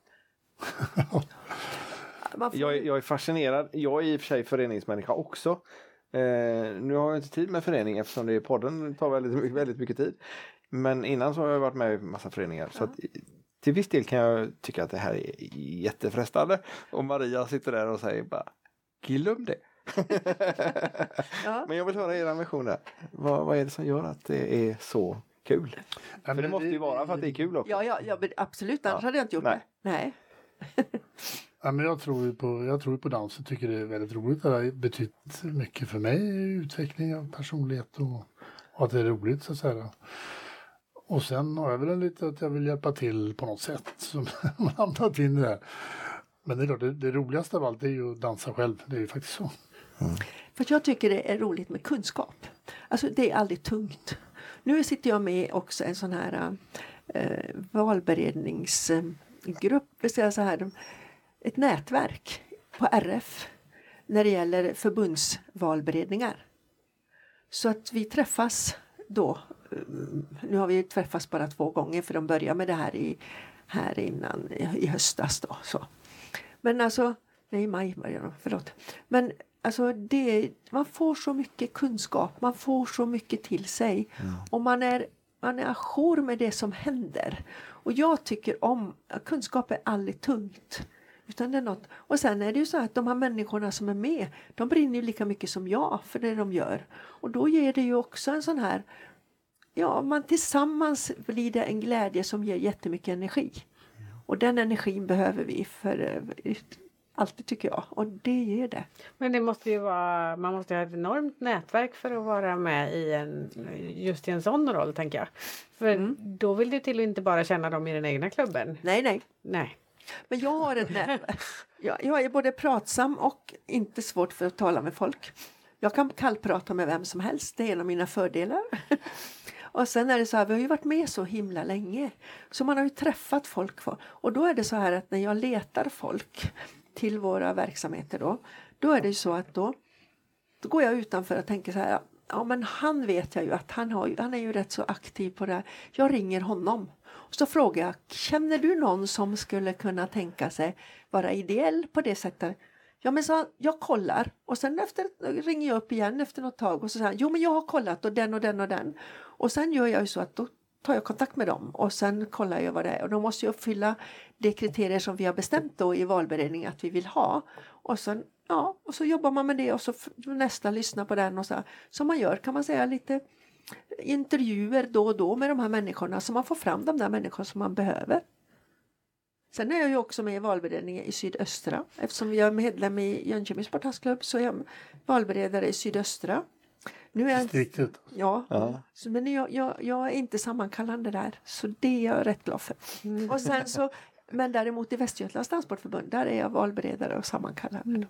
Jag är fascinerad. Jag är i och för sig föreningsmänniska också. Nu har jag inte tid med förening eftersom det är podden tar väldigt mycket tid. Men innan så har jag varit med i massa föreningar. Så att, till viss del kan jag tycka att det här är jättefrestande. Och Maria sitter där och säger bara, glöm det. Men jag vill höra era versioner. Vad är det som gör att det är så kul? För det måste ju vara för att det är kul också. Ja absolut. Annars hade jag inte gjort det. Nej. Ja, men jag tror på dans och tycker det är väldigt roligt. Det har betytt mycket för mig i utveckling av personlighet och att det är roligt så att säga. Och sen har jag väl lite att jag vill hjälpa till på något sätt som man hamnat in i det här. Men det är klart, det roligaste av allt är ju att dansa själv. Det är ju faktiskt så. För jag tycker det är roligt med kunskap. Alltså det är aldrig tungt. Nu sitter jag med också en sån här valberedningsgrupp, så här, ett nätverk på RF när det gäller förbundsvalberedningar. Så att vi träffas då, nu har vi träffats bara 2 gånger för de börjar med det här i här innan i höstas då. Så. Men alltså, nej maj börjar de, förlåt. Men alltså man får så mycket kunskap, man får så mycket till sig. Och man är ajour med det som händer. Och jag tycker om, kunskap är aldrig tungt. Utan det är något. Och sen är det ju så att de här människorna som är med, de brinner ju lika mycket som jag för det de gör. Och då ger det ju också en sån här, man tillsammans blir det en glädje som ger jättemycket energi. Och den energin behöver vi för alltid tycker jag. Och det ger det. Men det måste ju vara, man måste ha ett enormt nätverk för att vara med just i en sån roll, tänker jag. För då vill du till att inte bara känna dem i den egna klubben. Nej. Men jag har ett nätverk. Jag är både pratsam och inte svårt för att tala med folk. Jag kan kallprata med vem som helst. Det är en av mina fördelar. Och sen är det så här, vi har ju varit med så himla länge. Så man har ju träffat folk. Och då är det så här att när jag letar folk till våra verksamheter då är det ju så att då går jag utanför och tänker så här, ja men han vet jag ju att han är ju rätt så aktiv på det här. Jag ringer honom. Och så frågar jag, känner du någon som skulle kunna tänka sig vara ideell på det sättet? Ja men så jag kollar och sen ringer jag upp igen efter något tag och så säger jo men jag har kollat och den och den och den. Och sen gör jag ju så att då tar jag kontakt med dem och sen kollar jag vad det är. Och då måste jag uppfylla de kriterier som vi har bestämt då i valberedningen att vi vill ha. Och sen, och så jobbar man med det och så nästa lyssnar på den och så här. Så man gör, kan man säga, lite intervjuer då och då med de här människorna så man får fram de där människorna som man behöver. Sen är jag ju också med i valberedningen i sydöstra. Eftersom jag är medlem i Jönköpings sporthallsklubb så är jag valberedare i sydöstra. Nu är distriktet. Ja. Men jag är inte sammankallande där. Så det är jag rätt glad för. Och sen så, men däremot i Västergötlands danssportförbund där är jag valberedare och sammankallande.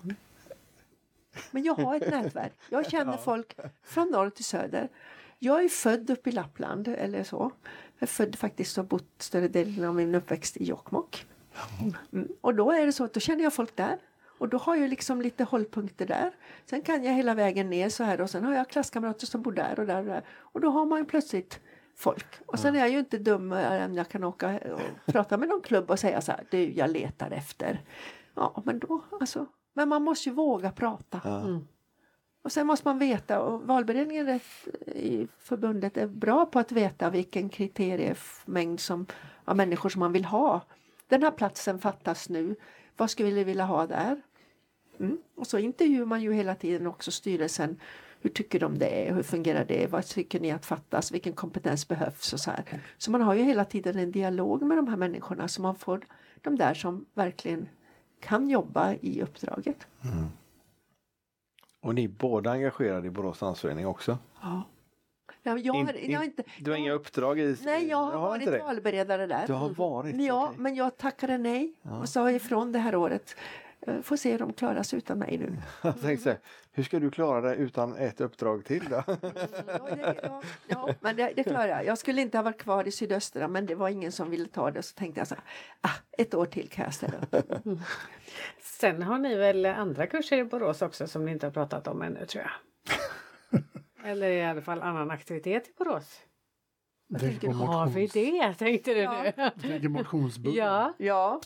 Men jag har ett nätverk. Jag känner folk från norr till söder. Jag är född upp i Lappland eller så. Jag är född faktiskt och bott större delen av min uppväxt i Jokkmokk. Och då är det så att då känner jag folk där. Och då har jag liksom lite hållpunkter där. Sen kan jag hela vägen ner så här och sen har jag klasskamrater som bor där och där och där. Och då har man ju plötsligt folk. Och sen är jag ju inte dum än jag kan åka och prata med någon klubb och säga så här, du jag letar efter. Ja men då alltså. Men man måste ju våga prata. Och sen måste man veta, och valberedningen i förbundet är bra på att veta vilken kriteriemängd av människor som man vill ha. Den här platsen fattas nu. Vad skulle vi vilja ha där? Och så intervjuar man ju hela tiden också styrelsen. Hur tycker de det? Hur fungerar det? Vad tycker ni att fattas? Vilken kompetens behövs? Och så här. Så man har ju hela tiden en dialog med de här människorna. Så man får de där som verkligen kan jobba i uppdraget. Och ni är båda engagerade i Borås dansförening också? Ja. Jag har inte, du har inga uppdrag i... Nej, jag har varit valberedare där. Du har varit? Ja, okay. Men jag tackade nej och sa ifrån det här året. Får se hur de klarar sig utan mig nu. Jag tänkte säga, hur ska du klara det utan ett uppdrag till då? Ja, men det klarar jag. Jag skulle inte ha varit kvar i sydöstra men det var ingen som ville ta det. Så tänkte jag så här, ett år till kan jag ställa upp. Sen har ni väl andra kurser i Borås också som ni inte har pratat om ännu tror jag. Eller i alla fall annan aktivitet i Borås. Har vi det? Tänkte du nu? Jag tänker motionsbugg. Ja. Ja,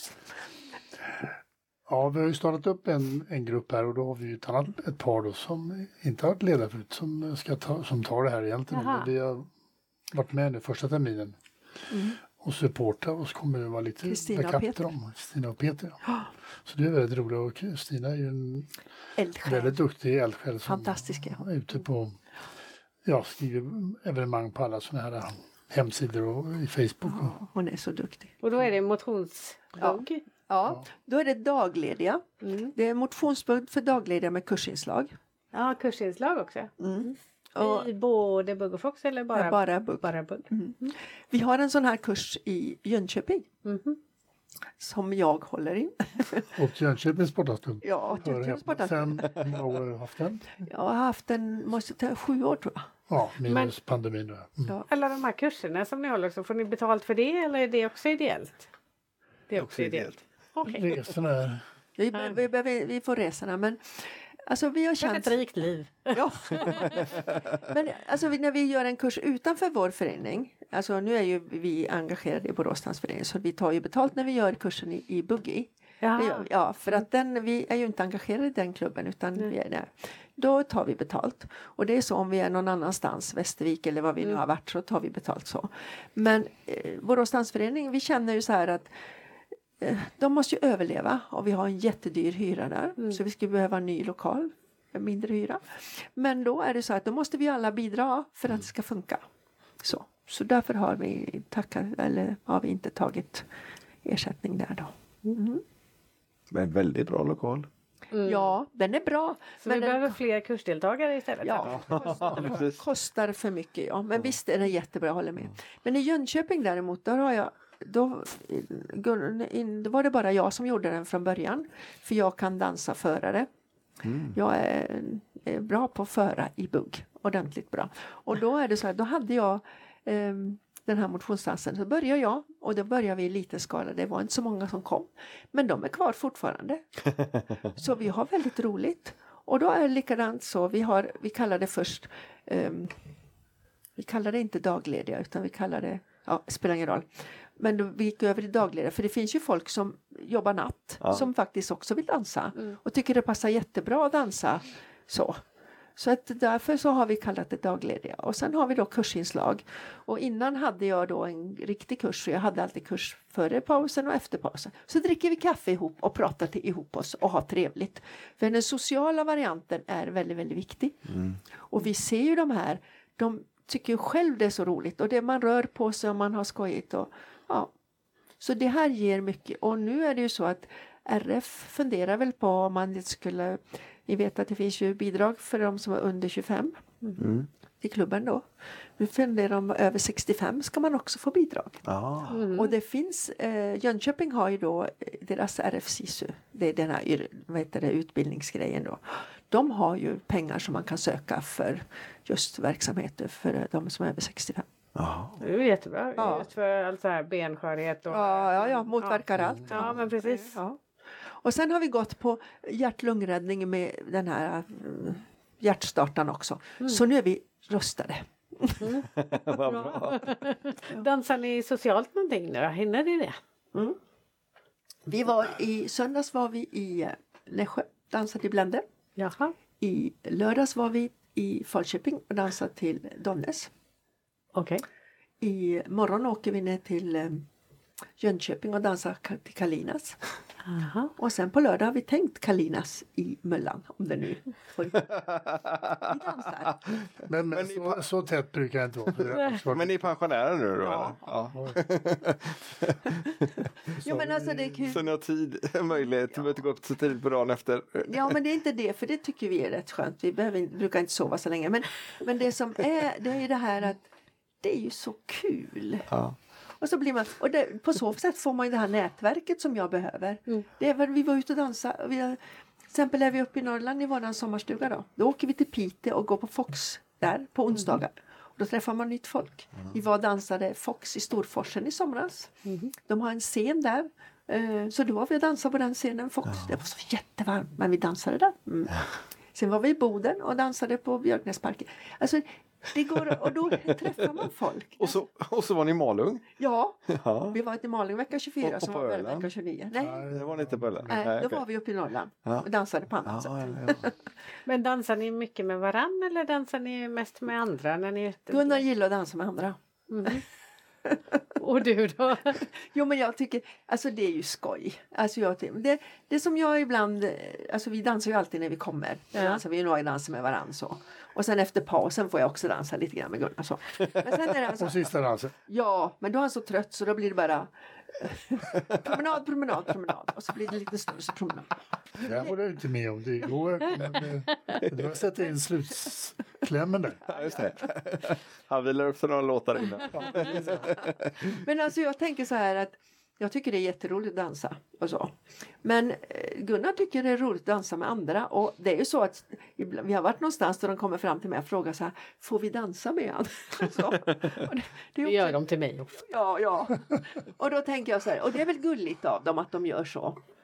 vi har ju startat upp en grupp här och då har vi ett par då som inte har varit ledare förut som tar det här egentligen. Vi har varit med nu första terminen och supporta och så kommer det vara lite backup till dem. Kristina och Peter. Ja. Så det är väldigt roligt och Kristina är ju en väldigt duktig eldsjäl som är ute på skriver evenemang på alla sådana här hemsidor och i Facebook. Hon är så duktig. Och då är det motionsbugg? Ja, då är det daglediga. Det är motionsbugg för daglediga med kursinslag. Ja, kursinslag också. I både bugg och fox eller bara? Bara bugg. Vi har en sån här kurs i Jönköping. Som jag håller i. Och Jönköpings sporthallsklubb. Ja, Jönköpings sporthallsklubb. Sen hur många år har du haft den? Jag har haft den, 7 år tror jag. Ja, minus pandemin då. Ja. Alla de här kurserna som ni håller, så får ni betalt för det eller är det också ideellt? Det är också ideellt. Okay. Resorna är... Vi får resorna men Alltså vi har känt... Ett rikt liv. Ja. Men alltså när vi gör en kurs utanför vår förening, alltså nu är ju vi engagerade i Borås dansförening, så vi tar ju betalt när vi gör kursen i boogie. Ja, för att vi är ju inte engagerade i den klubben utan vi är där. Då tar vi betalt. Och det är så om vi är någon annanstans, Västervik eller vad vi nu har varit, så tar vi betalt så. Men Borås dansförening, vi känner ju så här att de måste ju överleva och vi har en jättedyr hyra där. Så vi skulle behöva en ny lokal, en mindre hyra. Men då är det så att då måste vi alla bidra för att det ska funka. Så därför har vi inte tagit ersättning där då. Men väldigt bra lokal. Ja, den är bra. Så vi behöver fler kursdeltagare istället? Ja, det kostar för mycket. Ja. Men visst är det jättebra, jag håller med. Men i Jönköping däremot, då var det bara jag som gjorde den från början. För jag kan dansa förare. Jag är bra på att föra i bugg. Ordentligt bra. Och då är det så här, då hade jag den här motionsdansen. Så började jag och då började vi i liten skala. Det var inte så många som kom. Men de är kvar fortfarande. Så vi har väldigt roligt. Och då är det likadant så. Vi kallar det först vi kallar det inte daglediga utan vi kallar det, spelar ingen roll. Men då vi gick över till daglediga. För det finns ju folk som jobbar natt. Som faktiskt också vill dansa. Och tycker det passar jättebra att dansa så. Så att därför så har vi kallat det daglediga. Och sen har vi då kursinslag. Och innan hade jag då en riktig kurs. Så jag hade alltid kurs före pausen och efter pausen. Så dricker vi kaffe ihop och pratar ihop oss och har trevligt. För den sociala varianten är väldigt, väldigt viktig. Och vi ser ju de här. De tycker ju själv det är så roligt. Och det man rör på sig och man har skojigt. Så det här ger mycket. Och nu är det ju så att RF funderar väl på om man skulle... Ni vet att det finns ju bidrag för de som är under 25 till klubben då. Nu funderar de över 65 ska man också få bidrag. Och det finns, Jönköping har ju då deras RF-SISU, det är den här utbildningsgrejen då. De har ju pengar som man kan söka för just verksamheter för de som är över 65. Det är jättebra, just för allt så här benskörhet och... motverkar allt. Ja, men precis. Ja. Och sen har vi gått på hjärt-lungräddning med den här hjärtstartan också. Så nu är vi rustade. Vad bra. Dansar ni socialt någonting nu? Hinner ni det? I söndags var vi i Nässjö, dansade i Blende. Jaha. I lördags var vi i Falköping och dansade till Donnes. Okej. I morgon åker vi ner till Jönköping och dansar till Kalinas. Aha. Och sen på lördag har vi tänkt Kalinas i Möllan. Om det nu får vi dansar. Men så tätt brukar jag inte vara. Men ni är pensionärer nu då? Ja. Jo, men alltså det är kul. Så ni har tid, möjlighet, du behöver inte gå upp så tidigt på dagen efter. Ja, men det är inte det, för det tycker vi är rätt skönt. Vi brukar inte sova så länge. Men det som är, det är det här att det är ju så kul. Ja. Och så blir man, på så sätt får man ju det här nätverket som jag behöver. Det är väl, vi var ute och dansade. Till exempel är vi uppe i Norrland i våran sommarstuga då. Då åker vi till Piteå och går på Fox där på onsdagar. Och då träffar man nytt folk. Vi var och dansade Fox i Storforsen i somras. De har en scen där. Så då var vi och dansade på den scenen Fox. Det var så jättevarmt, men vi dansade där. Sen var vi i Boden och dansade på Björknäsparken. Alltså det går, och då träffar man folk. Och så var ni i Malung? Ja, vi var i Malung vecka 24 och som var vecka 29. Nej, det var ni inte på Öland. Nej, då var vi uppe i Norrland och dansade på annat sätt. Men dansar ni mycket med varann eller dansar ni mest med andra? När ni Gunnar gillar att dansa med andra. Och du då? Jo, men jag tycker, alltså det är ju skoj. Alltså det som jag ibland, alltså vi dansar ju alltid när vi kommer. Alltså vi är några dansar med varandra så. Och sen efter pausen får jag också dansa lite grann med Gunnar så. Men sen är det alltså, och sista dansen. Ja, men då är han så trött så då blir det bara promenad. Och så blir det lite större promenad. Det här var du inte med om. Det går. Du har sett in slutklämmen där. Ja, just det. Han vilar upp några låtar innan. Men alltså jag tänker så här att jag tycker det är jätteroligt att dansa och så. Men Gunnar tycker det är roligt att dansa med andra. Och det är ju så att vi har varit någonstans där de kommer fram till mig och frågar så här: får vi dansa med han? Det gör de till mig också. Ja. Och då tänker jag så här, och det är väl gulligt av dem att de gör så.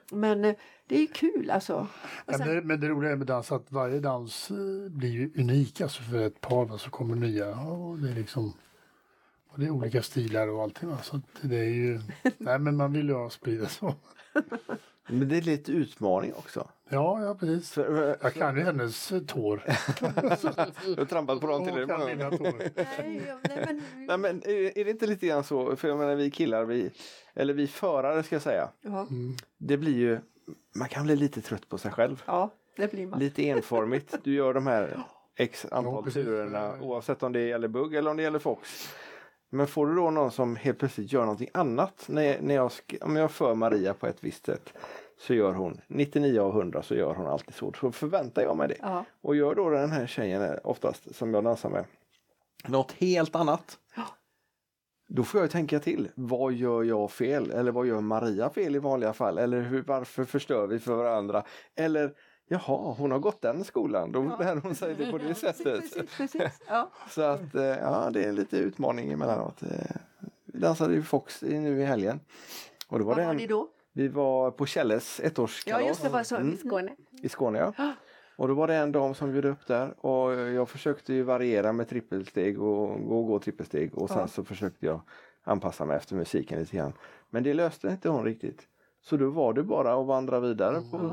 Men det är ju kul alltså. Men det roliga är med dans att varje dans blir ju unik. Alltså för ett par så kommer nya. Och det är liksom... Och det är olika stilar och allting. Så det är ju... Nej, men man vill ju ha sprida så. Men det är lite utmaning också. Ja, precis. Jag kan ju hennes tår. Du har trampat på dem till det. Nej, men är det inte lite grann så? För jag menar, vi killar, eller vi förare ska jag säga. Det blir ju... Man kan bli lite trött på sig själv. Ja, det blir man. Lite enformigt. Du gör de här x antal turerna oavsett om det gäller bugg eller om det gäller fox. Men får du då någon som helt plötsligt gör någonting annat om jag för Maria på ett visst sätt så gör hon 99 av 100 så gör hon alltid så förväntar jag mig det. Ja. Och gör då den här tjejen oftast som jag dansar med något helt annat. Ja. Då får jag tänka till. Vad gör jag fel? Eller vad gör Maria fel i vanliga fall? Eller varför förstör vi för varandra? Eller jaha, hon har gått den skolan. Då lär hon sig det på det sättet. Precis. Ja. Så att det är lite utmaning emellanåt. Vi dansade ju Fox nu i helgen. Och då var var ni då? Vi var på Källes ettårskalas. Ja, just det, var så i Skåne. I Skåne, ja. Och då var det en dam som bjöd upp där. Och jag försökte ju variera med trippelsteg och gå trippelsteg. Och sen så försökte jag anpassa mig efter musiken lite grann. Men det löste inte hon riktigt. Så då var det bara att vandra vidare på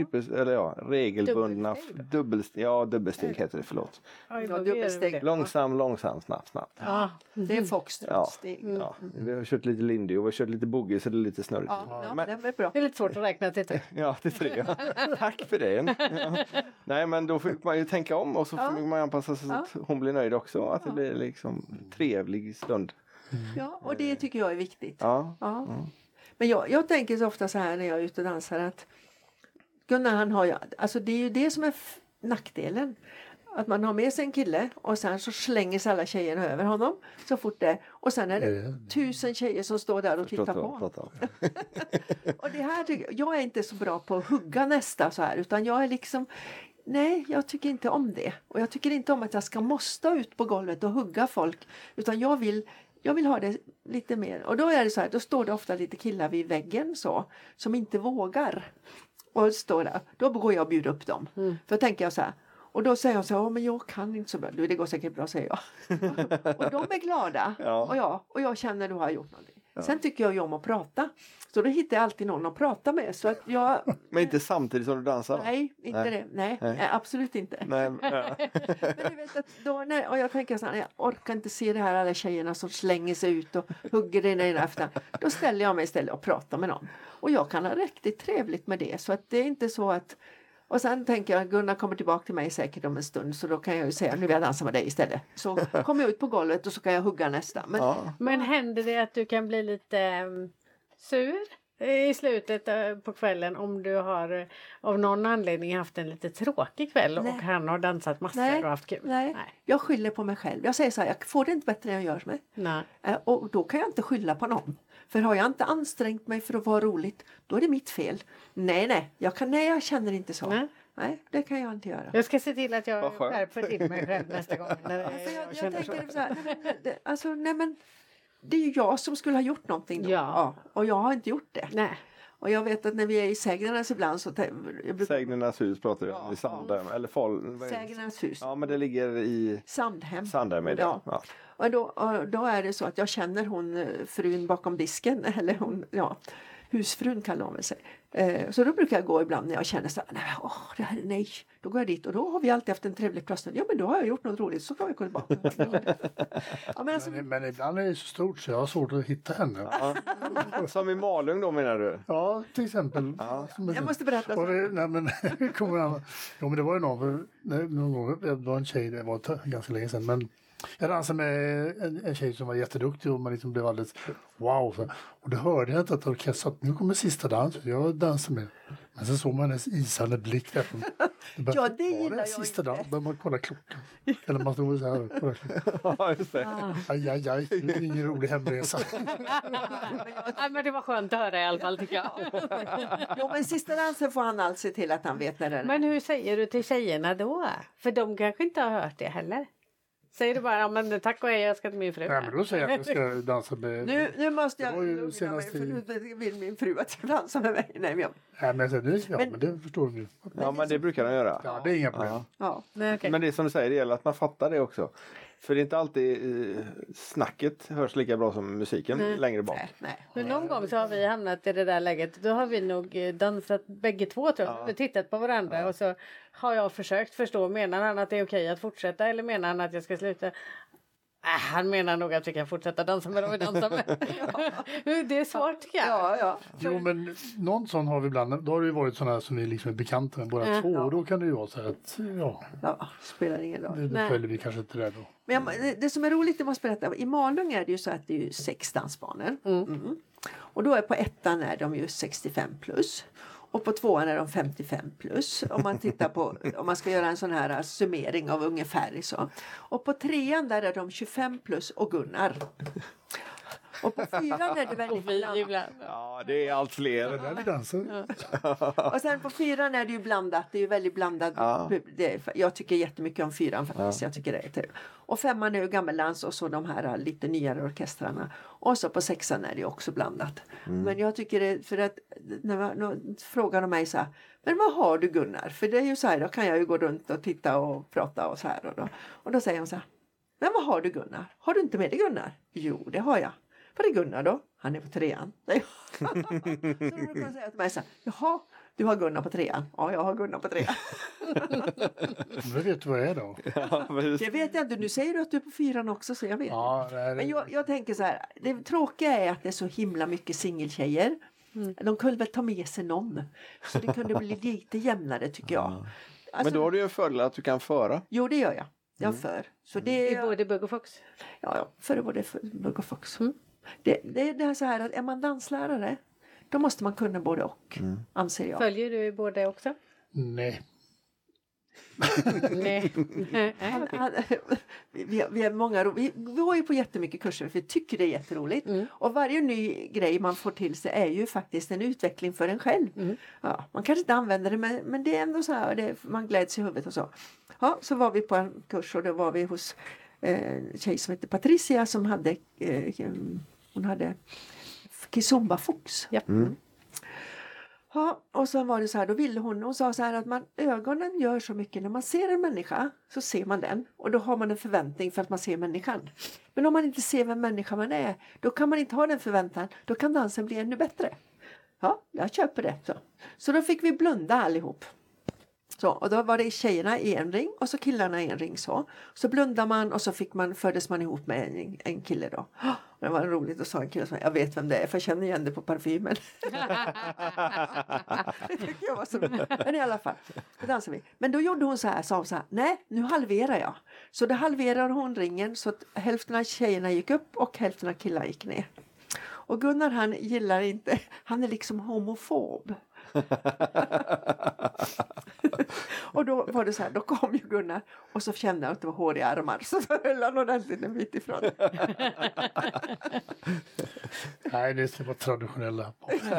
regelbundna dubbelsteg heter det, förlåt. Dubbelsteg. Långsam, snabbt. Ja, det är foxtrot-steg. Ja, vi har kört lite lindy och vi har kört lite boogie så det är lite snurrigt. Ja, men, det är bra. Det är lite svårt att räkna till 3. Ja, till 3. Tack för det. Ja. Nej, men då fick man ju tänka om och så fick man anpassa sig så att hon blir nöjd också. Att det blir liksom trevlig stund. Ja, och det tycker jag är viktigt. Ja. Men jag tänker så ofta så här när jag är ute och dansar att Gunnar han har ju, alltså det är ju det som är nackdelen. Att man har med sig en kille och sen så slänger sig alla tjejerna över honom så fort det. Och sen är det 1000 tjejer som står där och tittar på. Och det här jag är inte så bra på att hugga nästa så här utan jag är liksom nej, jag tycker inte om det. Och jag tycker inte om att jag ska måste ut på golvet och hugga folk. Utan jag vill ha det lite mer. Och då är det så här, då står det ofta lite killar vid väggen så. Som inte vågar. Och står där. Då går jag och bjuder upp dem. För tänker jag så här. Och då säger jag så här, men jag kan inte så bra. Det går säkert bra, säger jag. Och de är glada. Och jag känner då har jag gjort någonting. Sen tycker jag ju om att prata. Så då hittar jag alltid någon att prata med. Så att men inte samtidigt som du dansar? Nej, inte det. Nej, absolut inte. Nej. Men du vet att då, och jag tänker så här, jag orkar inte se det här alla tjejerna som slänger sig ut och hugger det ena efter. Då ställer jag mig istället och pratar med någon. Och jag kan ha riktigt trevligt med det. Så att det är inte så att... Och sen tänker jag, Gunnar kommer tillbaka till mig säkert om en stund. Så då kan jag ju säga, nu vill jag dansa med dig istället. Så kommer jag ut på golvet och så kan jag hugga nästa. Men händer det att du kan bli lite sur i slutet på kvällen om du har av någon anledning haft en lite tråkig kväll och han har dansat massor och haft kul? Nej, jag skyller på mig själv. Jag säger så här, jag får det inte bättre än jag gör mig. Nej. Och då kan jag inte skylla på någon. För har jag inte ansträngt mig för att vara roligt, då är det mitt fel. Nej, jag känner inte så. Nej, det kan jag inte göra. Jag ska se till att jag skärper till mig själv nästa gång. Jag tänker så här, det är ju jag som skulle ha gjort någonting då. Ja. Och jag har inte gjort det. Nej. Och jag vet att när vi är i Sägnernas ibland så... Sägnernas hus pratar vi om i Sandhem. Eller Sägnernas hus. Ja, men det ligger i... Sandhem är det. Ja. Och då är det så att jag känner hon frun bakom disken. Eller hon, husfrun kallar hon väl sig. Så då brukar jag gå ibland när jag känner så här, nej. Då går jag dit och då har vi alltid haft en trevlig pratstund. Ja, men då har jag gjort något roligt så kan jag gå tillbaka. Men ibland är det så stort så jag har svårt att hitta henne. Ja. Som i Malung då menar du? Ja, till exempel. Ja. Jag måste berätta. Men det var ju någon gång, det var en tjej, det var ganska länge sedan, men jag dansade med en tjej som var jätteduktig och man liksom blev alldeles wow. Och då hörde jag inte att orkestern att nu kommer sista dansen. Jag dansade med. Men sen såg man hennes isande blick. Det gillar jag sista dansen. Började man kolla klockan. Eller man stod så här. Kolla klockan. Ja, just det. Aj, det är ingen rolig hemresa. Men det var skönt att höra i alla fall, tycker jag. Jo, men sista dansen får han alltså se till att han vet när det är. Men hur säger du till tjejerna då? För de kanske inte har hört det heller. Säger du bara, ja, men tack och hej, jag ska till min fru. Nej, men då säger jag att jag ska dansa med... Nu måste jag ju lugna mig, senast för nu vill min fru att jag dansar med mig. Nej, men men det förstår du. Ja, men det brukar de göra. Ja, det är inga problem. ja. Nej, okej. Men det är som du säger, det gäller att man fattar det också. För det är inte alltid snacket hörs lika bra som musiken längre bak. Nej. Men någon gång så har vi hamnat i det där läget. Då har vi nog dansat bägge två, tror jag. Vi har tittat på varandra och så har jag försökt förstå. Menar han att det är okej att fortsätta eller menar han att jag ska sluta? Han menar nog att vi kan fortsätta dansa med dem vi dansar med. Det är svårt, tycker jag. Ja. Jo, men någon sån har vi ibland. Då har det ju varit sådana som vi liksom är bekanta med båda två. Och då kan det ju vara så här att Spelar ingen roll. det följer vi kanske inte där då. Men det som är roligt, jag måste berätta. I Malung är det ju så att det är ju 6 dansbanor. Och då är på ettan är de ju 65 plus. Och på 2:an är de 55 plus. Om man tittar på, om man ska göra en sån här summering av ungefär så. Och på 3:an där är de 25 plus och Gunnar. Och på 4:an är det väldigt blandat. Ja, det är allt fler. Där vi dansar. Och sen på 4:an är det ju blandat. Det är ju väldigt blandat. Jag tycker jättemycket om 4:an faktiskt. Jag tycker det är trevligt. Och 5:an är ju gammaldans och så de här lite nyare orkestrarna. Och så på 6:an är det ju också blandat. Men jag tycker det, för att när frågar de mig så här, men vad har du Gunnar? För det är ju så här, då kan jag ju gå runt och titta och prata och så här. Och då säger de så här, men vad har du Gunnar? Har du inte med dig Gunnar? Jo, det har jag. Vad är Gunnar då? Han är på 3:an. Så då kan jag säga till mig så här, jaha, du har Gunnar på 3:an. Ja, jag har Gunnar på 3:an. Men vet du vad jag är då? Det vet jag inte. Nu säger du att du är på 4:an också, så jag vet. Ja, Men jag tänker så här, det tråkiga är att det är så himla mycket singeltjejer. De kunde väl ta med sig någon. Så det kunde bli lite jämnare, tycker jag. Alltså, Men då har du ju en fördel att du kan föra. Jo, det gör jag. Jag för. Så det I både Bugg och Fox. Ja, för både Bugg och Fox. Det är så här att är man danslärare, då måste man kunna både och, anser jag. Följer du både också? Nej. Nej. Vi är många, vi går ju på jättemycket kurser för vi tycker det är jätteroligt. Och varje ny grej man får till sig är ju faktiskt en utveckling för en själv. Ja, man kanske inte använder det, men det är ändå så här, man gläds i huvudet och så. Ja, så var vi på en kurs och då var vi hos en tjej som heter Patricia som hade hon hade Kizomba Fox. Ja. Ja, och så var det så här, då ville hon sa så här att ögonen gör så mycket. När man ser en människa så ser man den. Och då har man en förväntning för att man ser människan. Men om man inte ser vem människa man är, då kan man inte ha den förväntan. Då kan dansen bli ännu bättre. Ja, jag köper det. Så då fick vi blunda allihop. Så, och då var det tjejerna i en ring och så killarna i en ring så. Så blundade man och så fördes man ihop med en kille då. Det var roligt att sa en kille som jag vet vem det är för jag känner igen det på parfymen. Det tycker jag var så roligt. Men i alla fall, då dansade vi. Men då gjorde hon sa hon så här, nej nu halverar jag. Så då halverade hon ringen så att hälften av tjejerna gick upp och hälften av killarna gick ner. Och Gunnar han gillar inte, han är liksom homofob. Och då var det så här, då kom ju Gunnar och så kände han att det var hår i armar så höll han ordentligt en bit ifrån. Nej, det ska vara traditionella.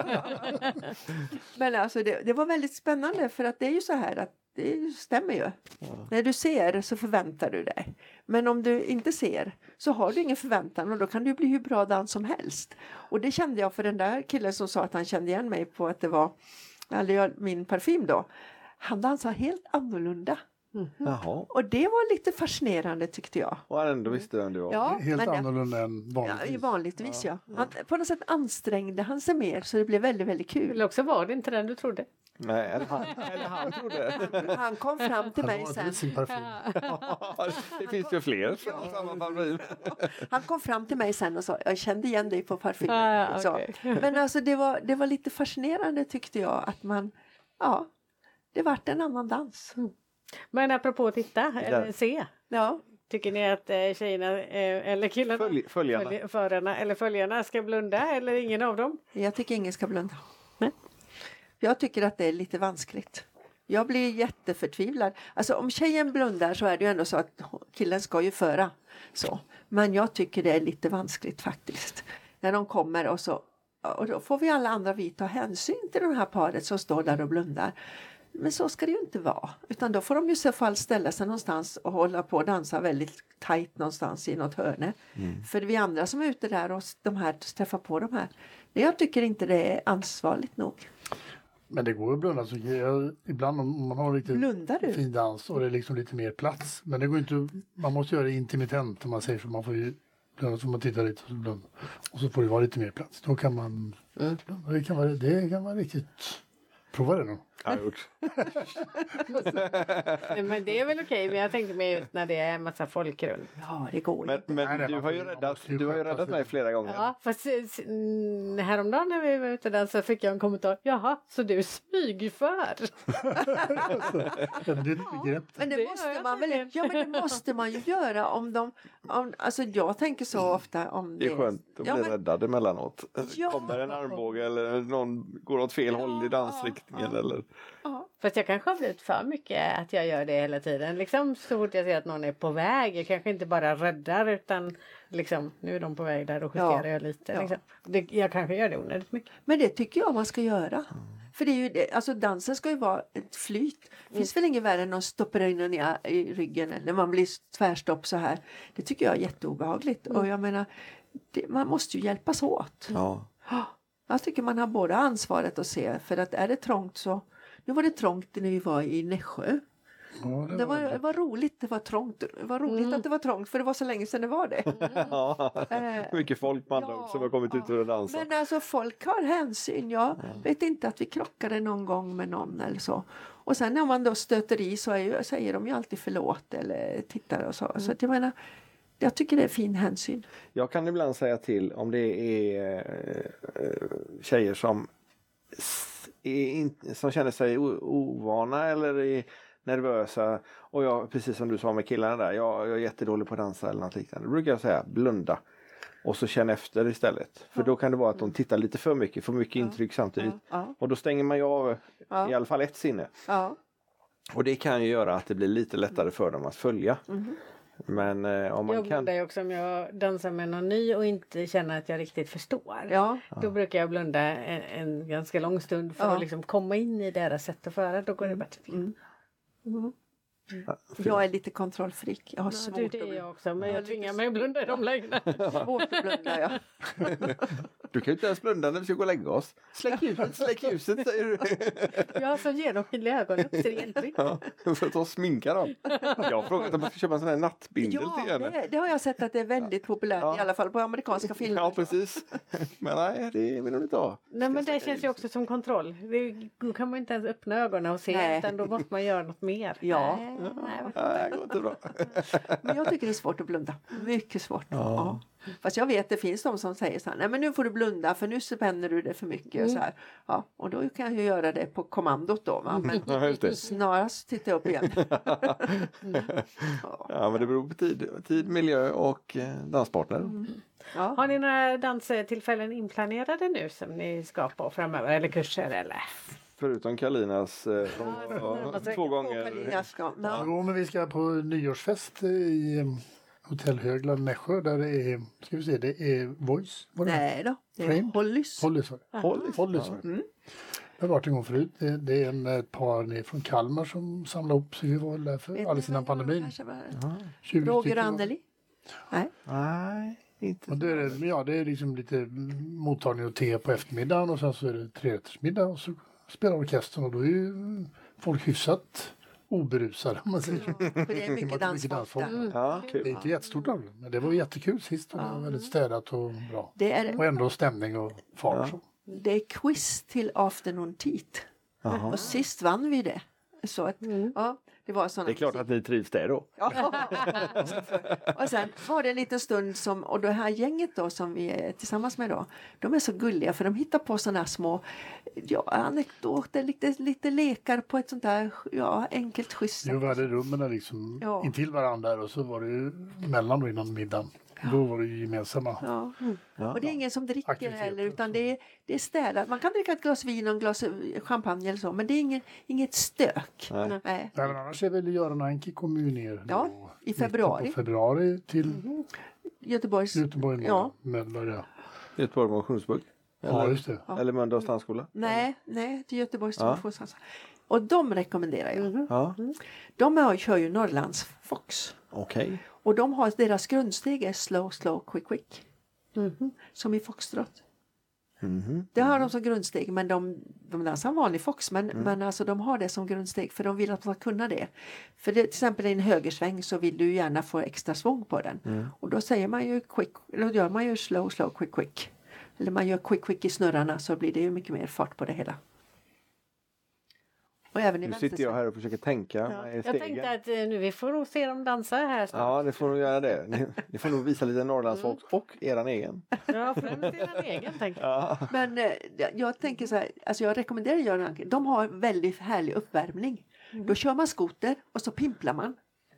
Men alltså det var väldigt spännande för att det är ju så här att det stämmer ju. När du ser så förväntar du dig. Men om du inte ser så har du ingen förväntan och då kan du bli hur bra dans som helst. Och det kände jag för den där killen som sa att han kände igen mig på att det var min parfym då. Han dansar helt annorlunda. Jaha. Och det var lite fascinerande tyckte jag. Och han ändå visste vem du var. Ja, Helt annorlunda än vanligtvis. Ja, vanligtvis ja. På något sätt ansträngde han sig mer så det blev väldigt, väldigt kul. Eller också var det inte den du trodde. Nej, eller han trodde. Han kom fram till mig sen. Sin parfym. Det finns ju fler som har samma parfym. Han kom fram till mig sen och sa, jag kände igen dig på parfymen. Okay. Men alltså det var lite fascinerande tyckte jag att det vart en annan dans. Men apropå titta eller se. Ja. Tycker ni att tjejerna eller killarna följarna ska blunda eller ingen av dem? Jag tycker ingen ska blunda. Nej. Jag tycker att det är lite vanskligt. Jag blir jätteförtvivlad. Alltså om tjejen blundar så är det ju ändå så att killen ska ju föra. Så. Men jag tycker det är lite vanskligt faktiskt. När de kommer och då får vi alla andra ta hänsyn till det här paret som står där och blundar. Men så ska det ju inte vara. Utan då får de ju i så fall ställa sig någonstans och hålla på och dansa väldigt tajt någonstans i något hörne. För vi andra som är ute där och träffar på de här. Jag tycker inte det är ansvarigt nog. Men det går ju ibland. Alltså, ibland om man har riktigt fin dans och det är liksom lite mer plats. Men det går inte, man måste göra det intimitent om man säger så. Man får ju blunda så man tittar lite och så får det vara lite mer plats. Då kan man, det kan vara riktigt. Prova det då. Jag har gjort. Men det är väl okej, men jag tänkte mig ut när det är en massa folk runt. Ja, det går inte. Men Nej, du har ju räddat mig flera gånger. Ja, fast häromdagen när vi var ute där så fick jag en kommentar. Jaha, så du smygför? Det är ett begrepp. Men det måste man väl, ja men det måste man ju göra alltså jag tänker så ofta om Det är skönt att bli räddad emellanåt. Ja. Kommer en armbåge eller någon går åt fel håll i dansriktningen eller... Fast jag kanske har blivit för mycket att jag gör det hela tiden. Liksom så fort jag ser att någon är på väg. Jag kanske inte bara räddar utan liksom nu är de på väg där och justerar jag lite. Ja. Liksom. Jag kanske gör det onödigt mycket. Men det tycker jag man ska göra. För det är ju det, alltså dansen ska ju vara ett flyt. Det finns väl inget värre än att stoppa in i ryggen eller man blir tvärstopp så här. Det tycker jag är jätteobehagligt. Och jag menar, man måste ju hjälpas åt. Ja. Jag tycker man har både ansvaret att se, för att är det trångt så... Nu var det trångt när vi var i Nässjö. Ja, det var roligt, det var trångt. Det var roligt att det var trångt, för det var så länge sedan det var det. Mycket folk med andra som har kommit ut och dansat. Men alltså folk har hänsyn. Jag vet inte att vi krockade någon gång med någon eller så. Och sen när man då stöter i så säger de ju alltid förlåt eller tittar och så. Så att jag menar, jag tycker det är fin hänsyn. Jag kan ibland säga till om det är tjejer som känner sig ovana eller är nervösa och jag, precis som du sa med killarna där, jag är jättedålig på att dansa eller något liknande. Då brukar jag säga blunda och så känn efter istället. För då kan det vara att de tittar lite för mycket, får mycket intryck samtidigt. Och då stänger man ju av i alla fall ett sinne. Och det kan ju göra att det blir lite lättare för dem att följa. Men om man jag blundar ju också om jag dansar med någon ny och inte känner att jag riktigt förstår. Då brukar jag blunda en ganska lång stund för att liksom komma in i deras sätt att föra. Då går det bättre. Jag är lite kontrollfreak. Jag har svårt det är jag också, men jag tvingar mig att blunda i de lägena. Svårt att blunda, ja. Du kan ju inte ens blunda när vi ska gå och lägga oss. Släck ljuset säger du. Jag har så genomskinliga ögon, så det hjälper inte. För att ta och sminka dem. Jag har frågat om man ska köpa en sån här nattbindel till henne. Det har jag sett att det är väldigt populärt i alla fall på amerikanska filmer. Ja, precis. Men nej, det vill de inte ha. Nej, men det känns ju också som kontroll. Då kan man inte ens öppna ögonen och se, utan då måste man göra något mer. Ja. Nej, det går inte bra. Men jag tycker det är svårt att blunda. Mycket svårt. Ja. Fast jag vet det finns de som säger så här, nej men nu får du blunda för nu spänner du det för mycket. Och så här. Ja, och då kan jag ju göra det på kommandot då. Va? Men snarast titta upp igen. Ja, men det beror på tid, miljö och danspartner. Ja. Har ni några danstillfällen inplanerade nu som ni ska på framöver? Eller kurser eller? Förutom Kalinas 2 gånger. Jo, men vi ska på nyårsfest i Hotell Högland Nässjö där det är, ska vi se, det är Voice. Nej då, det är Hollys. Hollys. Jag har varit en gång förut. Det är ett par från Kalmar som samlar upp sig. Vi var där för alldeles innan pandemin. Roger Anneli? Nej, inte. Och det är liksom lite mottagning och te på eftermiddagen och sen så är det 3-rättersmiddag och så spelar orkestern och då är ju folk hyfsat oberusade om man säger så. För det är mycket dansfolk. Cool. Det är inte jättestort av det, men det var jättekul sist och det var väldigt städat och bra. Och ändå stämning och fart. Det är quiz till Afternoon Teat. Och sist vann vi det. Så att, det var såna. Det är klart att ni trivs där då. Och sen var det en liten stund och det här gänget då som vi är tillsammans med då, de är så gulliga för de hittar på sådana små anekdoter, lite lekar på ett sånt där enkelt schysst. Nu var det rummen liksom intill varandra och så var det ju mellan och innan middagen. Då var det ju gemensamma. Och det är ingen som dricker heller utan det är städat. Man kan dricka ett glas vin och en glas champagne eller så men det är inget stök. Nej. Men annars är väl Göran Anki kommun ner i februari. Februari till Göteborg. Göteborg motionsbok. Ja, just det. Eller Mölndals dansskola. Nej, till Göteborgs motionsskola. Och de rekommenderar jag. Ja. De kör ju Norrlands Fox. Okej. Och deras grundsteg är slow, slow, quick, quick. Som i foxtrot. Det har de som grundsteg, men de dansar en vanlig fox, men alltså de har det som grundsteg för de vill att man ska kunna det. För det, till exempel i en högersväng så vill du gärna få extra svång på den. Och då säger man ju då gör man ju slow, slow, quick, quick. Eller man gör quick, quick i snurrarna så blir det ju mycket mer fart på det hela. Och även i Nu sitter jag här och försöker tänka. Ja. Jag tänkte att nu vi får nog se dem dansa här snart. Ja, det får nog göra det. Ni får nog visa lite Norrlandsfolk och eran egen. Ja, främst eran egen tänker jag. Ja. Men jag tänker så här, alltså jag rekommenderar Göran Anker. De har väldigt härlig uppvärmning. Då kör man skoter och så pimplar man.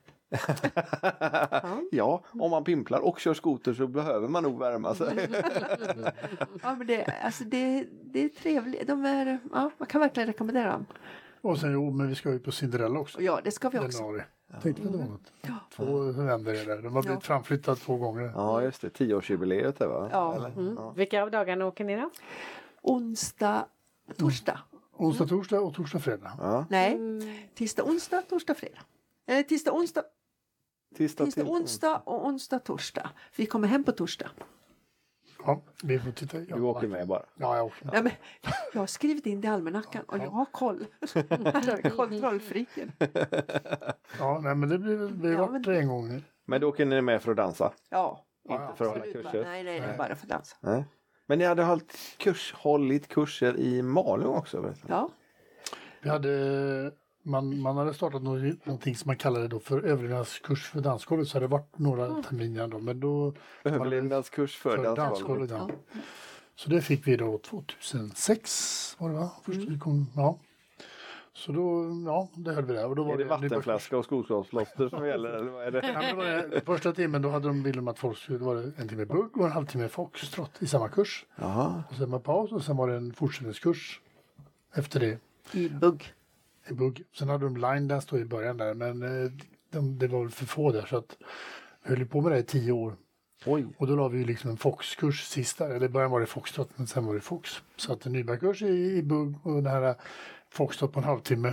Ja, om man pimplar och kör skoter så behöver man nog värma sig. Ja, men det är trevligt. Man kan verkligen rekommendera dem. Och sen men vi ska ju på Cinderella också. Ja, det ska vi också. Januari. Tänkte det var något. 2 vänder är där. De har blivit framflyttat 2 gånger. Ja, just det. 10-årsjubileet va? Ja. Eller? Ja. Vilka av dagarna åker ni då? Onsdag, torsdag. Onsdag, torsdag och torsdag, fredag. Ja. Nej, tisdag, onsdag, torsdag, fredag. Tisdag, onsdag och onsdag, torsdag. Vi kommer hem på torsdag. Ja, vi får titta. Du åker med bara? Ja, jag åker med. Nej, men, jag har skrivit in det i almanackan och jag har koll. Kontrollfriken. Ja, nej, men det blir varit en gång. Men då åker ni med för att dansa? Ja. Inte för att hålla Absolut. kurser? Nej, bara för dansa. Nej. Men ni hade hållit kurser i Malung också? Vet du? Ja. Vi hade, man hade startat någonting som man kallade då för överlevnadskurs för dansgolvet, så hade det varit några terminer då. Men då Överlevnadskurs för dansgolvet. Ja. Så det fick vi då 2006 var det va? Först vi kom, ja. Så då, det höll vi där. Och då var är det vattenflaska och skogsglasplåster som gäller? Eller vad är det? Ja, det var det. Första timmen då ville de att folk skulle, då var det 1 timme bugg och en halvtimme foxtrot i samma kurs. Jaha. Och sen var paus och sen var det en fortsättningskurs efter det. I bugg. I bugg. Sen hade de line dance då i början där, men det var väl för få där så att vi höll på med det i 10 år. Oj. Och då la vi liksom en foxkurs sista, eller i början var det foxtrot men sen var det fox. Så att en nybörjarkurs i bugg och den här foxtrot på en halvtimme.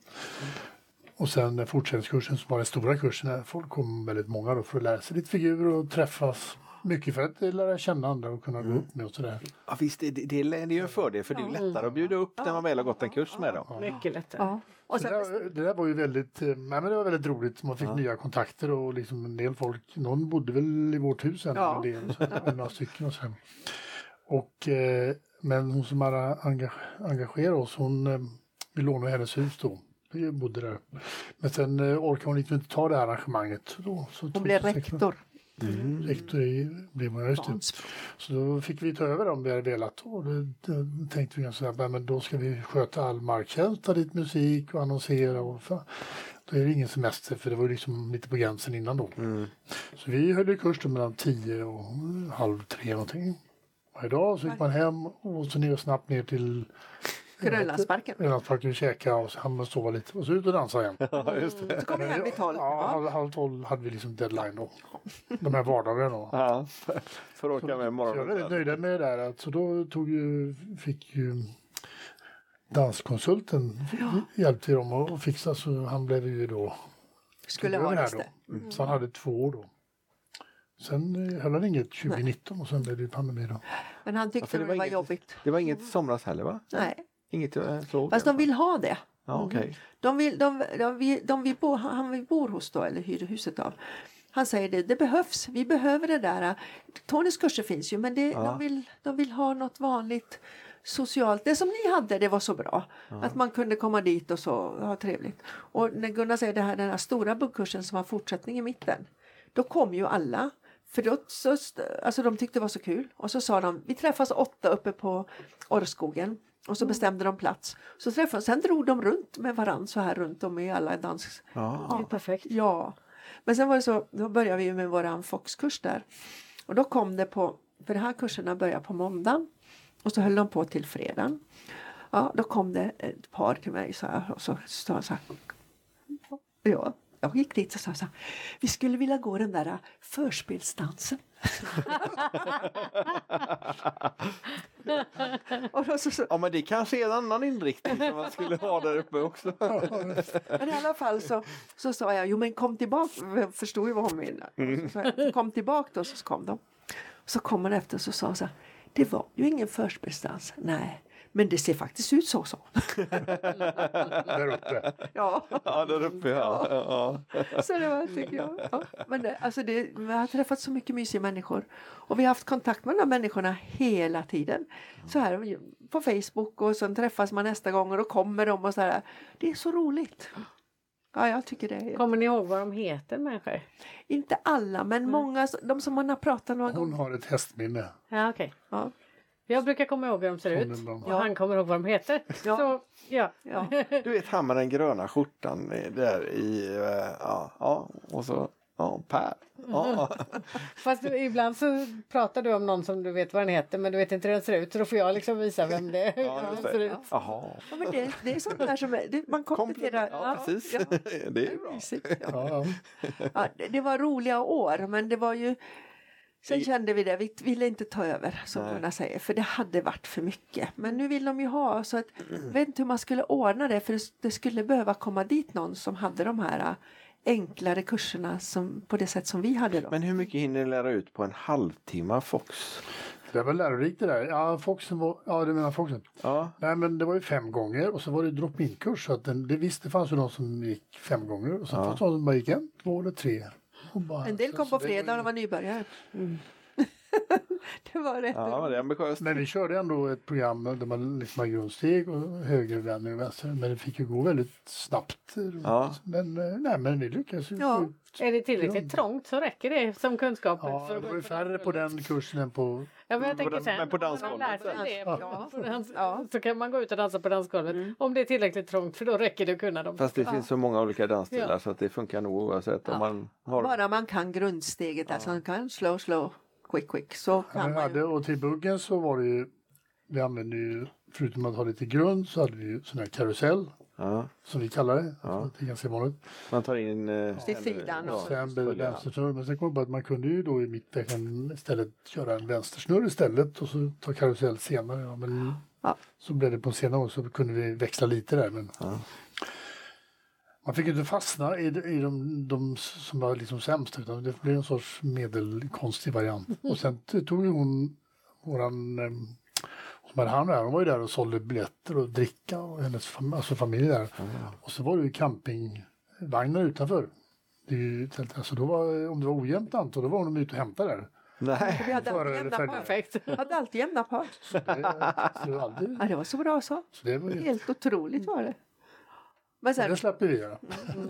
Och sen fortsättningskursen som var den stora kursen där folk kom väldigt många då för att lära sig lite figurer och träffas. Mycket för att lära känna andra och kunna gå upp med och sådär. Ja visst, det är ju en fördel för det är ju lättare att bjuda upp när man väl har gått en kurs med dem. Mycket lättare. Ja. Och Så sen, det där var ju väldigt, men det var väldigt roligt. Man fick nya kontakter och liksom en del folk, någon bodde väl i vårt hus än, en del, så, några stycken och sen. Och, men hon som engagerade oss, vi lånade hennes hus då. Vi bodde där. Men sen orkade hon inte ta det här arrangemanget. Då, så hon blev rektor. Rektor blev hon, just det. Så då fick vi ta över om vi hade velat. Och då tänkte vi så här, men då ska vi sköta all marktjänst, ta dit musik och annonsera. Och då är det ingen semester, för det var liksom lite på gränsen innan då. Så vi höll kurs då mellan 10 och 2:30 någonting. Varje dag så gick man hem och så ner och snabbt ner till Grönlandsparken. Och käka och så hann man sova lite och så ut och dansa igen. Ja, just det. Så kom vi hem vid 12. Ja, 11:30 hade vi liksom deadline då. De här vardagarna då. Ja, för att åka med Så jag är morgonen. väldigt nöjd med det där. Alltså då fick ju danskonsulten hjälp till dem att fixa, så han blev ju då Skulle ha det. Så han hade 2 år då. Sen höll han inget 2019 och sen blev det pandemi då. Men han tyckte det var jobbigt. Det var inget somras heller va? Nej. Inget jag såg. Fast de vill ha det. Ja, okej. Han vi bor hos då, eller hyr huset av. Han säger det behövs. Vi behöver det där. Tonys kurser finns ju, men de vill ha något vanligt socialt. Det som ni hade, det var så bra. Att man kunde komma dit och så ha trevligt. Och när Gunnar säger den här stora buggkursen som har fortsättning i mitten. Då kom ju alla. För då, alltså de tyckte det var så kul. Och så sa de, vi träffas 8 uppe på Orrskogen. Och så bestämde de plats. Så träffades, sen drog de runt med varann så här runt om i alla dans. Det är perfekt. Ja. Men sen var det så, då började vi med våran Fox-kurs där. Och då kom det på, för de här kurserna började på måndagen. Och så höll de på till fredagen. Ja, då kom det ett par till mig så här. Och så sa han så här. Ja. Jag gick dit och sa så här, vi skulle vilja gå den där förspelsdansen. Och då Ja, men det kanske är en annan inriktning som man skulle ha där uppe också. Men i alla fall så sa jag, jo men kom tillbaka, jag förstod ju vad hon menade. Så jag, kom tillbaka då, så kom de. Så kom han efter och så sa han så här, det var ju ingen förspelsdans. Nej, men det ser faktiskt ut så. Där uppe. Ja. Ja, där uppe ja. Så det var, tycker jag. Ja. Men det, alltså vi har träffat så mycket mysiga människor. Och vi har haft kontakt med de här människorna hela tiden. Så här på Facebook och sen träffas man nästa gång och då kommer de och så här. Det är så roligt. Ja, jag tycker det är... Kommer ni ihåg vad de heter, människor? Inte alla, men många, de som man har pratat några gånger. Hon har ett hästminne. Ja, okej. Ja. Jag brukar komma ihåg hur de ser ut. Och han kommer ihåg vad de heter. Ja. Så, ja. Du vet han med den gröna skjortan där i, och så, Per. Ja. Fast ibland så pratar du om någon som du vet vad den heter, men du vet inte hur den ser ut. Så då får jag liksom visa vem det är. Ja, hur just den ser det. ut. Jaha. Ja, men det är sånt där som man kompletterar. Ja, precis. Ja. Det är bra. Ja. Ja, det var roliga år, men det var ju... Sen kände vi det, vi ville inte ta över som Gunnar säger, för det hade varit för mycket. Men nu vill de ju ha, så att jag vet inte hur man skulle ordna det, för det skulle behöva komma dit någon som hade de här enklare kurserna som, på det sätt som vi hade då. Men hur mycket hinner ni lära ut på en halvtimme Fox? Det var lärorikt det där. Ja, Foxen var... Ja, du menar Foxen? Ja. Nej, men det var ju 5 gånger och så var det drop-in-kurs. Så att det fanns ju de som gick 5 gånger och så fanns det de som bara gick 1, 2 eller 3. En del kom på fredag och de var nybörjare. Det var rätt. Ja, det är ambitiöst. Men vi körde ändå ett program där man liksom har grundsteg och höger, vänster och vänster. Men det fick ju gå väldigt snabbt. Ja. Men det lyckades ju. Ja. Är det tillräckligt trångt så räcker det som kunskap. Ja, det var ju färre på den kursen än på... Ja, men jag tänker sen, men på om man dansgolvet lärt sig det Ja. så kan man gå ut och dansa på dansgolvet. Om det är tillräckligt trångt, för då räcker det att kunna dem. Fast det finns så många olika dansstilar så att det funkar nog oavsett om man har... Bara man kan grundsteget, alltså man kan slow, quick, så kan man ju. Och till buggen så var det ju... Vi använde ju, förutom att ha lite grund, så hade vi ju sån här karusell. Ja. Som vi kallar det. Ja. Det är ganska vanligt. Man tar in... Till sidan och... Sen blev det vänstersnurr, men sen kom det på att man kunde ju då i mittvecken istället göra en vänstersnurr istället och så ta karusell senare. Ja, men så blev det på senare år så kunde vi växla lite där. Men man fick inte fastna i de som var liksom sämst, utan det blev en sorts medelkonstig variant. Och sen tog ju hon, våran som hade hand där, hon var ju där och sålde biljetter och dricka och hennes familj där. Och så var det ju campingvagnar utanför. Det är ju, alltså då var, om det var ojämnt antal, då var de ute och hämtade där. Nej. Vi hade alltid jämna par. Perfekt. Hade alltid jämna par. Det var så bra så. Det var ju... Helt otroligt var det. Men sen, det släpper vi göra.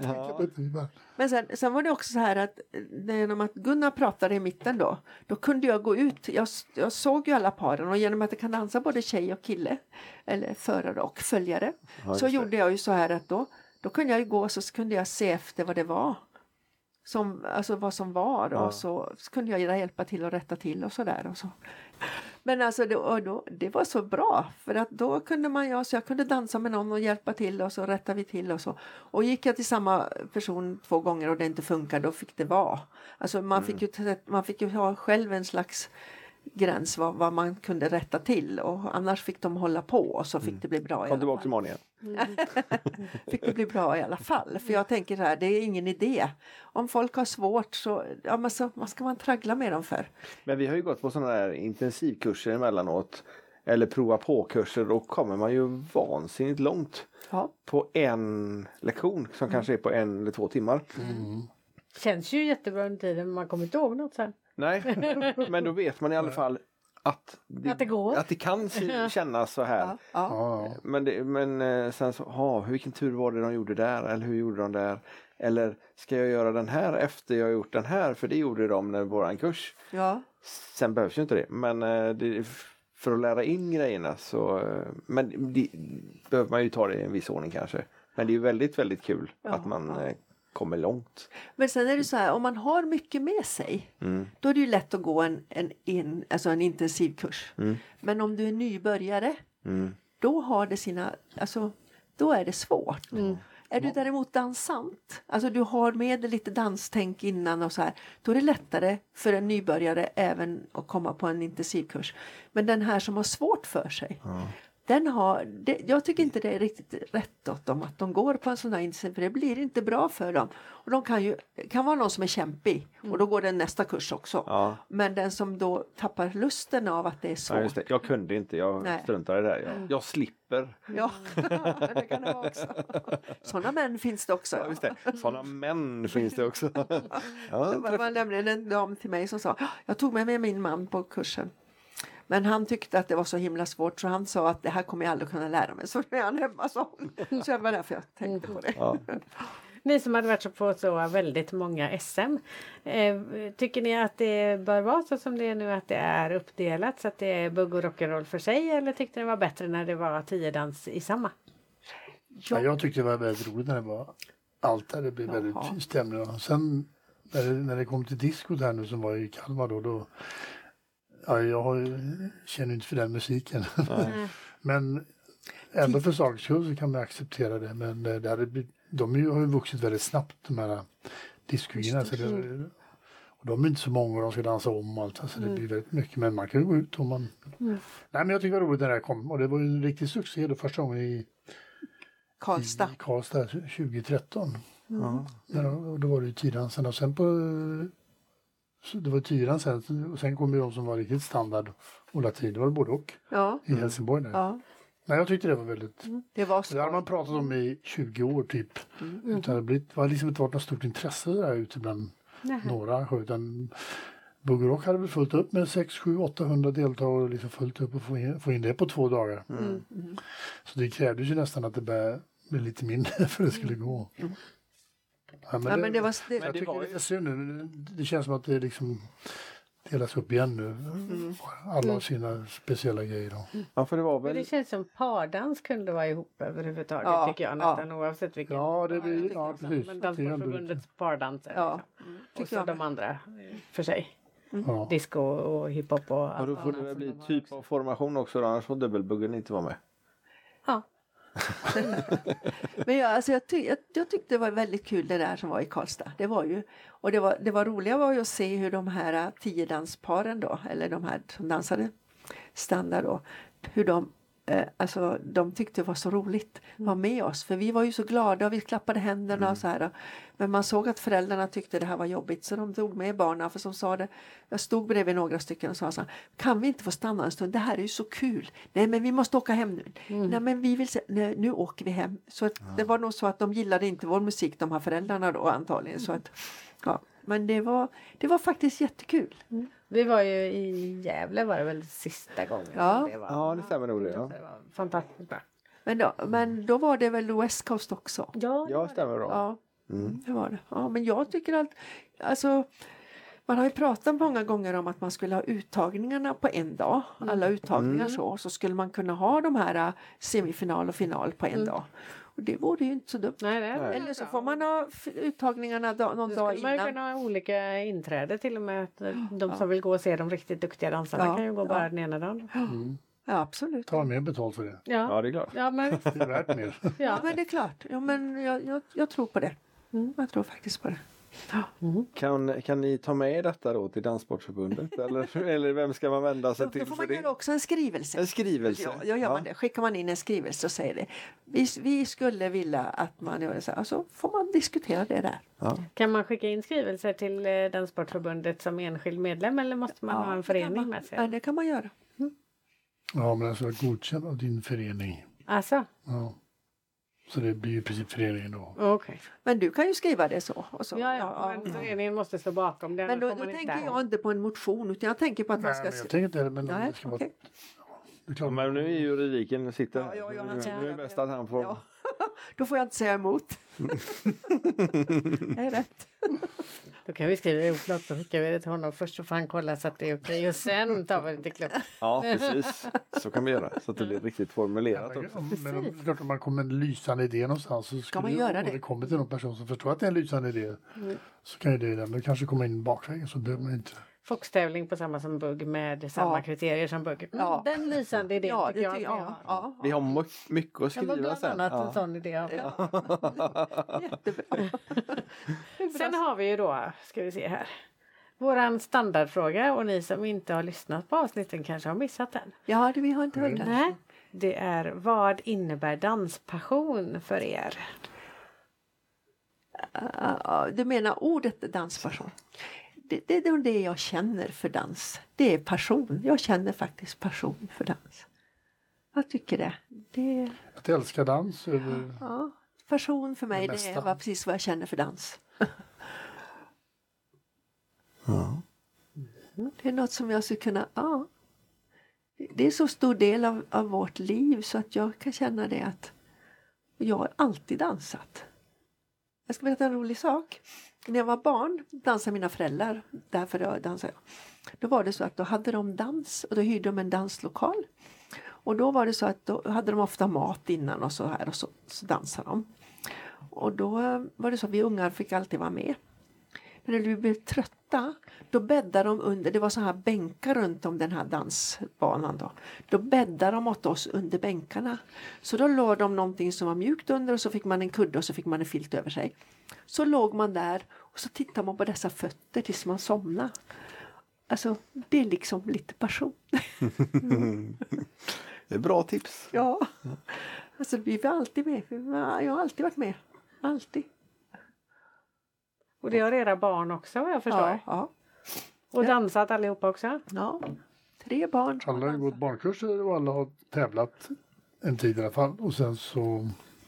Men sen var det också så här att genom att Gunnar pratade i mitten då kunde jag gå ut. Jag såg ju alla paren och genom att jag kan dansa både tjej och kille, eller förare och följare, så gjorde jag ju så här att då kunde jag ju gå och så kunde jag se efter vad det var. Alltså vad som var och så kunde jag hjälpa till och rätta till och sådär och så. Men alltså det var så bra, för att då kunde så jag kunde dansa med någon och hjälpa till och så rättade vi till och så. Och gick jag till samma person 2 gånger och det inte funkade, då fick det vara. Alltså man fick ju ha själv en slags gräns vad man kunde rätta till, och annars fick de hålla på och så fick det bli bra. Kom tillbaka imorgon igen. Fick det bli bra i alla fall, för jag tänker så här, det är ingen idé. Om folk har svårt så vad ska man traggla med dem för? Men vi har ju gått på sådana här intensivkurser emellanåt, eller prova på-kurser, då kommer man ju vansinnigt långt på en lektion som kanske är på 1 eller 2 timmar. Känns ju jättebra under tiden, men man kommer inte ihåg något sen. Nej, men då vet man i alla fall att det går. Att det kan kännas så här. Men sen så, vilken tur var det de gjorde där, eller hur gjorde de där? Eller ska jag göra den här efter jag har gjort den här, för det gjorde de när våran kurs. Ja. Sen behövs ju inte det, men för att lära in grejerna så, men det behöver man ju ta det i en viss ordning kanske. Men det är ju väldigt, väldigt kul att man kommer långt. Men sen är det så här, om man har mycket med sig, då är det ju lätt att gå en intensivkurs. Men om du är nybörjare, då har det då är det svårt. Är du däremot dansant, alltså du har med lite danstänk innan och så här, då är det lättare för en nybörjare även att komma på en intensivkurs. Men den här som har svårt för sig, jag tycker inte det är riktigt rätt åt dem att de går på en sån här intensiv, för det blir inte bra för dem. Och de kan vara någon som är kämpig och då går den nästa kurs också. Ja. Men den som då tappar lusten av att det är svårt. Ja, just det. Jag kunde inte, jag struntade i det där. Jag slipper. Ja, det kan det vara också. Sådana män finns det också. Ja, just det. Sådana män finns det också. Ja, det var nämligen en dam till mig som sa, jag tog med mig min man på kursen. Men han tyckte att det var så himla svårt så han sa att det här kommer jag aldrig kunna lära mig. Så är han hemma, sa hon. Så det var därför jag tänkte på det. Ja. Ni som hade varit på så väldigt många SM. Tycker ni att det bör vara så som det är nu, att det är uppdelat så att det är bugg och rock'n'roll för sig? Eller tyckte ni det var bättre när det var 10 dans i samma? Ja, jag tyckte det var väldigt roligt när det var allt där. Det blev väldigt fin stämning. Och sen när det kom till diskot här nu som var i Kalmar då jag känner inte för den musiken. Men ändå för sakens skull så kan man acceptera det. Men de har ju vuxit väldigt snabbt, de här diskoginerna. Och de är inte så många och de ska dansa om och allt. Så det blir väldigt mycket. Men man kan ju gå ut om man... Nej, men jag tycker det var roligt när det här kom. Och det var ju en riktig succé då första gången i Karlstad 2013. Och då var det ju tiddansen. Och sen så det var tiddansen. Och sen kom ju de som var riktigt standard och latin. Det var både och i Helsingborg. Ja. Nej, jag tyckte det var väldigt... Det har man pratat om i 20 år typ. Utan det var liksom inte varit något stort intresse där ute bland några. Utan Bugg och Rock hade väl fullt upp med 6, 7, 800 deltagare och liksom fullt upp och få in det på 2 dagar. Så det krävdes ju nästan att det blir lite mindre för att det skulle gå. Ja, men det är synd. Det känns som att det liksom delas upp igen nu. Alla har sina speciella grejer då. Ja, för det var väl... Det känns som pardans kunde vara ihop överhuvudtaget tycker jag nästan oavsett vilken. Ja, det blir precis. Men Danssportförbundets pardanser. Och så de andra för sig. Disco och hiphop och allt. Och då får det väl bli typ av formation också, annars får dubbelbuggen inte vara med. Ja. Men jag tyckte det var väldigt kul det där som var i Karlstad. Det var ju, och det var roliga var ju att se hur de här 10 dansparen då, eller de här som dansade standard då, hur de tyckte det var så roligt att vara med oss. För vi var ju så glada och vi klappade händerna och så här. Men man såg att föräldrarna tyckte det här var jobbigt så de tog med barnen. För som sa det, jag stod bredvid några stycken och sa så här, kan vi inte få stanna en stund? Det här är ju så kul. Nej men vi måste åka hem nu. Nej men vi vill nu åker vi hem. Så att, det var nog så att de gillade inte vår musik, de här föräldrarna då antagligen. Så att, men det var faktiskt jättekul. Vi var ju i Gävle var det väl sista gången. Det stämmer nog det. Ja. Det var fantastiskt bra. Men då var det väl West Coast också? Ja, stämmer då. Ja, det var det. Ja, men jag tycker att man har ju pratat många gånger om att man skulle ha uttagningarna på en dag. Alla uttagningar så skulle man kunna ha de här semifinal och final på en dag. Och det vore ju inte så dumt. Nej. Eller så får man ha uttagningarna någon dag innan. Man kan ha olika inträde till och med. De som vill gå och se de riktigt duktiga dansarna kan ju gå bara den ena dagen. Ja, absolut. Ta mer betalt för det. Ja, det är klart. Ja, men... Det är värt mer. Ja, men det är klart. Ja, men jag tror på det. Jag tror faktiskt på det. Kan ni ta med detta då till Danssportförbundet? eller vem ska man vända sig till då får för man det? göra också en skrivelse. En skrivelse? Ja, gör man det. Skickar man in en skrivelse och säger det. Vi skulle vilja att man gör så här. Så får man diskutera det där. Ja. Kan man skicka in skrivelser till Danssportförbundet som enskild medlem eller måste man ha en förening med sig? Ja, det kan man göra. Ja, men alltså godkänd av din förening. Alltså? Ja. Så det blir ju i princip föreningen då. Okay. Men du kan ju skriva det så. Och så. Men föreningen måste stå bakom det. Men då tänker jag inte på en motion utan jag tänker på att man ska... Jag tänker inte men det ska vara... Det är klart. Men nu är ju juridiken sitter. Nu är det bäst att han får... Ja. Då får jag inte säga emot. Det är rätt. Då kan vi skriva ihop något så skickar vi det till honom först så får han kolla så att det är okej och sen tar vi det till klubb. Ja, precis. Så kan vi göra så att det blir riktigt formulerat också. Men klart om man kommer med en lysande idé någonstans så ska man göra det. Och det kommer till någon person som förstår att det är en lysande idé så kan ju det kanske komma in bakvägen så behöver man inte. Foxtävling på samma som bugg med samma kriterier som bugg. Ja. Den lysande idén Ja, tycker jag. ja. Vi har mycket att Det var skriva bland sen. annat en sån idé. Jättebra. Sen har vi ju då, ska vi se här, våran standardfråga, och ni som inte har lyssnat på avsnitten kanske har missat den. Ja, vi har inte hört den. Nej, det är: vad innebär danspassion för er? Du menar ordet danspassion? Det är det jag känner för dans. Det är passion. Jag känner faktiskt passion för dans. Jag tycker det. Att älska dans över... Ja, passion för mig, det är precis vad jag känner för dans. Ja. Det är något som jag skulle kunna... Ja. Det är så stor del av vårt liv så att jag kan känna det att jag har alltid dansat. Jag ska berätta en rolig sak. När jag var barn dansade mina föräldrar. Därför dansade jag. Då var det så att då hade de dans och då hyrde de en danslokal. Och då var det så att då hade de ofta mat innan och så här och så dansade de. Och då var det så att vi ungar fick alltid vara med. Men när vi blev trötta, då bäddade de under, det var så här bänkar runt om den här dansbanan då. Då bäddade de åt oss under bänkarna. Så då låg de någonting som var mjukt under och så fick man en kudde och så fick man en filt över sig. Så låg man där och så tittade man på dessa fötter tills man somnade. Alltså, det är liksom lite passion. Det är bra tips. Ja, alltså vi var alltid med. Jag har alltid varit med. Alltid. Och det har era barn också, vad jag förstår. Ja. Och dansat allihopa också? Ja, 3 barn. Alla har gått barnkurser och alla har tävlat en tid i alla fall. Och sen så...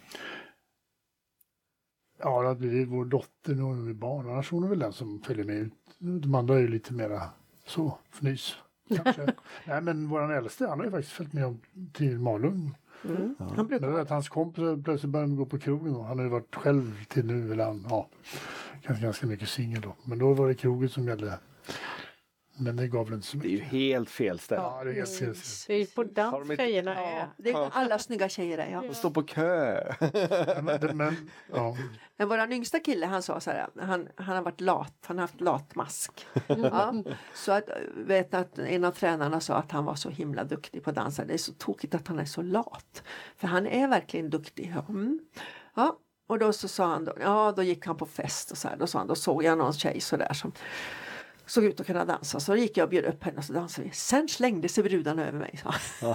Ja, det blir vår dotter nu är vi barn. Annars hon är väl den som följer med ut. De andra är ju lite mera så, fnys. Kanske. Nej, men våran äldste, han har ju faktiskt följt med till Malung. Mm. Ja. Han brukar... Men att hans kompisar plötsligt började gå på krogen och han har ju varit själv till nu, eller han, ja, ganska mycket singel då. Men då var det krogen som gällde. Men det gav väl inte så mycket. Det är ju helt fel ställe. Ja, det är helt fel. Det är ju på dans Har de inte- tjejerna är. Det är alla snygga tjejer där, ja. De står på kö. Men, ja. Men våran yngsta kille, han sa så här, han har varit lat, han har haft latmask. Ja, så att, vet att en av tränarna sa att han var så himla duktig på att dansa. Det är så tokigt att han är så lat. För han är verkligen duktig. Ja, och då så sa han då gick han på fest och så här, då sa han, då såg jag någon tjej så där som såg ut att kunna dansa. Så gick jag och bjöd upp henne och så dansade vi. Sen slängde sig brudarna över mig.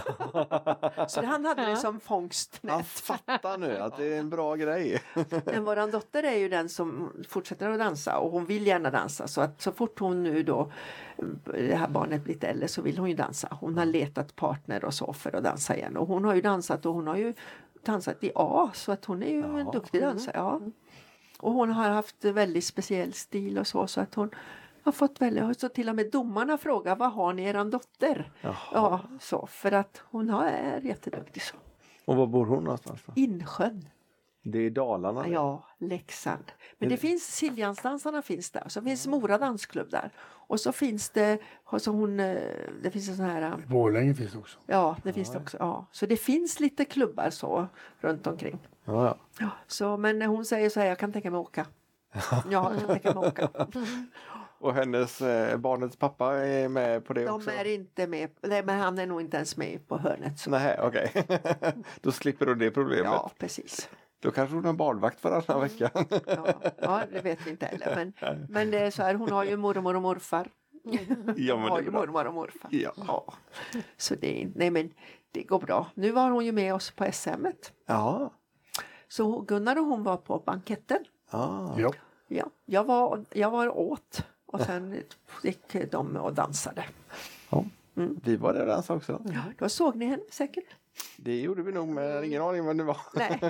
Så han hade det som fångstnät. Han fattar nu att det är en bra grej. Men våran dotter är ju den som fortsätter att dansa och hon vill gärna dansa. Så att så fort hon nu då, det här barnet blir lite äldre, så vill hon ju dansa. Hon har letat partner och så för att dansa igen. Och hon har ju dansat och hon har ju dansat i A. Så att hon är ju en duktig dansare. Ja. Och hon har haft väldigt speciell stil och så att hon har fått väldigt, så till och med domarna frågar, vad har ni eran dotter? Jaha. Ja, så för att hon är jätteduktig så. Och var bor hon någonstans då? Insjön. Det är Dalarna. Ja, Leksand. Men det finns, Siljansdansarna finns där. Så finns Mora dansklubb där. Och så finns det, det finns en sån här... Borlänge finns det också. Ja, det finns det också. Ja. Så det finns lite klubbar så runt omkring. Ja. Ja, så, men hon säger så här, jag kan tänka mig åka. Ja, jag kan tänka mig åka. Och hennes barnets pappa är med på det också? De är inte med, nej, men han är nog inte ens med på hörnet. Så. Nej, okej. Då slipper du det problemet. Ja, precis. Då kanske hon har barnvakt varannan vecka. Ja, det vet vi inte heller. Men det är så här, hon har ju mormor och morfar. Ja, men Hon har det är ju bra. mormor och morfar. Ja. Så det går bra. Nu var hon ju med oss på SM-et. Ja. Så Gunnar och hon var på banketten. Ah. Ja. Ja, jag var åt och sen gick de och dansade. Ja. Vi var där och dansade också. Ja, då såg ni henne säkert. Det gjorde vi nog, men ingen aning vad det var. Nej.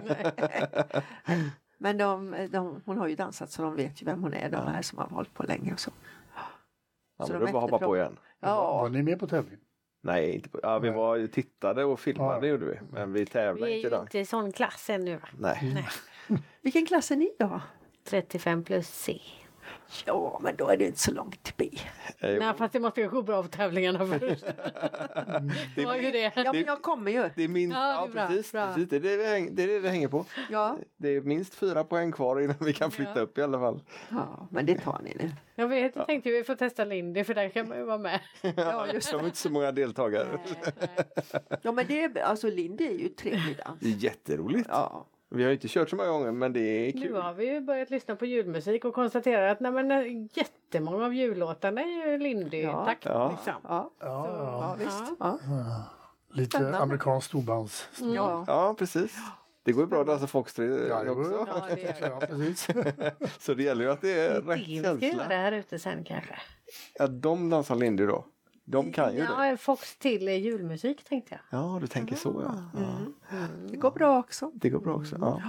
Men hon har ju dansat så de vet ju vem hon är. De här som har hållit på länge och så. Ja, Så men de då bara hoppa på igen. Var Ja, ni med på tävling? Nej, inte på, ja, vi var tittade och filmade Ja. gjorde vi. Men vi tävlade Vi är inte ju då. inte i sån klass ännu, va? Nej. vilken klass är ni då? 35 plus C. Ja, men då är det inte så långt till B. Nej, fast det måste ju gå bra på tävlingarna först. Det var ju det. Ja, men jag kommer ju. Det är minst, precis. Det är det det hänger på. Ja. Det är minst 4 poäng kvar innan vi kan flytta upp i alla fall. Ja, men det tar ni nu. Jag vet, jag tänkte vi får testa Lindy för där kan man ju vara med. Ja, just det. De är inte så många deltagare. Ja, men alltså Lindy är ju trevlig dans. Det är jätteroligt. Ja. Vi har inte kört så många gånger men det är kul. Nu har vi ju börjat lyssna på julmusik och konstaterar att jättemånga av jullåtarna är ju Lindy-takt. Ja. Liksom. Ja, visst. Ja. Lite Spännande. amerikansk storbands. Ja, precis. Det går ju bra att dansa foxtrot Ja, också. Ja, det är Ja, precis. Så det gäller ju att det är rätt Tim ska göra känsla. det här ute sen kanske. Ja, de dansar Lindy då. De kan ju det. Ja, Fox till julmusik tänkte jag. Ja, du tänker så ja. Det går bra också. Det går bra också. Ja,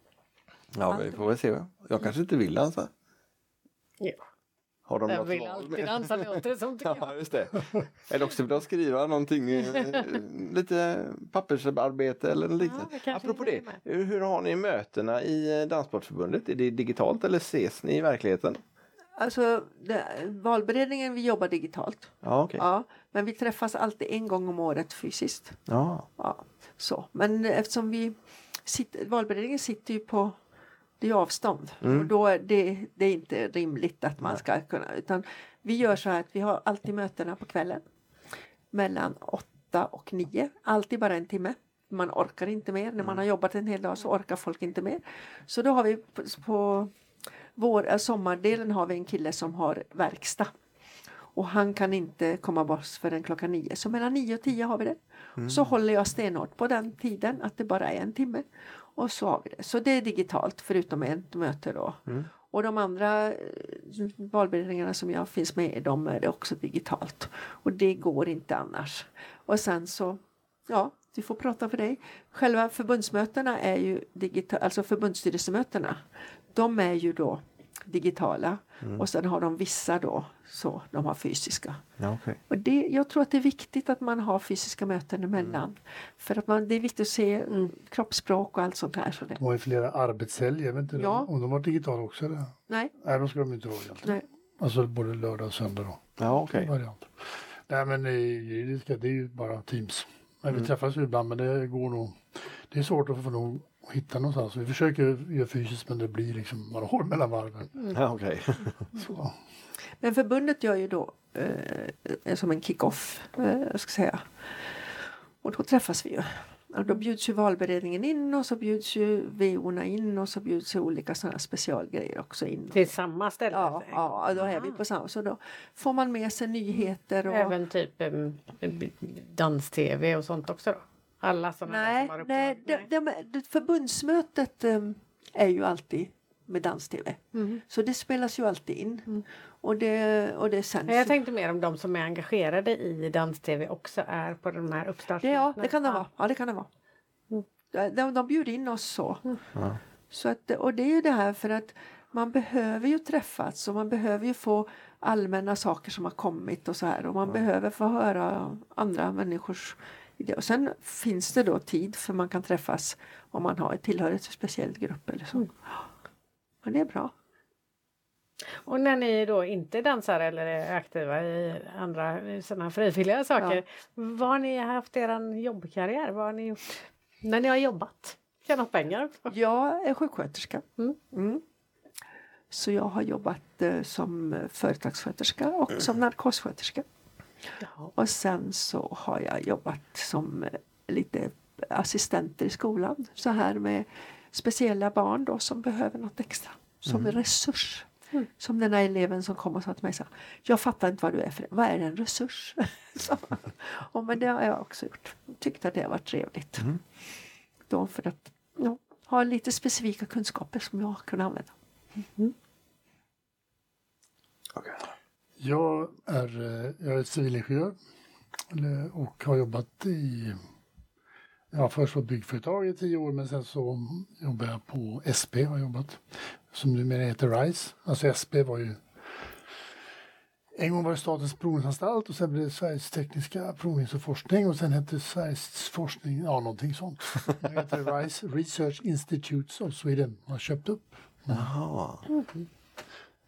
ja vi får väl se. Jag kanske inte vill dansa. Jo. Har de Jag något vill val alltid med? dansa låter det som tycker jag. Ja, just det. Eller också vill jag skriva någonting, lite pappersarbete eller liknande. det kanske Apropå är det, hur har ni mötena i Danssportförbundet? Är det digitalt eller ses ni i verkligheten? Alltså, valberedningen, vi jobbar digitalt. Ja, okej. Ja, men vi träffas alltid en gång om året fysiskt. Ja. Ja, så. Men eftersom valberedningen sitter ju på det är avstånd. Och då är det är inte rimligt att man ska kunna. Utan vi gör så här att vi har alltid mötena på kvällen. Mellan 8 och 9. Alltid bara en timme. Man orkar inte mer. När man har jobbat en hel dag så orkar folk inte mer. Så då har vi på sommardelen har vi en kille som har verkstad. Och han kan inte komma bort förrän klockan 9. Så mellan 9 och 10 har vi det. Så håller jag stenhårt på den tiden att det bara är en timme. Och så har vi det. Så det är digitalt förutom ett möte då. Och de andra valberedningarna som jag finns med i, de är det också digitalt. Och det går inte annars. Och sen så, ja, du får prata för dig. Själva förbundsmötena är ju digitala, alltså förbundsstyrelsemötena. De är ju då digitala. Och sen har de vissa då, så de har fysiska. Ja, okay. Och jag tror att det är viktigt att man har fysiska möten emellan. För att det är viktigt att se kroppsspråk och allt sånt här. Så det. De har ju flera arbetshelger, jag vet inte om de var digitala också eller? Nej. Nej, då ska de inte vara egentligen. Nej. Alltså både lördag och söndag då. Ja, okej. Variant. Nej men det är ju bara Teams. Men vi träffas ju ibland men det går nog. Det är svårt att få hitta någonstans. Vi försöker göra fysiskt men det blir liksom några år mellan varven. Ja, okej. Så. Men förbundet gör ju då som en kick-off, jag ska säga. Och då träffas vi ju. Och då bjuds ju valberedningen in och så bjuds ju VO-erna in och så bjuds ju olika sådana specialgrejer också in. Till samma ställe? Ja, då är vi på samma. Så då får man med sig nyheter. Och... Även typ dans-tv och sånt också då? Alla sådana där som har Nej, förbundsmötet är ju alltid med dans-tv. Så det spelas ju alltid in. Och det sänds. Jag tänkte mer om de som är engagerade i dans-tv också är på de här uppstartsmötena. Ja, det kan det vara. Ja, det kan det vara. De bjuder in oss så. Så att, och det är ju det här för att man behöver ju träffas och man behöver ju få allmänna saker som har kommit och så här. Och man behöver få höra andra människors idéer. Och sen finns det då tid för man kan träffas om man har tillhör ett speciellt grupp eller så. Men det är bra. Och när ni då inte dansar eller är aktiva i andra sådana frivilliga saker. Vad har ni haft er jobbkarriär? Vad har ni gjort när ni har jobbat? Tjänat pengar? Jag är sjuksköterska. Så jag har jobbat som företagssköterska och som narkossköterska. Ja. Och sen så har jag jobbat som lite assistenter i skolan. Så här med speciella barn då som behöver något extra. Som en resurs. Som den här eleven som kom och sa till mig så här, jag fattar inte vad du är för det. Vad är en resurs? Men det har jag också gjort. Tyckte att det var trevligt. Då för att ha lite specifika kunskaper som jag kan använda. Okay. Jag är civilingenjör och har jobbat först på byggföretag i 10 år men sen så jobbade jag på SP har jobbat som numera heter RISE. Alltså SP var ju en gång var det Statens provningsanstalt och sen blev det Sveriges tekniska provnings- och forskning och sen hette Sveriges forskning, någonting sånt. Det heter RISE, Research Institutes of Sweden, har köpt upp. Jaha.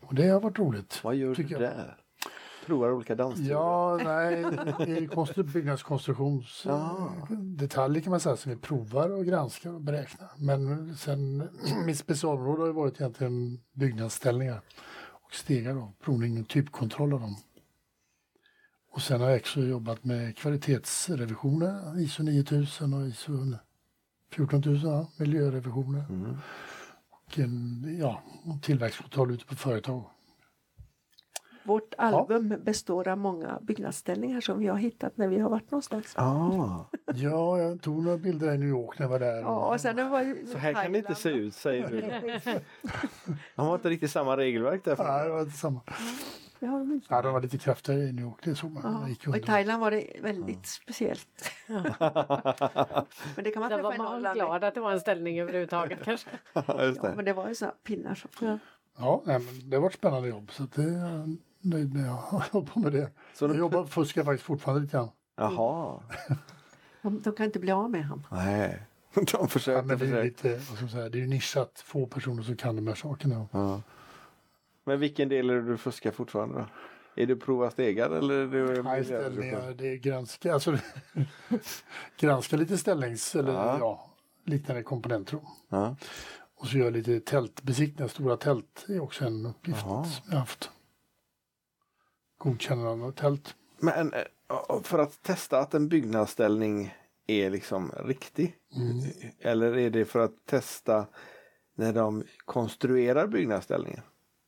Och det har varit roligt. Vad gör du där? Provar olika dansteorier? Ja, nej, det är byggnadskonstruktionsdetaljer kan man säga som vi provar och granskar och beräknar. Men sen, mitt specialområde har ju varit egentligen byggnadsställningar och stegar då, provning och typkontroll av dem. Och sen har jag också jobbat med kvalitetsrevisioner, ISO 9000 och ISO 14000, miljörevisioner. Och tillväxtkontroll ute på företag. Vårt album består av många byggnadsställningar som vi har hittat när vi har varit någonstans. Ja, jag tog några bilder i New York när jag var där. Ja, och sen så här kan det inte se ut, säger du. De har inte riktigt samma regelverk där. Nej, det var inte samma. De var lite kraftigare i New York, det såg man. Och i Thailand var det väldigt speciellt. Men det kan man träffa i Norrland. Man glad att det var en ställning överhuvudtaget kanske. Just det. Men det var ju sådana pinnar som... Ja, men det var ett spännande jobb så det är nöjd när jag har jobbat med det. Så jag fuskar faktiskt fortfarande lite grann. Jaha. De kan inte bli av med honom. Nej, de försöker. Men det är lite, det är ju nischat, få personer som kan de här sakerna. Ja. Men vilken del är det du fuskar fortfarande då? Är det prova stegar eller är det... Nej, ställningar, det är granska, alltså granska lite liknande komponenter. Ja. Och så gör jag lite tältbesiktningar, stora tält är också en uppgift som jag har haft. Godkännande av tält. Men för att testa att en byggnadsställning är liksom riktig? Eller är det för att testa när de konstruerar byggnadsställningen?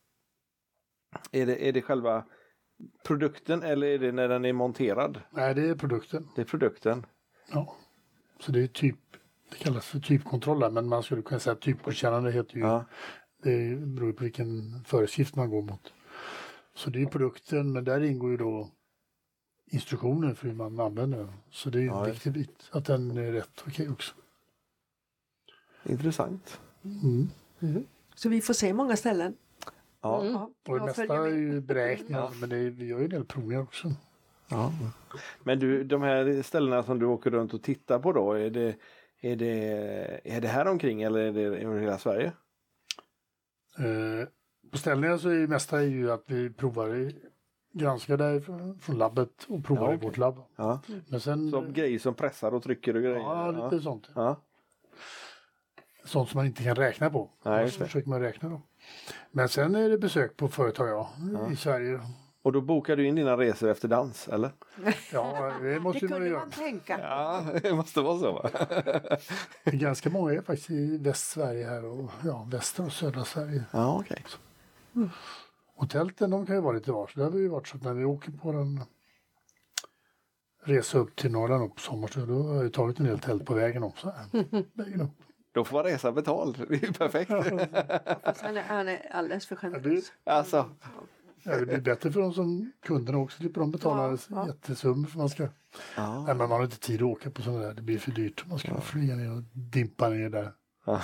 Är det själva produkten eller är det när den är monterad? Nej, det är produkten. Det är produkten. Ja, så det är det kallas för typkontroller, men man skulle kunna säga att typgodkännande heter ju, det beror på vilken föreskrift man går mot. Så det är produkten, men där ingår ju då instruktioner för hur man använder den. Så det är ju en viktig bit, att den är rätt okej också. Intressant. Så vi får se många ställen. Ja. Och det mesta är ju beräkningar, men vi gör ju en del provningar också. Ja. Men du, de här ställena som du åker runt och tittar på då, är det här omkring eller är det över hela Sverige? På ställningar så är det mesta ju att vi provar granskar där från labbet och provar i vårt labb. Ja. Men sen, så grejer som pressar och trycker och grejer? Ja, lite sånt. Ja. Sånt som man inte kan räkna på. Nej, så försöker man räkna då. Men sen är det besök på företag i Sverige. Och då bokar du in dina resor efter dans, eller? Ja, det måste man göra. Man tänka. Ja, det måste vara så va? Ganska många är faktiskt i Västsverige här och västra och södra Sverige. Ja, okej. Och tälten, de kan ju vara lite var. Så det har vi ju varit så att när vi åker på en resa upp till Norrland och på sommarstid, då har jag tagit en del tält på vägen också. Vägen upp. Då får man resa betald. Det är ju perfekt. Han är alldeles för generös. Alltså. Ja, det blir bättre för dem som kunderna också. Slipper de betala jättesummor för man ska... Nej, men man har inte tid att åka på sådana där. Det blir för dyrt. Man ska flyga ner och dimpa ner där.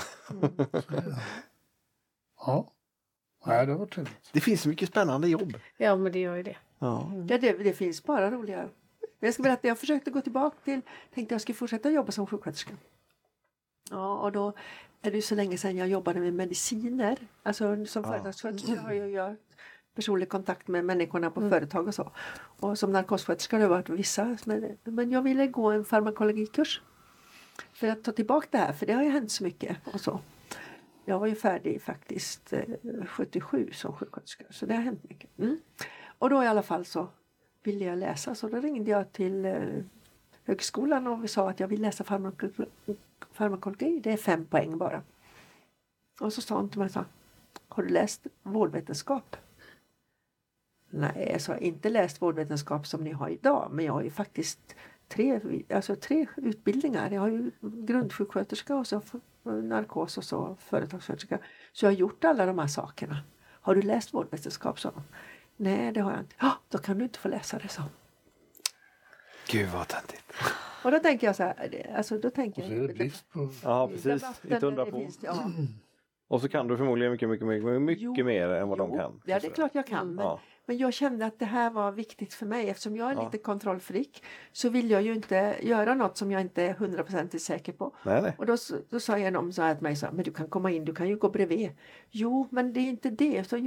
Nej, det har varit trevligt. Det finns så mycket spännande jobb. Ja, men det gör ju det. Ja. Det finns bara roliga. Jag ska berätta, jag försökte gå tillbaka tänkte jag skulle fortsätta jobba som sjuksköterska. Ja, och då är det så länge sedan jag jobbade med mediciner. Alltså som företagssköterska har jag personlig kontakt med människorna på företag och så. Och som narkossköterska har det varit vissa. Men jag ville gå en farmakologikurs. För att ta tillbaka det här, för det har ju hänt så mycket och så. Jag var ju färdig faktiskt 77 som sjuksköterska, så det har hänt mycket. Och då i alla fall så ville jag läsa, så då ringde jag till högskolan och vi sa att jag vill läsa farmakologi, det är 5 poäng bara. Och så sa hon till mig, har du läst vårdvetenskap? Nej, jag sa inte läst vårdvetenskap som ni har idag, men jag har ju faktiskt 3 utbildningar. Jag har ju grundsjuksköterska och så narkos och så företagssköterska. Så jag har gjort alla de här sakerna. Har du läst vårdvetenskap? Så? Nej, det har jag inte. Då kan du inte få läsa det, så. Gud vad töntigt. Och då tänker jag så här, alltså då tänker jag... Och så är det brist på... Ja, precis. Inte undra på. Och så kan du förmodligen mycket mer än vad de kan. Ja, det är klart jag kan. Men jag kände att det här var viktigt för mig. Eftersom jag är lite kontrollfrik så vill jag ju inte göra något som jag inte är 100% säker på. Nej. Och då sa jag någon så här till mig, men du kan komma in, du kan ju gå bredvid. Jo, men det är inte det. Så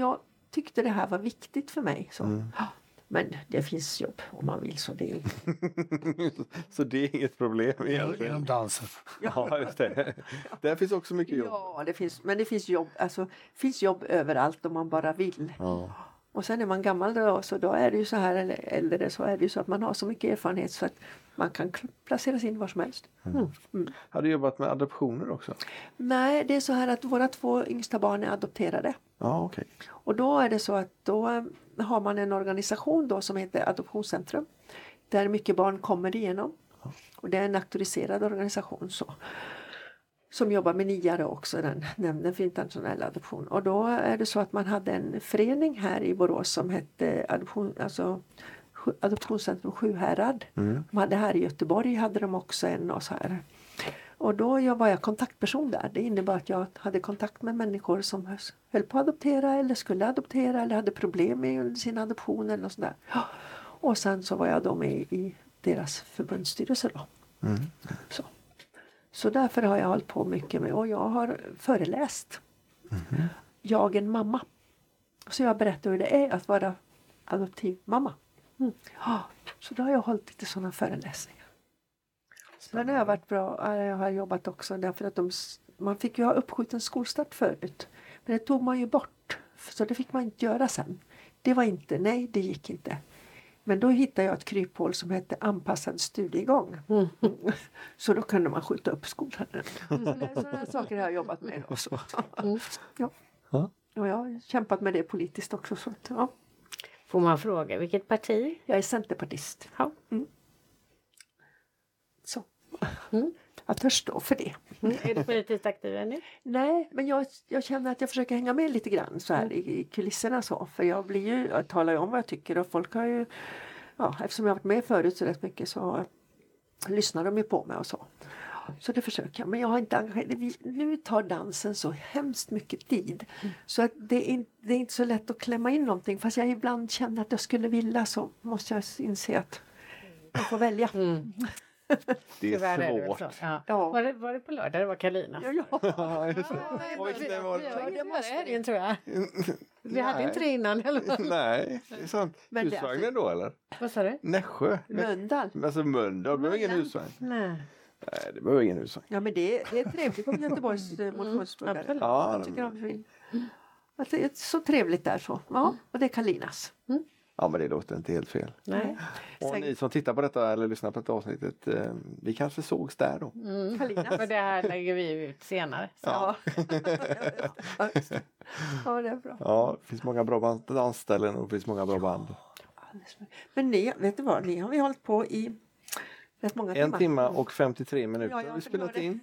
tyckte det här var viktigt för mig. Så. Men det finns jobb om man vill, så det är Så det är inget problem egentligen. Inom dansen. Ja, just det. Där finns också mycket jobb. Ja, det finns jobb. Alltså, finns jobb överallt om man bara vill. Ja. Och sen är man gammal då är det ju så här, eller äldre, så är det ju så att man har så mycket erfarenhet så att man kan placeras in var som helst. Har du jobbat med adoptioner också? Nej, det är så här att våra 2 yngsta barn är adopterade. Ja, okej. Och då är det så att då har man en organisation då som heter Adoptionscentrum. Där mycket barn kommer igenom. Och det är en auktoriserad organisation så. Som jobbar med NIA också, den nämnden för internationell adoption. Och då är det så att man hade en förening här i Borås som hette Adoptionscentrum Sjuhärad. De hade här i Göteborg hade de också en och så här. Och då var jag kontaktperson där. Det innebar att jag hade kontakt med människor som höll på att adoptera eller skulle adoptera eller hade problem med sin adoption eller något sådär. Och sen så var jag då med i deras förbundsstyrelse då. Så därför har jag hållit på mycket med, och jag har föreläst. Jag en mamma. Så jag berättar hur det är att vara adoptiv mamma. Så då har jag hållit lite sådana föreläsningar. Sen har jag varit bra, jag har jobbat också därför att man fick ju ha uppskjuten skolstart förut. Men det tog man ju bort, så det fick man inte göra sen. Det gick inte. Men då hittade jag ett kryphål som hette anpassad studiegång. Så då kunde man skjuta upp skolan. Sådana saker har jag jobbat med också. Ja. Och jag har kämpat med det politiskt också. Så att, ja. Får man fråga vilket parti? Jag är centerpartist. Ja. Så. Jag törs stå för det. Är du politiskt aktiv ännu? Nej, men jag känner att jag försöker hänga med lite grann så här i kulisserna så. För jag talar ju om vad jag tycker och folk har ju, eftersom jag har varit med förut så rätt mycket så lyssnar de ju på mig och så. Så det försöker jag, men jag har inte engagerat. Nu tar dansen så hemskt mycket tid. Så att det är inte så lätt att klämma in någonting. Fast jag ibland känner att jag skulle vilja så måste jag inse att jag får välja. Det är svårt. Ja. Var det på lördag? Det var Kalinas. Ja. Det måste det, tror jag. Vi hade inte det innan. Eller? Nej, det är sant. Husvagnen då eller? Vad sa du? Nässjö. Mölndal. Alltså Mölndal behöver ingen husvagn. Nej, det behöver ingen husvagn. Ja, men det är trevligt på Göteborgs motionsbuggare. Ja, jag tycker att det är så trevligt där så. Ja, och det är Kalinas. Ja, men det låter inte helt fel. Nej. Och ni som tittar på detta eller lyssnar på detta avsnittet, vi kanske sågs där då. Kalinas. Men det här lägger vi ut senare. Så. Ja. Ja, det är bra. Ja, det finns många bra dansställen och det finns många bra band. Men vet du vad, ni har vi hållit på i rätt många timmar. 1 timme och 53 minuter Ja, har vi spelat in.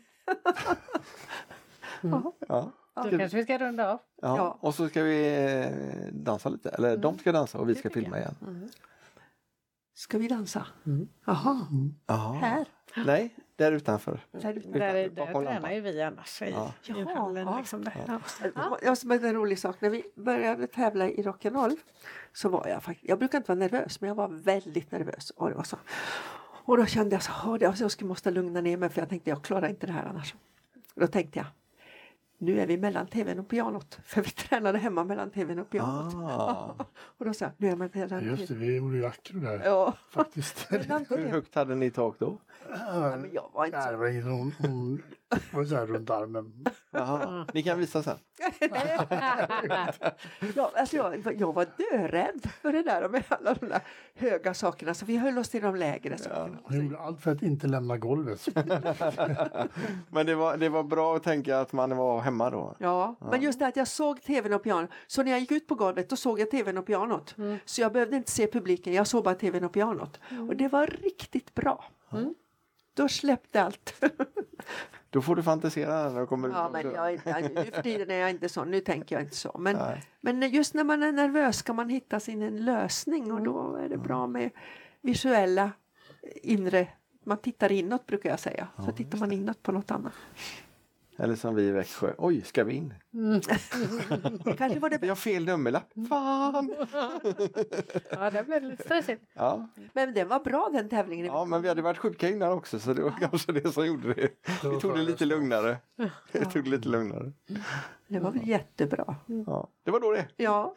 Ja. Då kanske vi ska runda av. Ja. Och så ska vi dansa lite. Eller de ska dansa och vi ska filma igen. Ska vi dansa? Jaha. Här? Nej, där utanför. Där tränar ju vi annars i hallen. Liksom där. Jag som en rolig sak. När vi började tävla i rock'n'roll så var jag faktiskt, jag brukar inte vara nervös men jag var väldigt nervös. Och det var så. Och då kände jag så, jag måste lugna ner mig för jag tänkte jag klarar inte det här annars. Och då tänkte jag, nu är vi mellan tvn och pianot. För vi tränade hemma mellan tvn och pianot. Och då sa jag, nu är man mellan tvn. Just det, vi gjorde ju akro där. Ja. Faktiskt. Hur högt hade ni tak då? Ja, men jag var inte så. Nej, det var ingen hon var så här runt armen. Jaha, ni kan visa sen. Jag var dörädd för det där med alla de där höga sakerna. Så vi höll oss till de lägre sakerna. Hon gjorde allt för att inte lämna golvet. Men det var bra att tänka att man var hemma då. Ja, men just det att jag såg tvn och pianot. Så när jag gick ut på golvet då såg jag tvn och pianot. Så jag behövde inte se publiken, jag såg bara tvn och pianot. Och det var riktigt bra. Då släppte allt. Då får du fantisera när du kommer ut. Ja, men nu för tiden är jag inte så. Nu tänker jag inte så. Men just när man är nervös ska man hitta sin en lösning. Och då är det bra med visuella inre. Man tittar inåt brukar jag säga. Så tittar man inåt på något annat. Eller som vi i Växjö. Oj, ska vi in? Kanske var det... Vi har fel nummerlapp. Fan! Ja, det blev lite stressigt. Ja. Men det var bra den tävlingen. Ja, men vi hade varit sjuka innan också så det var kanske det som gjorde det. Vi tog det lite lugnare. Det var väl jättebra. Ja, det var då det. Ja.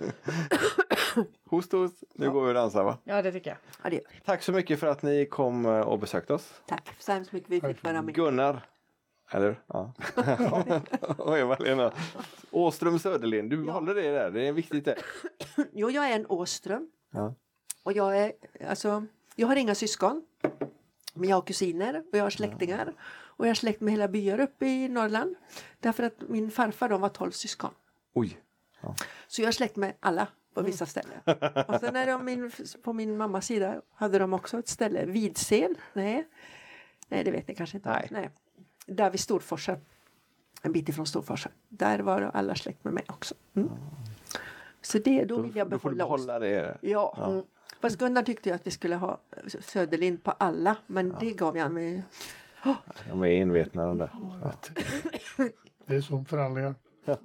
Host. Nu går vi och dansar, va? Ja, det tycker jag. Ja, det gör vi. Tack så mycket för att ni kom och besökte oss. Tack så hemskt mycket vi fick vara med. Gunnar. Eller? Ja. Och Eva-Lena. Åström Söderlind. Du håller det där. Det är viktigt det. Jo, jag är en Åström. Ja. Och jag har inga syskon. Men jag har kusiner och jag har släktingar. Och jag har släkt med hela byar uppe i Norrland. Därför att min farfar de var 12 syskon. Oj. Ja. Så jag har släkt med alla på vissa ställen. Och sen är de på min mammas sida hade de också ett ställe. Vidsel? Nej, det vet ni kanske inte. Nej. Där vid Storforsen. En bit ifrån Storforsen. Där var alla släkt med mig också. Mm. Så då vill jag behålla det. Ja. Mm. Fast Gunnar tyckte ju att vi skulle ha Söderlind på alla. Men det gav jag mig. De är envetna de där. Ja. Det är som förhandlingar.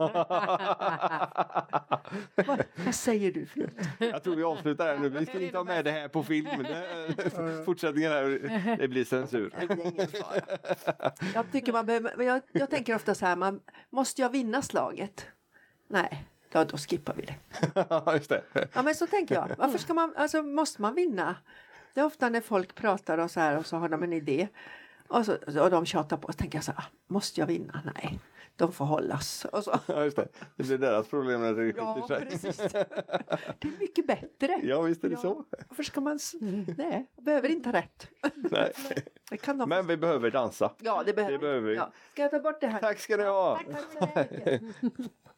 Vad säger du? Jag tror vi avslutar här nu. Vi ska inte ha med det här på film. Fortsättningen här, det blir censur. Jag tycker man behöver, jag tänker ofta så här, måste jag vinna slaget? Nej, då skippar vi det. Just det. Ja, men så tänker jag. Varför ska måste man vinna? Det är ofta när folk pratar och så här och så har de en idé. Och de tjatar på och så tänker jag så här, måste jag vinna? Nej, de får hållas. Och så. Ja, just det. Det blir deras problem när det Ja, skiter sig. precis. Det är mycket bättre. Ja, visst är det så. Varför ska man... Nej, behöver inte ha rätt. Nej. Det kan de... Men vi behöver dansa. Ja, det behöver vi. Ja. Ska jag ta bort det här? Tack ska ni ha. Tack så mycket.